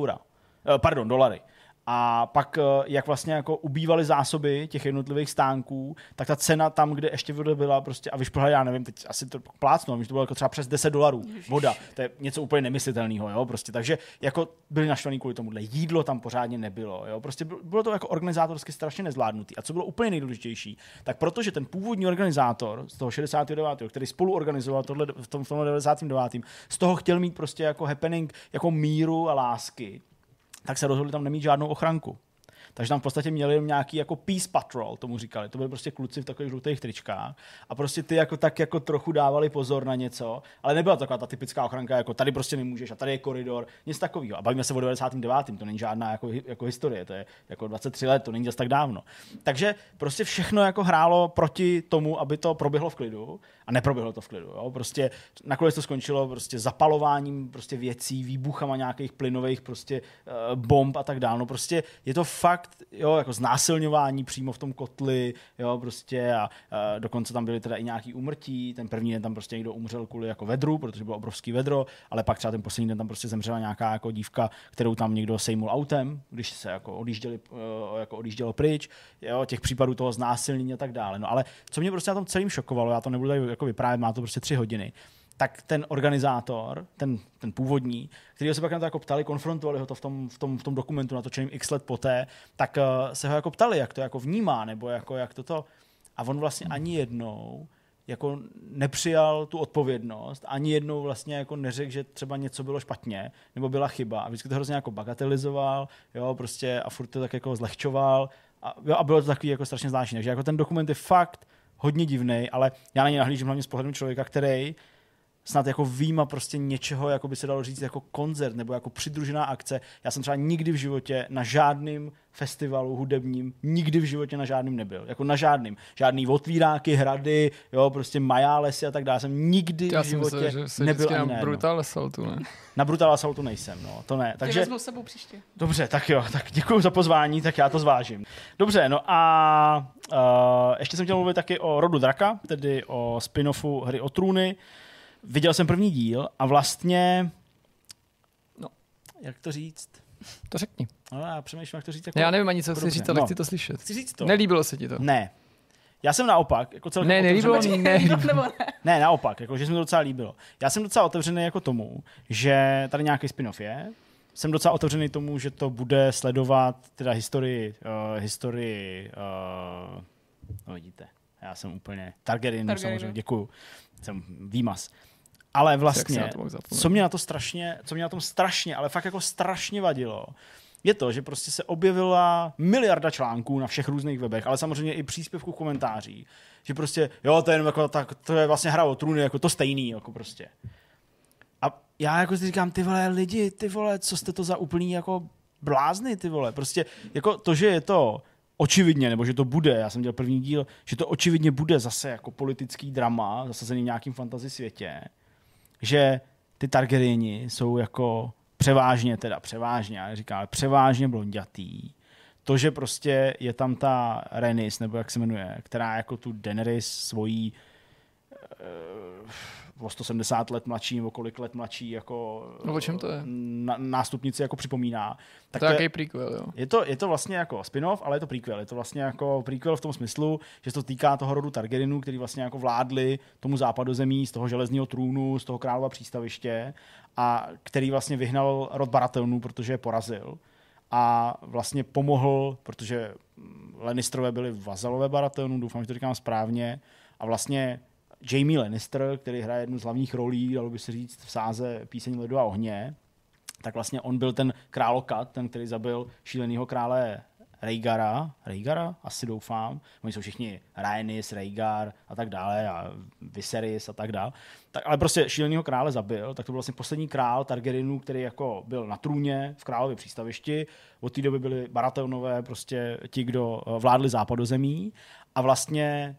$4. A pak, jak vlastně jako ubývaly zásoby těch jednotlivých stánků, tak ta cena tam, kde ještě voda byla prostě, a vyšplhala, já nevím, teď asi to plácnu, že to bylo jako třeba přes $10 voda. To je něco úplně nemyslitelného, jo, prostě. Takže jako byli naštvaní kvůli tomuhle. Jídlo tam pořádně nebylo, jo. Prostě bylo to jako organizátorsky strašně nezvládnutý. A co bylo úplně nejdůležitější, tak protože ten původní organizátor z toho 69., který spolu organizoval tohle v tom 99., z toho chtěl mít prostě jako happening, jako míru a lásky, tak se rozhodli tam nemít žádnou ochranku. Takže tam v podstatě měli nějaký jako peace patrol, tomu říkali. To byli prostě kluci v takových žlutých tričkách a prostě ty jako tak jako trochu dávali pozor na něco, ale nebyla taková ta typická ochranka, jako tady prostě nemůžeš a tady je koridor, nic takového. A bavíme se o 99., to není žádná jako historie, to je jako 23 let, to není zas tak dávno. Takže prostě všechno jako hrálo proti tomu, aby to proběhlo v klidu a neproběhlo to v klidu. Jo? Prostě nakonec to skončilo prostě zapalováním prostě věcí, výbuchama nějakých plynových prostě bomb a tak dále. No prostě je to fakt, jo, jako znásilňování přímo v tom kotli, jo, prostě a dokonce tam byly teda i nějaký úmrtí, ten první den tam prostě někdo umřel kvůli jako vedru, protože bylo obrovský vedro, ale pak třeba ten poslední den tam prostě zemřela nějaká jako dívka, kterou tam někdo sejmul autem, když se jako odjíždělo pryč, jo, těch případů toho znásilnění a tak dále. No ale co mě prostě na tom celým šokovalo, já to nebudu tady jako vyprávět, má to prostě 3 hodiny, tak ten organizátor, ten původní, který se pak na to jako ptali, konfrontovali ho to v tom dokumentu natočeným x let poté, tak se ho jako ptali, jak to jako vnímá, nebo jako jak toto. A on vlastně ani jednou jako nepřijal tu odpovědnost, ani jednou vlastně jako neřekl, že třeba něco bylo špatně, nebo byla chyba. A vždycky to hrozně jako bagatelizoval, jo, prostě a furt to tak jako zlehčoval. A bylo to takový jako strašně zvláštní. Takže jako ten dokument je fakt hodně divnej, ale já na něj nahlížím hlavně z pohledu člověka, který snad jako výjima prostě něčeho, jako by se dalo říct jako koncert nebo jako přidružená akce. Já jsem třeba nikdy v životě na žádným festivalu hudebním, nikdy v životě na žádným nebyl. Jako na žádným. Žádný otvíráky, hrady, jo, prostě majálesy a tak dále. Jsem nikdy v životě myslím, že nebyl ani na Brutal Assaultu, ne? Na Brutal Assaultu nejsem, no, to ne. Takže vezmu s sebou příště. Dobře, tak jo, tak děkuji za pozvání, tak já to zvážím. Dobře, no a ještě jsem chtěl mluvit taky o Rodu draka, tedy o spin-offu Hry o trůny. Viděl jsem první díl a vlastně, no, jak to říct? To řekni. No, já přemýšlím, jak to říct. Jako já nevím ani, co chci říct, ale chci to slyšet. Chci říct to. Nelíbilo se ti to? Ne. Já jsem naopak. Jako celkem nelíbilo. Ne, naopak, jako, že se mi to docela líbilo. Já jsem docela otevřený jako tomu, že tady nějaký spin-off je. Jsem docela otevřený tomu, že to bude sledovat teda historii no vidíte, já jsem úplně Targaryen, samozřejmě, děkuju. Jsem výmaz. Ale vlastně, co mě na tom strašně, ale fakt jako strašně vadilo, je to, že prostě se objevila miliarda článků na všech různých webech, ale samozřejmě i příspěvků komentáří, že prostě, jo, to je jenom jako tak, to je vlastně Hra o trůny, jako to stejný, jako prostě. A já jako si říkám, ty vole lidi, ty vole, co jste to za úplný jako blázni, ty vole. Prostě jako to, že je to očividně, nebo že to bude, já jsem dělal první díl, že to očividně bude zase jako politický drama, zasazený v nějakým fantasy světě, že ty Targaryeni jsou jako převážně, já říkám, ale převážně blonďatý. To, že prostě je tam ta Rhaenys, nebo jak se jmenuje, která jako tu Daenerys svojí o 170 let mladší, nebo kolik let mladší, jako no, o čem to je? Nástupnici jako připomíná. Tak to je jaký prequel, jo? Je to vlastně jako spin-off, ale je to prequel. Je to vlastně jako prequel v tom smyslu, že se to týká toho rodu Targaryenů, který vlastně jako vládli tomu západozemí z toho železného trůnu, z toho králova přístaviště a který vlastně vyhnal rod Baratheonů, protože je porazil. A vlastně pomohl, protože Lannisterové byli vazalové Baratheonů, doufám, že to říkám správně, a vlastně Jaime Lannister, který hraje jednu z hlavních rolí, dalo by se říct, v sáze Píseň ledu a ohně, tak vlastně on byl ten králokat, ten, který zabil šílenýho krále Rhaegara, asi doufám. Oni jsou všichni Rhaenys, Rhaegar a tak dále a Viserys a tak dále. Tak, ale prostě šílenýho krále zabil, tak to byl vlastně poslední král Targaryenů, který jako byl na trůně v králově přístavišti. Od té doby byli Baratheonové prostě ti, kdo vládli západozemí a vlastně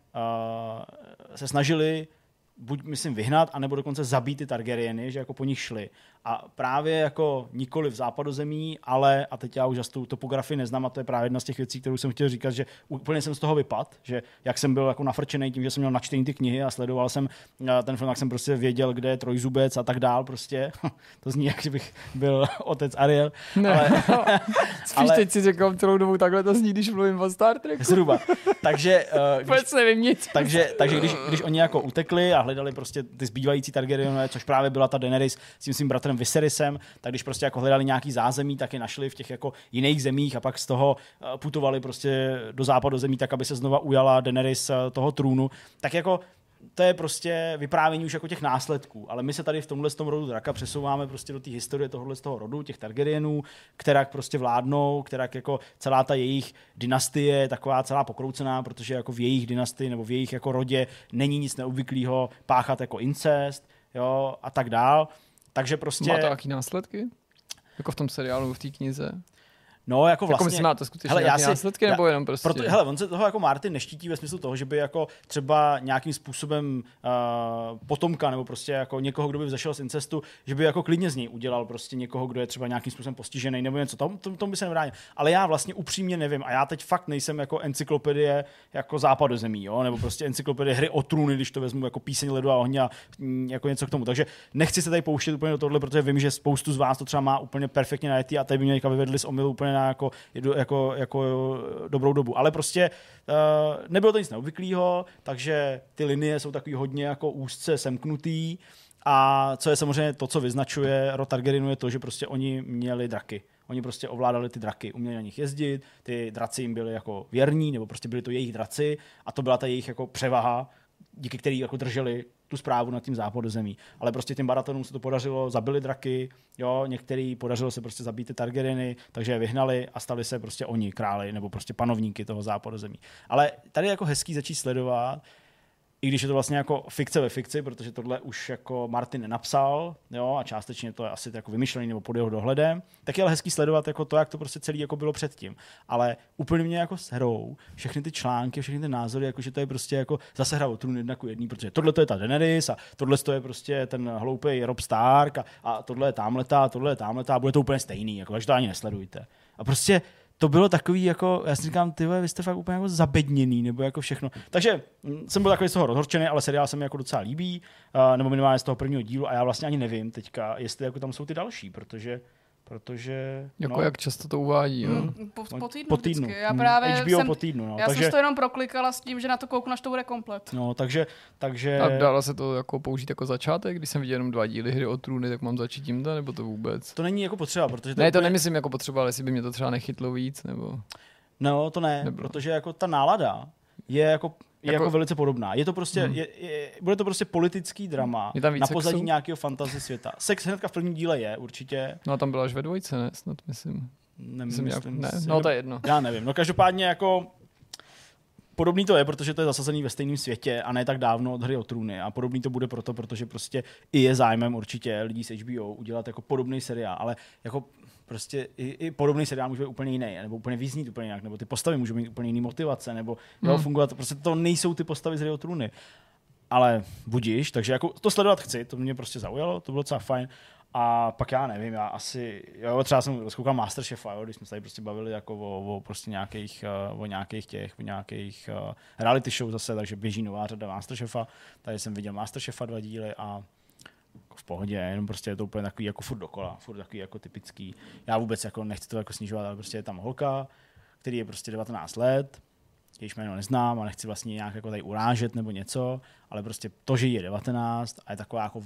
se snažili buď, myslím, vyhnat, anebo dokonce zabít ty Targaryeny, že jako po nich šli. A právě jako nikoli v západozemí, ale, a teď já už tu topografii neznám, a to je právě jedna z těch věcí, kterou jsem chtěl říkat, že úplně jsem z toho vypadl, že jak jsem byl jako nafrčený tím, že jsem měl načtený ty knihy a sledoval jsem ten film, jak jsem prostě věděl, kde je Trojzubec a tak dál prostě. To zní, jak bych byl otec Ariel. Ne, ale, spíš teď si řekl celou dobu, takhle to zní, když mluvím o Star Treku. Zhruba. Takže, nevím nic. takže když oni jako utekli a hledali prostě ty zbývající Targaryenové, což právě byla ta Daenerys s tím svým bratrem Viserysem, tak když prostě jako hledali nějaký zázemí, tak je našli v těch jako jiných zemích a pak z toho putovali prostě do západozemí, tak aby se znova ujala Daenerys toho trůnu. Tak jako to je prostě vyprávění už jako těch následků, ale my se tady v tomhle rodu draka přesouváme prostě do té historie tohohle z toho rodu, těch Targaryenů, která prostě vládnou, která jako celá ta jejich dynastie je taková celá pokroucená, protože jako v jejich dynastii nebo v jejich jako rodě není nic neobvyklého páchat jako incest, jo, a tak dál. Takže prostě... Má to jaký následky? Jako v tom seriálu, v té knize? No, jako vlastně... Jako má to skutečně nějaké následky, nebo jenom prostě... Hele, on se toho jako Martin neštítí ve smyslu toho, že by jako třeba nějakým způsobem potomka, nebo prostě jako někoho, kdo by vzešel z incestu, že by jako klidně z něj udělal prostě někoho, kdo je třeba nějakým způsobem postižený, nebo něco. Tomu by se nevránil. Ale já vlastně upřímně nevím, a já teď fakt nejsem jako encyklopedie jako západozemí, jo, nebo prostě encyklopedie Hry o trůny, když to vezmu jako Píseň ledu a ohně a jako něco k tomu. Takže nechci se tady pouštět úplně do tohle, protože vím, že spoustu z vás to třeba má úplně perfektně najetý a tady by mě vyvedli z omylu úplně na jako dobrou dobu. Ale prostě nebylo to nic neobvyklého, takže ty linie jsou takový hodně jako úzce semknutý a co je samozřejmě to, co vyznačuje rod Targaryenů, je to, že prostě oni měli draky. Oni prostě ovládali ty draky, uměli na nich jezdit, ty draci jim byli jako věrní, nebo prostě byli to jejich draci a to byla ta jejich jako převaha, díky který jako drželi tu správu nad tím západozemí. Ale prostě těm Baratheonům se to podařilo, zabili draky, jo, některý podařilo se prostě zabít ty Targaryeny, takže je vyhnali a stali se prostě oni králi nebo prostě panovníky toho západozemí. Ale tady je jako hezký začít sledovat, i když je to vlastně jako fikce ve fikci, protože tohle už jako Martin nenapsal, jo, a částečně to je asi jako vymyšlený nebo pod jeho dohledem, tak je ale hezký sledovat jako to, jak to prostě celý jako bylo předtím. Ale úplně mě jako s hrou všechny ty články, všechny ty názory, jako že to je prostě jako zase hra o trůn 1:1, protože tohle to je ta Daenerys a tohle to je prostě ten hloupej Robb Stark a tohle je tamhleta a bude to úplně stejný, jako takže to ani nesledujte. A prostě to bylo takový, jako, já si říkám, vy jste fakt úplně jako zabedněný, nebo jako všechno. Takže jsem byl takový z toho rozhorčený, ale seriál se mi jako docela líbí, nebo minimálně z toho prvního dílu a já vlastně ani nevím teďka, jestli jako tam jsou ty další, protože jako no, jak často to uvádí, jo? Po týdnu. Já právě HBO po týdnu, no. Já jsem to jenom proklikala s tím, že na to kouknu, až to bude komplet. No, takže... A dalo se to jako použít jako začátek? Když jsem viděl jenom 2 díly Hry o trůny, tak mám začít tímto, nebo to vůbec? To není jako potřeba, protože... Ne, to nemyslím jako potřeba, ale jestli by mě to třeba nechytlo víc, nebo... No, to ne, nebylo. Protože jako ta nálada je jako velice podobná. Je to prostě, bude to prostě politický drama na pozadí sexu? Nějakého fantasy světa. Sex hnedka v prvním díle je, určitě. No a tam byla až ve 2, ne? Snad myslím. Nemyslím. Ne? No to je jedno. Já nevím. No každopádně jako podobný to je, protože to je zasazený ve stejném světě a ne tak dávno od Hry o trůny. A podobný to bude proto, protože prostě i je zájmem určitě lidí z HBO udělat jako podobný seriál, ale jako prostě i podobný seriál může být úplně jiný, nebo úplně vyznít úplně jinak, nebo ty postavy můžou mít úplně jiný motivace, nebo fungovat, prostě to nejsou ty postavy z Hry o trůny. Ale budíš, takže jako to sledovat chci, to mě prostě zaujalo, to bylo docela fajn. A pak já nevím, já asi, jo, třeba jsem rozkoukal Masterchefa, jo, když jsme se tady prostě bavili jako o prostě nějakých reality show zase, takže běží nová řada Masterchefa, tady jsem viděl Masterchefa 2 díly a v pohodě, jenom prostě je to úplně takový jako furt dokola, furt takový jako typický. Já vůbec jako nechci to jako snižovat, ale prostě je tam holka, který je prostě 19 let, jejíž jméno neznám a nechci vlastně nějak jako tady urážet nebo něco, ale prostě to, že je 19 a je taková jako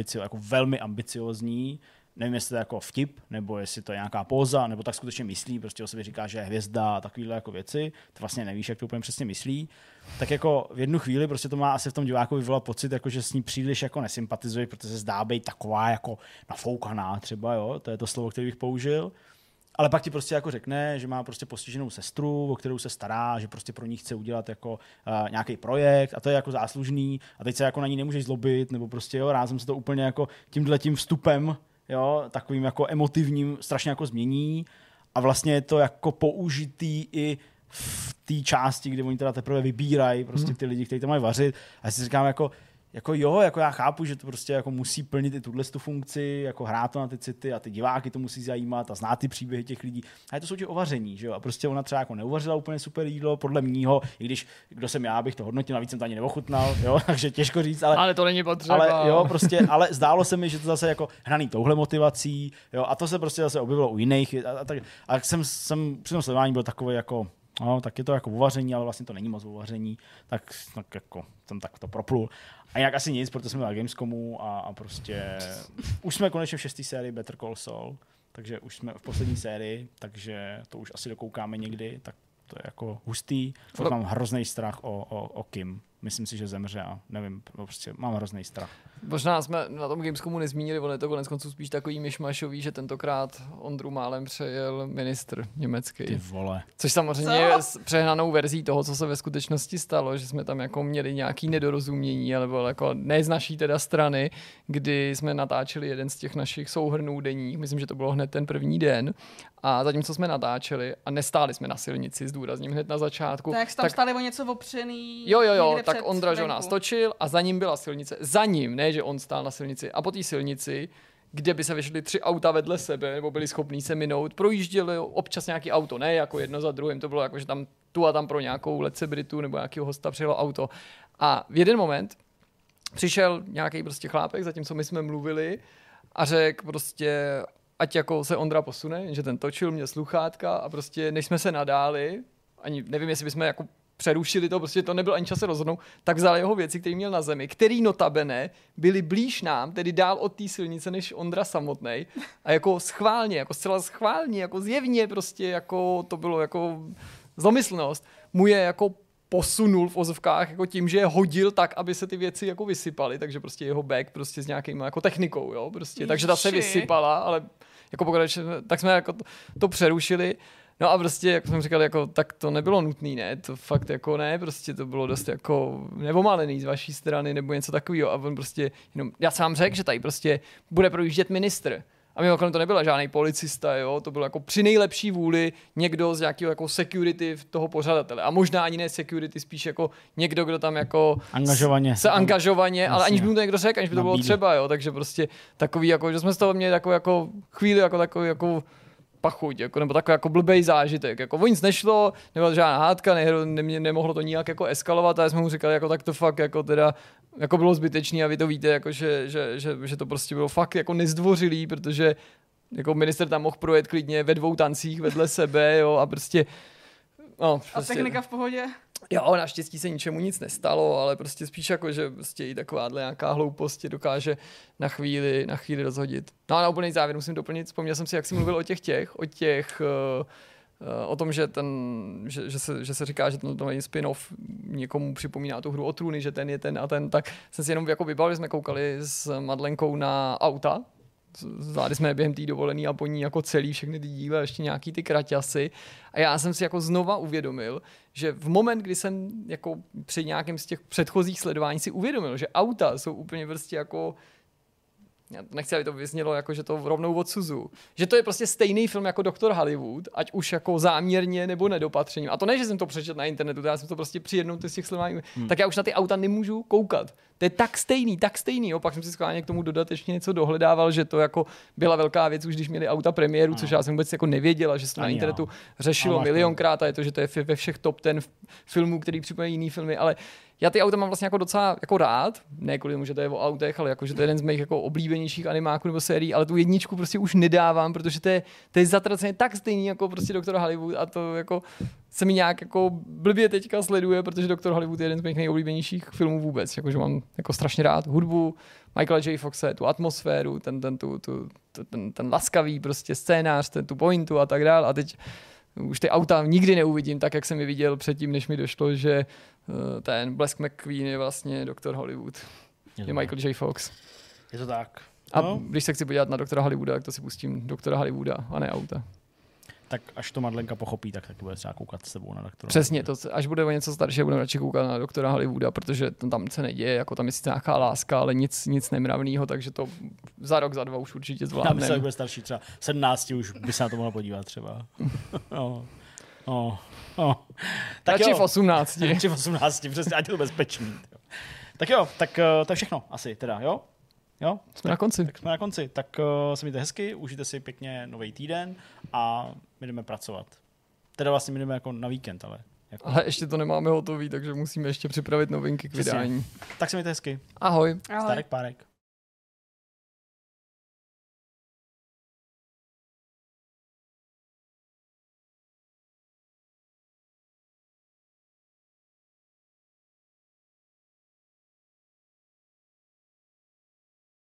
velmi ambiciozní, nevím, jestli to je jako vtip, nebo jestli to je nějaká póza, nebo tak skutečně myslí, prostě o sobě říká, že je hvězda a takovýhle jako věci, to vlastně nevíš, jak to úplně přesně myslí, tak jako v jednu chvíli prostě to má asi v tom diváku vyvolat pocit, jako že s ní příliš jako nesympatizuje, protože se zdá být taková jako nafoukaná třeba, jo, to je to slovo, které bych použil. Ale pak ti prostě jako řekne, že má prostě postiženou sestru, o kterou se stará, že prostě pro ní chce udělat jako nějaký projekt a to je jako záslužný a teď se jako na ní nemůžeš zlobit, nebo prostě jo, rázem se to úplně jako tímhletím vstupem, jo, takovým jako emotivním strašně jako změní a vlastně je to jako použitý i v té části, kde oni teda teprve vybírají prostě ty lidi, kteří to mají vařit a já si říkám jako jo, jako já chápu, že to prostě jako musí plnit i tu funkci, jako hrát to na ty city a ty diváky to musí zajímat a znát ty příběhy těch lidí. A to jsou ti o vaření, že jo? A prostě ona třeba jako neuvařila úplně super jídlo, podle mýho, i když kdo jsem já, bych to hodnotil, navíc jsem to ani neochutnal, jo, takže těžko říct, ale to není potřeba. Ale jo, prostě, ale zdálo se mi, že to zase jako hraný touhle motivací, jo, a to se prostě zase objevilo u jiných a jsem při tom sledování byl takový jako no, tak je to jako uvaření, ale vlastně to není moc uvaření, tak jako jsem tak to proplul. A jinak asi nic, protože jsme na Gamescomu a prostě už jsme konečně v 6. sérii Better Call Saul, takže už jsme v poslední sérii, takže to už asi dokoukáme někdy, tak to je jako hustý. Fakt mám hrozný strach o Kim. Myslím si, že zemře a nevím, prostě mám hrozný strach. Možná jsme na tom Gamescomu nezmínili, on je to konec konců spíš takový myšmašový, že tentokrát Ondru málem přejel ministr německý. Ty vole. Což samozřejmě je s přehnanou verzí toho, co se ve skutečnosti stalo, že jsme tam jako měli nějaký nedorozumění, alebo jako ne z naší teda strany, kdy jsme natáčeli jeden z těch našich souhrnů denních, myslím, že to bylo hned ten první den. A zatímco jsme natáčeli a nestáli jsme na silnici, zdůrazním hned na začátku. Tak tam stáli o něco opřený. Jo, tak Ondra, že nás točil a za ním byla silnice. Za ním, ne, že on stál na silnici. A po té silnici, kde by se vešly 3 auta vedle sebe, nebo byli schopní se minout, projížděli občas nějaký auto, ne jako jedno za druhým, to bylo jako, že tam tu a tam pro nějakou celebritu nebo nějakého hosta přijelo auto. A v jeden moment přišel nějaký prostě chlápek, zatímco my jsme mluvili a řekl prostě, ať jako se Ondra posune, že ten točil, měl sluchátka a prostě než jsme se nadáli, ani nevím, jestli bychom jako přerušili to, prostě to nebylo ani čas se rozhodnout, tak vzal jeho věci, které měl na zemi, který notabene byly blíž nám, tedy dál od té silnice než Ondra samotnej a jako schválně, jako zcela schválně, jako zjevně prostě jako to bylo jako zlomyslnost, mu je jako posunul v ozovkách jako tím, že je hodil tak, aby se ty věci jako vysypaly, takže prostě jeho bag prostě s nějakým jako technikou, jo, prostě, takže ta se vysypala, ale jako tak jsme jako to přerušili. No a prostě, jak jsem říkal, jako, tak to nebylo nutný, ne, to fakt jako ne, prostě to bylo dost jako nevomalený z vaší strany nebo něco takového a on prostě, jenom, já jsem vám řekl, že tady prostě bude projíždět ministr. A mimochodem to nebyla žádný policista, jo, to bylo jako při nejlepší vůli někdo z nějakého jako security toho pořadatele. A možná ani ne security, spíš jako někdo, kdo tam jako angažovaně, ale aniž by mu to někdo řekl, aniž by to bylo třeba, jo, takže prostě takový jako, že jsme z toho měli takový jako chvíli jako takový jako pachuť, jako, nebo takový jako blbej zážitek. Jako o nic nešlo, nebyla žádná hádka, nemohlo to nijak jako eskalovat, a jsme mu říkali, jako tak to fakt jako teda jako bylo zbytečný a vy to víte, jako, že to prostě bylo fakt jako nezdvořilý, protože jako minister tam mohl projet klidně ve 2 tancích vedle sebe, jo, a prostě no, a technika v pohodě? Jo, naštěstí se ničemu nic nestalo, ale prostě spíš jako, že prostě i takováhle nějaká hloupost dokáže na chvíli rozhodit. No a na úplný závěr musím doplnit, vzpomněl jsem si, jak jsi mluvil o tom, že se říká, že to není spin-off, někomu připomíná tu Hru o trůny, že ten je ten a ten, tak jsem si jenom jako vybavil, že jsme koukali s Madlenkou na auta, Zvládli jsme během té dovolený a po ní jako celý všechny ty díly a ještě nějaký ty kraťasy. A já jsem si jako znova uvědomil, že v moment, kdy jsem jako při nějakém z těch předchozích sledování si uvědomil, že auta jsou úplně prostě jako, já nechci, aby to vyznělo, jako, že to rovnou odsuzu. Že to je prostě stejný film jako Doktor Hollywood, ať už jako záměrně nebo nedopatřením. A to ne, že jsem to přečetl na internetu, já jsem to prostě při jednou z těch sledování, tak já už na ty auta nemůžu koukat. To je tak stejný. Opak jsem si schválně k tomu dodatečně něco dohledával, že to jako byla velká věc už, když měli auta premiéru, což já jsem vůbec jako nevěděla, že se to na internetu řešilo milionkrát a je to, že to je ve všech top 10 filmů, který připomínají jiný filmy, ale já ty auta mám vlastně jako docela jako rád, ne kvůli tomu, že to je o autech, ale jako, že to je jeden z mých jako oblíbenějších animáků nebo sérií, ale tu jedničku prostě už nedávám, protože to je zatraceně tak stejný jako prostě Doktor Hollywood a to jako se mi nějak jako blbě teďka sleduje, protože Doktor Hollywood je jeden z mých nejoblíbenějších filmů vůbec, jakože mám jako strašně rád hudbu Michaela J. Foxe, tu atmosféru, ten laskavý prostě scénář, tu pointu a tak dále a teď už ty auta nikdy neuvidím tak, jak jsem je viděl předtím, než mi došlo, že ten Blesk McQueen je vlastně Doktor Hollywood. Je Michael J. Fox. Je to tak. A když se chci podívat na Doktora Hollywooda, tak to si pustím Doktora Hollywooda a ne auta. Tak až to Madlenka pochopí, tak taky bude třeba koukat s tebou na Doktora. Přesně, to, až bude o něco starší, budeme radši koukat na Doktora Hollywooda, protože tam se neděje, jako tam je sice nějaká láska, ale nic nemravného, takže to za rok, za dva už určitě zvládneme. Já myslím, že bude starší, třeba 17 už by se na to mohla podívat třeba. Tak radši v 18. Radši v 18, přesně, ať je to bezpečný. Tak jo, tak to je všechno asi teda, jo? Jo? Jsme na konci. Tak jsme na konci. Tak se mějte hezky, užijte si pěkně nový týden a my jdeme pracovat. Teda vlastně my jdeme jako na víkend, ale... Jako... Ale ještě to nemáme hotový, takže musíme ještě připravit novinky k vydání. Tak se mějte hezky. Ahoj. Stárek párek.